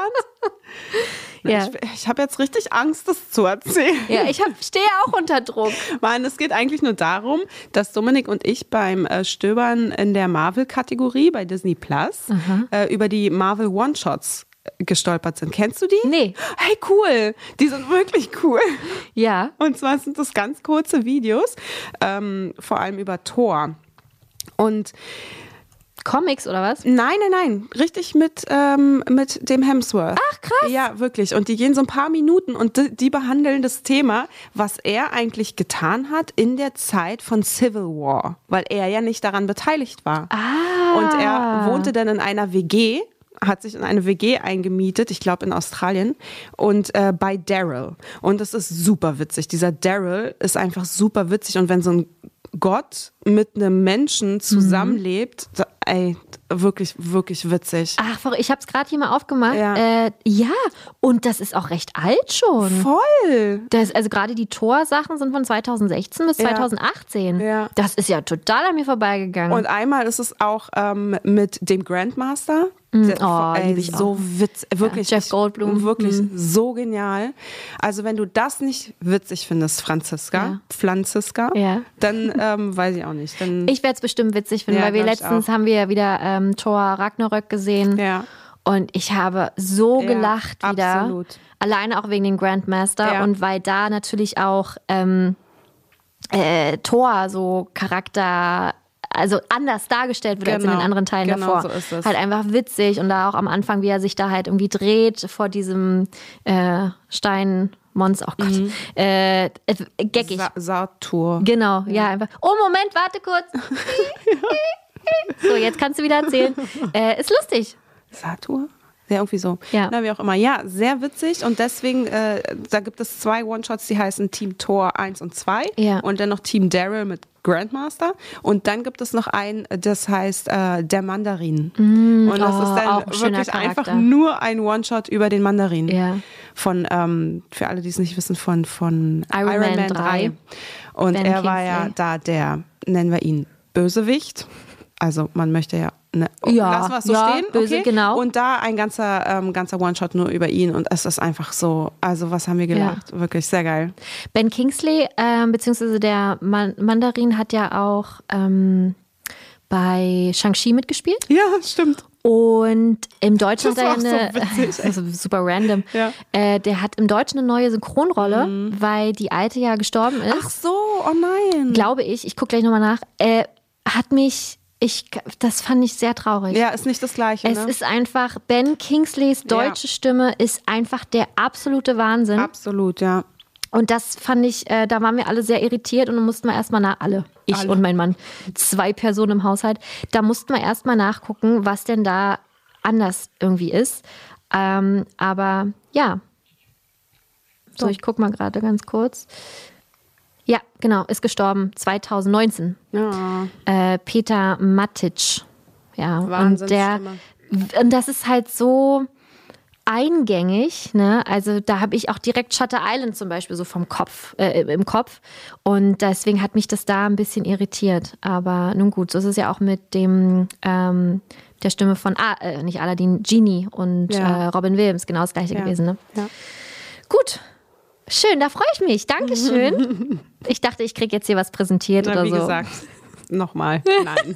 Ja. Ich, ich habe jetzt richtig Angst, das zu erzählen. Ja, ich hab, stehe auch unter Druck. Mann, es geht eigentlich nur darum, dass Dominik und ich beim äh, Stöbern in der Marvel-Kategorie bei Disney Plus äh, über die Marvel One-Shots gestolpert sind. Kennst du die? Nee. Hey, cool. Die sind wirklich cool. Ja. Und zwar sind das ganz kurze Videos, ähm, vor allem über Thor. Und Comics oder was? nein, nein, nein, richtig mit, ähm, mit dem Hemsworth. Ach, krass. Ja, wirklich. Und die gehen so ein paar Minuten und die, die behandeln das Thema, was er eigentlich getan hat in der Zeit von Civil War, weil er ja nicht daran beteiligt war. Ah. Und er wohnte dann in einer W G, hat sich in eine W G eingemietet, ich glaube in Australien, und äh, bei Daryl. Und das ist super witzig. Dieser Daryl ist einfach super witzig. Und wenn so ein Gott mit einem Menschen zusammenlebt, da, ey, wirklich, wirklich witzig. Ach, verrückt. Ich habe es gerade hier mal aufgemacht. Ja. Äh, ja, und das ist auch recht alt schon. Voll! Das, also gerade die Thor-Sachen sind von zweitausendsechzehn bis Ja. zweitausendachtzehn. Ja. Das ist ja total an mir vorbeigegangen. Und einmal ist es auch ähm, mit dem Grandmaster. Der, oh, ey, lieb ich so auch. witzig, wirklich. Jeff Goldblum. Ich, wirklich so genial. Also wenn du das nicht witzig findest, Franziska, Ja. Franziska, Ja. dann ähm, weiß ich auch nicht. Dann, Ich werde es bestimmt witzig finden, Ja, weil wir glaub ich letztens auch. haben wir ja wieder ähm, Thor Ragnarök gesehen. ja. Und ich habe so Ja, gelacht wieder. absolut. Alleine auch wegen dem Grandmaster. Ja. Und weil da natürlich auch ähm, äh, Thor so Charakter, also anders dargestellt wird als in Genau. den anderen Teilen Genau davor. so ist es. Halt einfach witzig. Und da auch am Anfang, wie er sich da halt irgendwie dreht vor diesem äh, Steinmonster. Oh Gott. Mhm. Äh, äh, geckig. Sa Satur. Genau, ja. einfach. Oh, Moment, warte kurz. So, jetzt kannst du wieder erzählen. Äh, ist lustig. Satur? Ja, irgendwie so. Ja. Na, wie auch immer. Ja, sehr witzig. Und deswegen, äh, da gibt es zwei One-Shots, die heißen Team Thor eins und zwei. Ja. Und dann noch Team Daryl mit Grandmaster. Und dann gibt es noch einen, das heißt äh, der Mandarin. und das oh, ist auch dann ein schöner wirklich einfach Charakter. nur ein One-Shot über den Mandarin. Ja. Von, ähm, für alle, die es nicht wissen, von, von Iron Man drei. Und Ben er war ja Kingsley. da der, nennen wir ihn, Bösewicht. Also man möchte ja, ne, oh, Ja, lassen wir es so ja, stehen. böse, okay? genau. Und da ein ganzer, ähm, ganzer One-Shot nur über ihn und es ist einfach so, also was haben wir gelacht, wirklich sehr geil. Ben Kingsley, ähm, beziehungsweise der Man Mandarin, hat ja auch ähm, bei Shang-Chi mitgespielt. Ja, stimmt. Und im Deutschen Das hat er war ja auch so eine, witzig, also super random, Ja. äh, der hat im Deutschen eine neue Synchronrolle, weil die alte ja gestorben ist. Ach so, oh nein. Glaube ich, ich gucke gleich nochmal nach, äh, hat mich, ich, das fand ich sehr traurig. Ja, ist nicht das Gleiche, Es ne? ist einfach, Ben Kingsleys deutsche Ja. Stimme ist einfach der absolute Wahnsinn. Absolut, ja. Und das fand ich, äh, da waren wir alle sehr irritiert und dann mussten wir erstmal nach, alle, ich Alle. und mein Mann, zwei Personen im Haushalt, da mussten wir erstmal nachgucken, was denn da anders irgendwie ist. Ähm, aber ja. So, So. ich guck mal gerade ganz kurz. Ja, genau, ist gestorben, zweitausendneunzehn. Ja. Äh, Peter Matic. Ja, und der, Wahnsinnsstimme. und das ist halt so eingängig, ne? Also da habe ich auch direkt Shutter Island zum Beispiel so vom Kopf, äh, im Kopf. Und deswegen hat mich das da ein bisschen irritiert. Aber nun gut, so ist es ja auch mit dem ähm, der Stimme von ah, äh, nicht Aladdin, Genie und Ja. äh, Robin Williams, genau das gleiche Ja. gewesen, ne? Ja. Gut. Schön, da freue ich mich. Dankeschön. Ich dachte, ich kriege jetzt hier was präsentiert Na, oder wie so. gesagt, nochmal, nein.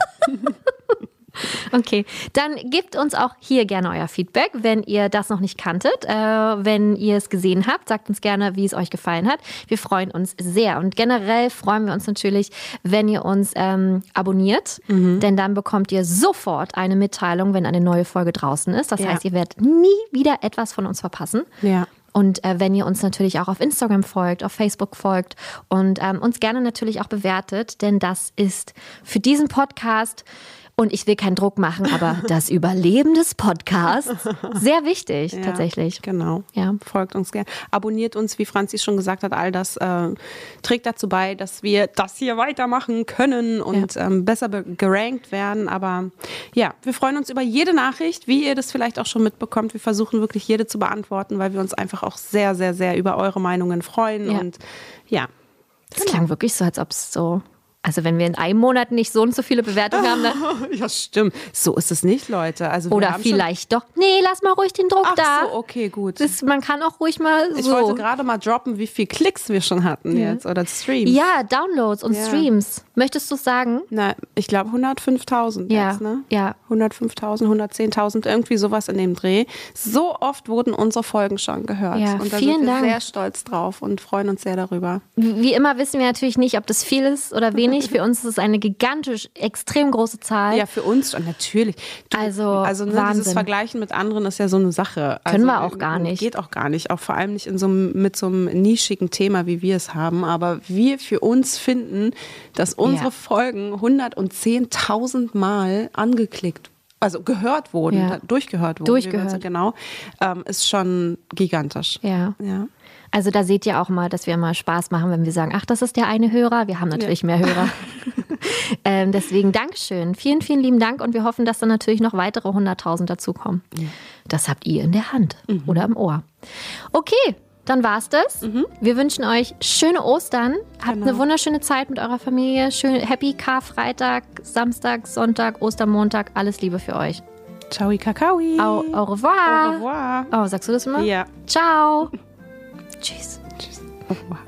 Okay, dann gebt uns auch hier gerne euer Feedback, wenn ihr das noch nicht kanntet. Äh, wenn ihr es gesehen habt, sagt uns gerne, wie es euch gefallen hat. Wir freuen uns sehr. Und generell freuen wir uns natürlich, wenn ihr uns ähm, abonniert. Denn dann bekommt ihr sofort eine Mitteilung, wenn eine neue Folge draußen ist. Das Ja. heißt, ihr werdet nie wieder etwas von uns verpassen. Ja. Und äh, wenn ihr uns natürlich auch auf Instagram folgt, auf Facebook folgt und ähm, uns gerne natürlich auch bewertet, denn das ist für diesen Podcast, und ich will keinen Druck machen, aber das Überleben des Podcasts, sehr wichtig Ja, tatsächlich. Genau. Ja. Folgt uns gerne. Abonniert uns, wie Franzi schon gesagt hat. All das äh, trägt dazu bei, dass wir das hier weitermachen können und ähm, besser be- gerankt werden. Aber ja, wir freuen uns über jede Nachricht, wie ihr das vielleicht auch schon mitbekommt. Wir versuchen wirklich jede zu beantworten, weil wir uns einfach auch sehr, sehr, sehr über eure Meinungen freuen. Ja. Und ja, Das klang wirklich so, als ob es so Also wenn wir in einem Monat nicht so und so viele Bewertungen haben, dann... Ja, stimmt. So ist es nicht, Leute. Also wir Oder haben vielleicht doch... Nee, lass mal ruhig den Druck Ach da. so, okay, gut. Das, man kann auch ruhig mal so... Ich wollte gerade mal droppen, wie viele Klicks wir schon hatten ja. jetzt oder Streams. Ja, Downloads und ja. Streams. Möchtest du es sagen? Na, ich glaube hundertfünftausend ja. jetzt, ne? Ja. hundertfünftausend, hundertzehntausend, irgendwie sowas in dem Dreh. So oft wurden unsere Folgen schon gehört. Ja, und da vielen sind wir Dank. sehr stolz drauf und freuen uns sehr darüber. Wie immer wissen wir natürlich nicht, ob das viel ist oder wenig. Für uns ist es eine gigantisch, extrem große Zahl. Ja, für uns und natürlich. Du, also also ne, Wahnsinn. Dieses Vergleichen mit anderen ist ja so eine Sache. Können also, wir auch gar nicht. Geht auch gar nicht. Auch vor allem nicht in so einem, mit so einem nischigen Thema, wie wir es haben. Aber wir für uns finden, dass unsere Ja. Folgen hundertzehntausend Mal angeklickt, also gehört wurden, Ja. durchgehört wurden. Durchgehört. Wie wir es- Genau. Ähm, ist schon gigantisch. Ja. Ja. Also da seht ihr auch mal, dass wir mal Spaß machen, wenn wir sagen, ach, das ist der eine Hörer. Wir haben natürlich ja. mehr Hörer. ähm, deswegen Dankeschön. Vielen, vielen lieben Dank und wir hoffen, dass dann natürlich noch weitere hunderttausend dazukommen. Ja. Das habt ihr in der Hand mhm. oder im Ohr. Okay, dann war's das. Mhm. Wir wünschen euch schöne Ostern. Habt genau. eine wunderschöne Zeit mit eurer Familie. Schön Happy Karfreitag, Samstag, Sonntag, Ostermontag. Alles Liebe für euch. Ciao, Kakaoi. Au, au revoir. Au revoir. Oh, sagst du das immer? Ja. Ciao. Tschüss. Tschüss. Au revoir.